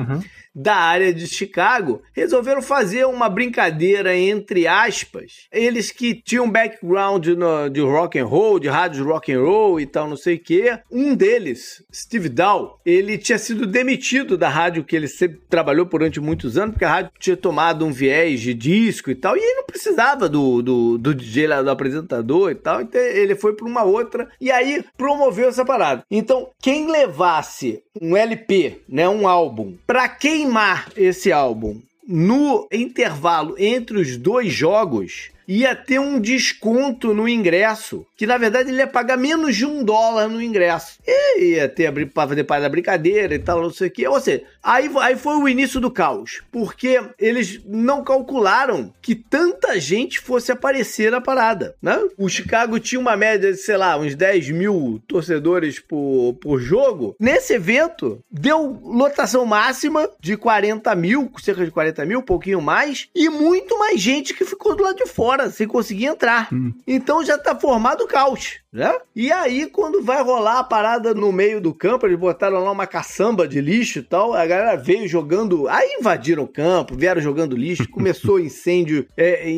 S3: da área de Chicago, resolveram fazer uma brincadeira, entre aspas. Eles que tinham background de rock and roll, de rádios rock and roll e tal, não sei o quê. Um deles, Steve Dahl, ele tinha sido demitido da rádio que ele sempre trabalhou durante muitos anos, porque a rádio tinha tomado um viés de disco e tal, e ele não precisava do DJ lá, do apresentador e tal, então ele foi para uma outra, e aí promoveu essa parada. Então, quem levasse um LP, né, um álbum, para queimar esse álbum no intervalo entre os 2 jogos, ia ter um desconto no ingresso, que na verdade ele ia pagar menos de $1 no ingresso. E ia ter para fazer parte da brincadeira e tal, não sei o que. Ou seja, aí foi o início do caos, porque eles não calcularam que tanta gente fosse aparecer na parada, né? O Chicago tinha uma média de, sei lá, uns 10 mil torcedores por jogo. Nesse evento, deu lotação máxima de 40 mil, cerca de 40 mil, um pouquinho mais, e muito mais gente que ficou do lado de fora, sem conseguir entrar. Então já tá formado o caos, né? E aí, quando vai rolar a parada no meio do campo, eles botaram lá uma caçamba de lixo e tal, a galera veio jogando, aí invadiram o campo, vieram jogando lixo, começou incêndios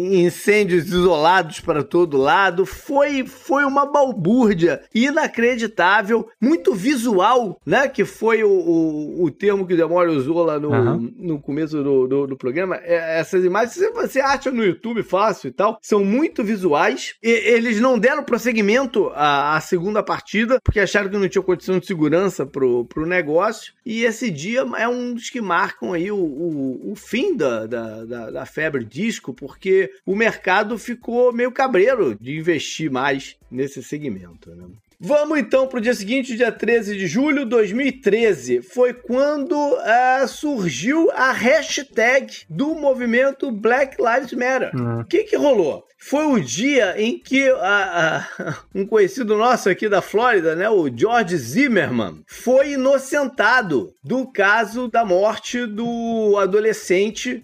S3: isolados para todo lado, foi uma balbúrdia inacreditável, muito visual, né? Que foi o termo que o Demore usou lá no começo do programa. Essas imagens você acha no YouTube fácil e tal, são muito visuais. Eles não deram prosseguimento à segunda partida, porque acharam que não tinha condição de segurança pro negócio. E esse dia é um dos que marcam aí o fim da febre disco, porque o mercado ficou meio cabreiro de investir mais nesse segmento, né? Vamos então para o dia seguinte, dia 13 de julho de 2013. Foi quando surgiu a hashtag do movimento Black Lives Matter. O que rolou? Foi o dia em que um conhecido nosso aqui da Flórida, né, o George Zimmerman, foi inocentado do caso da morte do adolescente,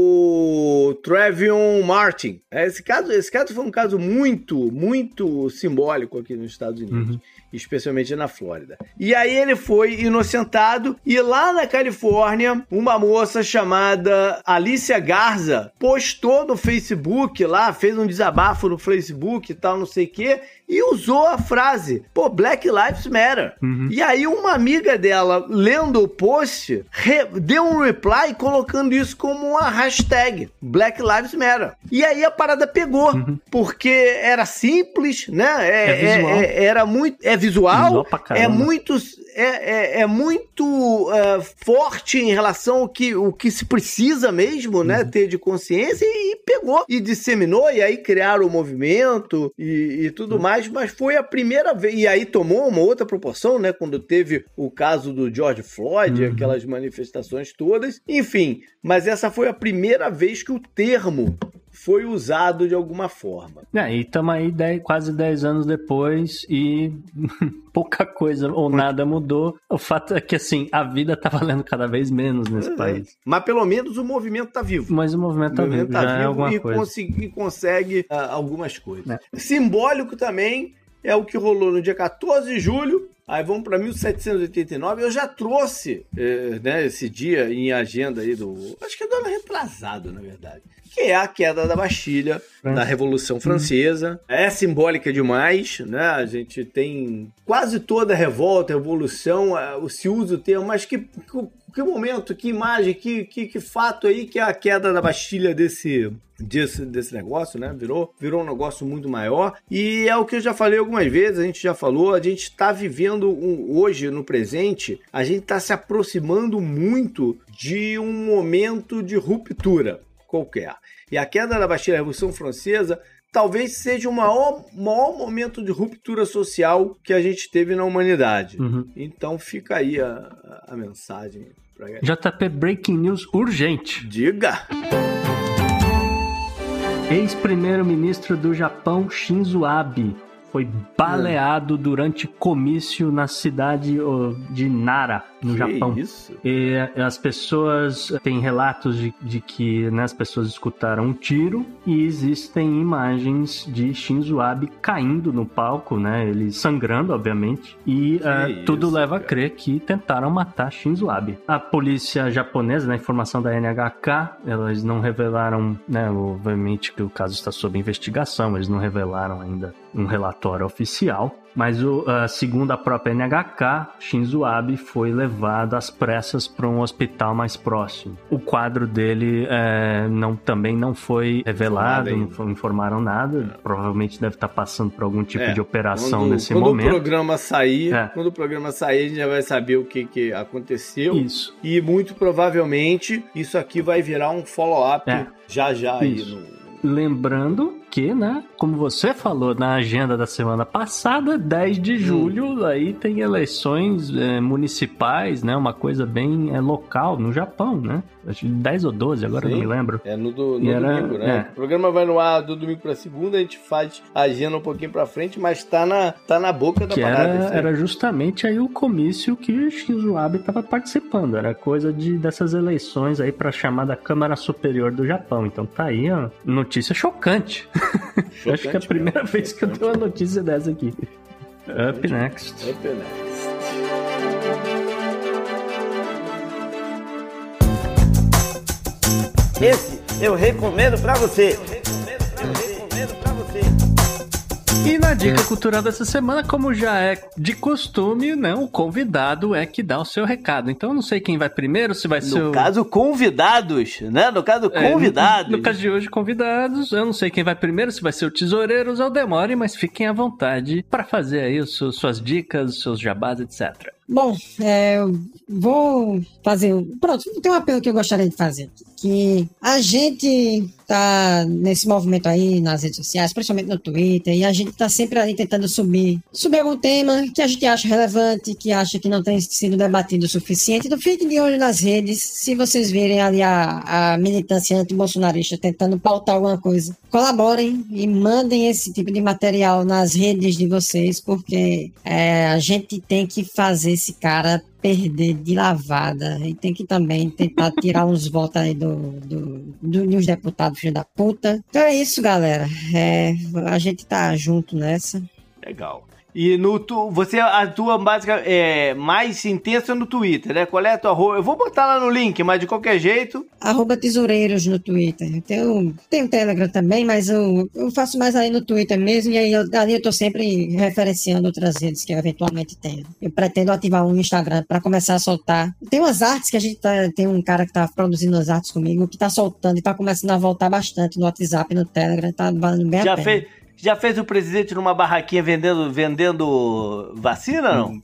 S3: o Trayvon Martin. Esse caso foi um caso muito, muito simbólico aqui nos Estados Unidos. Especialmente na Flórida. E aí ele foi inocentado, e lá na Califórnia, uma moça chamada Alicia Garza postou no Facebook lá, fez um desabafo no Facebook e tal, não sei o quê, e usou a frase, Black Lives Matter. E aí uma amiga dela, lendo o post, deu um reply colocando isso como uma hashtag, Black Lives Matter. E aí a parada pegou, porque era simples, né? Era muito... É visual é muito forte em relação ao que se precisa mesmo, né? Ter de consciência, e pegou e disseminou, e aí criaram o movimento e tudo mais, mas foi a primeira vez, e aí tomou uma outra proporção, né? Quando teve o caso do George Floyd, aquelas manifestações todas, enfim, mas essa foi a primeira vez que o termo foi usado de alguma forma.
S4: E estamos aí quase 10 anos depois e pouca coisa ou nada mudou. O fato é que, assim, a vida tá valendo cada vez menos nesse país.
S3: Mas pelo menos o movimento tá vivo.
S4: Mas o movimento tá vivo, já é alguma coisa.
S3: E consegue algumas coisas. Simbólico também é o que rolou no dia 14 de julho. Aí vamos para 1789. Eu já trouxe esse dia em agenda aí acho que é do ano retrasado, na verdade. Que é a queda da Bastilha, da Revolução Francesa. É simbólica demais, né? A gente tem quase toda a revolta, a revolução, se usa o termo, mas que momento, que imagem, que fato aí que é a queda da Bastilha desse negócio, né? Virou um negócio muito maior. E é o que eu já falei algumas vezes, a gente já falou, a gente está vivendo hoje, no presente, a gente está se aproximando muito de um momento de ruptura qualquer. E a queda da Bastilha, a Revolução Francesa, talvez seja o maior momento de ruptura social que a gente teve na humanidade. Então fica aí a mensagem.
S4: JP Breaking News urgente.
S3: Diga!
S4: Ex-primeiro-ministro do Japão, Shinzo Abe, foi baleado durante comício na cidade de Nara, no Japão.
S3: Isso?
S4: E as pessoas, tem relatos de que as pessoas escutaram um tiro e existem imagens de Shinzo Abe caindo no palco, né? Ele sangrando, obviamente. E tudo leva a crer que tentaram matar Shinzo Abe. A polícia japonesa, na informação da NHK, elas não revelaram, né? Obviamente que o caso está sob investigação, eles não revelaram ainda um relatório oficial, mas segundo a própria NHK, Shinzo Abe foi levado às pressas para um hospital mais próximo. O quadro dele também não foi revelado, não informaram nada, provavelmente deve estar passando por algum tipo de operação nesse momento.
S3: Quando o programa sair, a gente já vai saber o que aconteceu.
S4: Isso.
S3: E muito provavelmente isso aqui vai virar um follow-up já aí no...
S4: Lembrando que, né, como você falou na agenda da semana passada, 10 de julho, aí tem eleições municipais, né, uma coisa bem local no Japão, né? Acho que 10 ou 12, agora eu não me lembro.
S3: No domingo, né? O programa vai no ar do domingo pra segunda, a gente faz a agenda um pouquinho pra frente, mas tá na boca da parada.
S4: Era justamente aí o comício que Shinzo Abe estava participando, era coisa dessas eleições aí pra chamada Câmara Superior do Japão, então tá aí a notícia chocante. Acho que é a primeira vez que eu tenho uma notícia dessa aqui. Up next.
S10: Esse eu recomendo pra você.
S4: E na dica cultural dessa semana, como já é de costume, né, o convidado é que dá o seu recado. Então eu não sei quem vai primeiro, se vai ser
S3: No caso, convidados, né? No caso, convidados.
S4: No caso de hoje, convidados. Eu não sei quem vai primeiro, se vai ser o Tesoureiros ou o Demore, mas fiquem à vontade para fazer aí suas dicas, seus jabás, etc.
S5: Bom, eu vou fazer... Pronto, tem um apelo que eu gostaria de fazer. Que a gente tá nesse movimento aí nas redes sociais, principalmente no Twitter, e a gente tá sempre ali tentando subir algum tema que a gente acha relevante, que acha que não tem sido debatido o suficiente. Então fiquem de olho nas redes. Se vocês virem ali a militância anti-bolsonarista tentando pautar alguma coisa, colaborem e mandem esse tipo de material nas redes de vocês, porque a gente tem que fazer esse cara perder de lavada e tem que também tentar tirar uns votos aí dos deputados filho da puta. Então é isso, galera. A gente tá junto nessa.
S3: Legal. E a tua básica é mais intensa no Twitter, né? Qual é a tua arroba? Eu vou botar lá no link, mas de qualquer jeito...
S5: @tesoureiros no Twitter. Tem o Telegram também, mas eu faço mais aí no Twitter mesmo, e aí ali eu tô sempre referenciando outras redes que eu eventualmente tenho. Eu pretendo ativar um Instagram pra começar a soltar. Tem umas artes que a gente tem um cara que tá produzindo as artes comigo, que tá soltando e tá começando a voltar bastante no WhatsApp e no Telegram, tá valendo bem a pena.
S3: Já fez o presidente numa barraquinha vendendo vacina, não?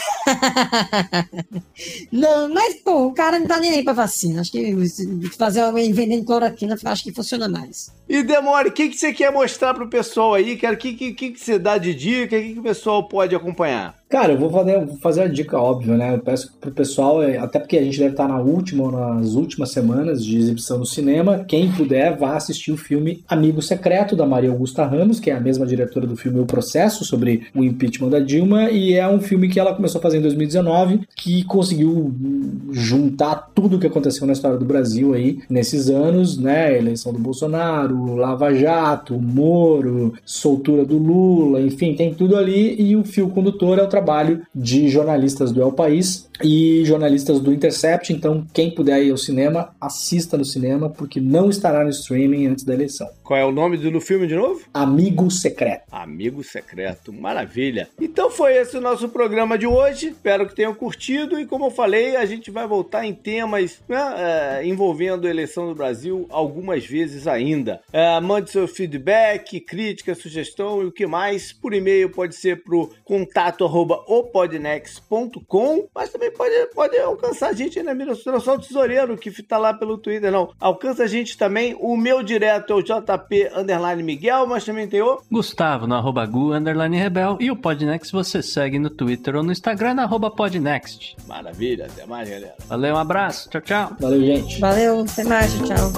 S5: Não, mas, pô, o cara não tá nem aí pra vacina. Acho que fazer alguém vendendo cloroquina, acho que funciona mais.
S3: E, Demore, o que você quer mostrar pro pessoal aí? O que você dá de dica? O que o pessoal pode acompanhar?
S6: Cara, eu vou fazer a dica óbvia, né? Eu peço pro pessoal, até porque a gente deve estar nas últimas semanas de exibição no cinema, quem puder, vá assistir o filme Amigo Secreto, da Maria Augusta Ramos, que é a mesma diretora do filme O Processo, sobre o impeachment da Dilma, e é um filme que ela começou a fazer em 2019, que conseguiu juntar tudo o que aconteceu na história do Brasil aí, nesses anos, né? Eleição do Bolsonaro, Lava Jato, Moro, soltura do Lula, enfim, tem tudo ali, e o fio condutor é o trabalho de jornalistas do El País e jornalistas do Intercept. Então, quem puder ir ao cinema, assista no cinema, porque não estará no streaming antes da eleição.
S3: Qual é o nome do filme de novo?
S6: Amigo Secreto.
S3: Amigo Secreto, maravilha. Então foi esse o nosso programa de hoje, espero que tenham curtido, e como eu falei, a gente vai voltar em temas, né, envolvendo a eleição do Brasil algumas vezes ainda. Mande seu feedback, crítica, sugestão e o que mais, por e-mail pode ser pro contato@opodnext.com, mas também pode alcançar a gente na Mira Só Tesoureiro, que tá lá pelo Twitter, não. Alcança a gente também, o meu direto é o JP_Miguel, mas também tem o
S4: Gustavo no @Gu_Rebel, e o Podnext você segue no Twitter ou no Instagram na @Podnext.
S3: Maravilha, até mais, galera.
S4: Valeu, um abraço, tchau, tchau.
S6: Valeu, gente.
S5: Valeu, até mais, tchau.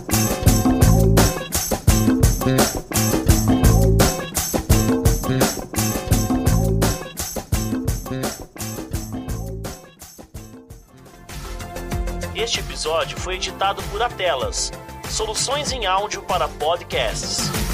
S2: Este episódio foi editado por Atelas, soluções em áudio para podcasts.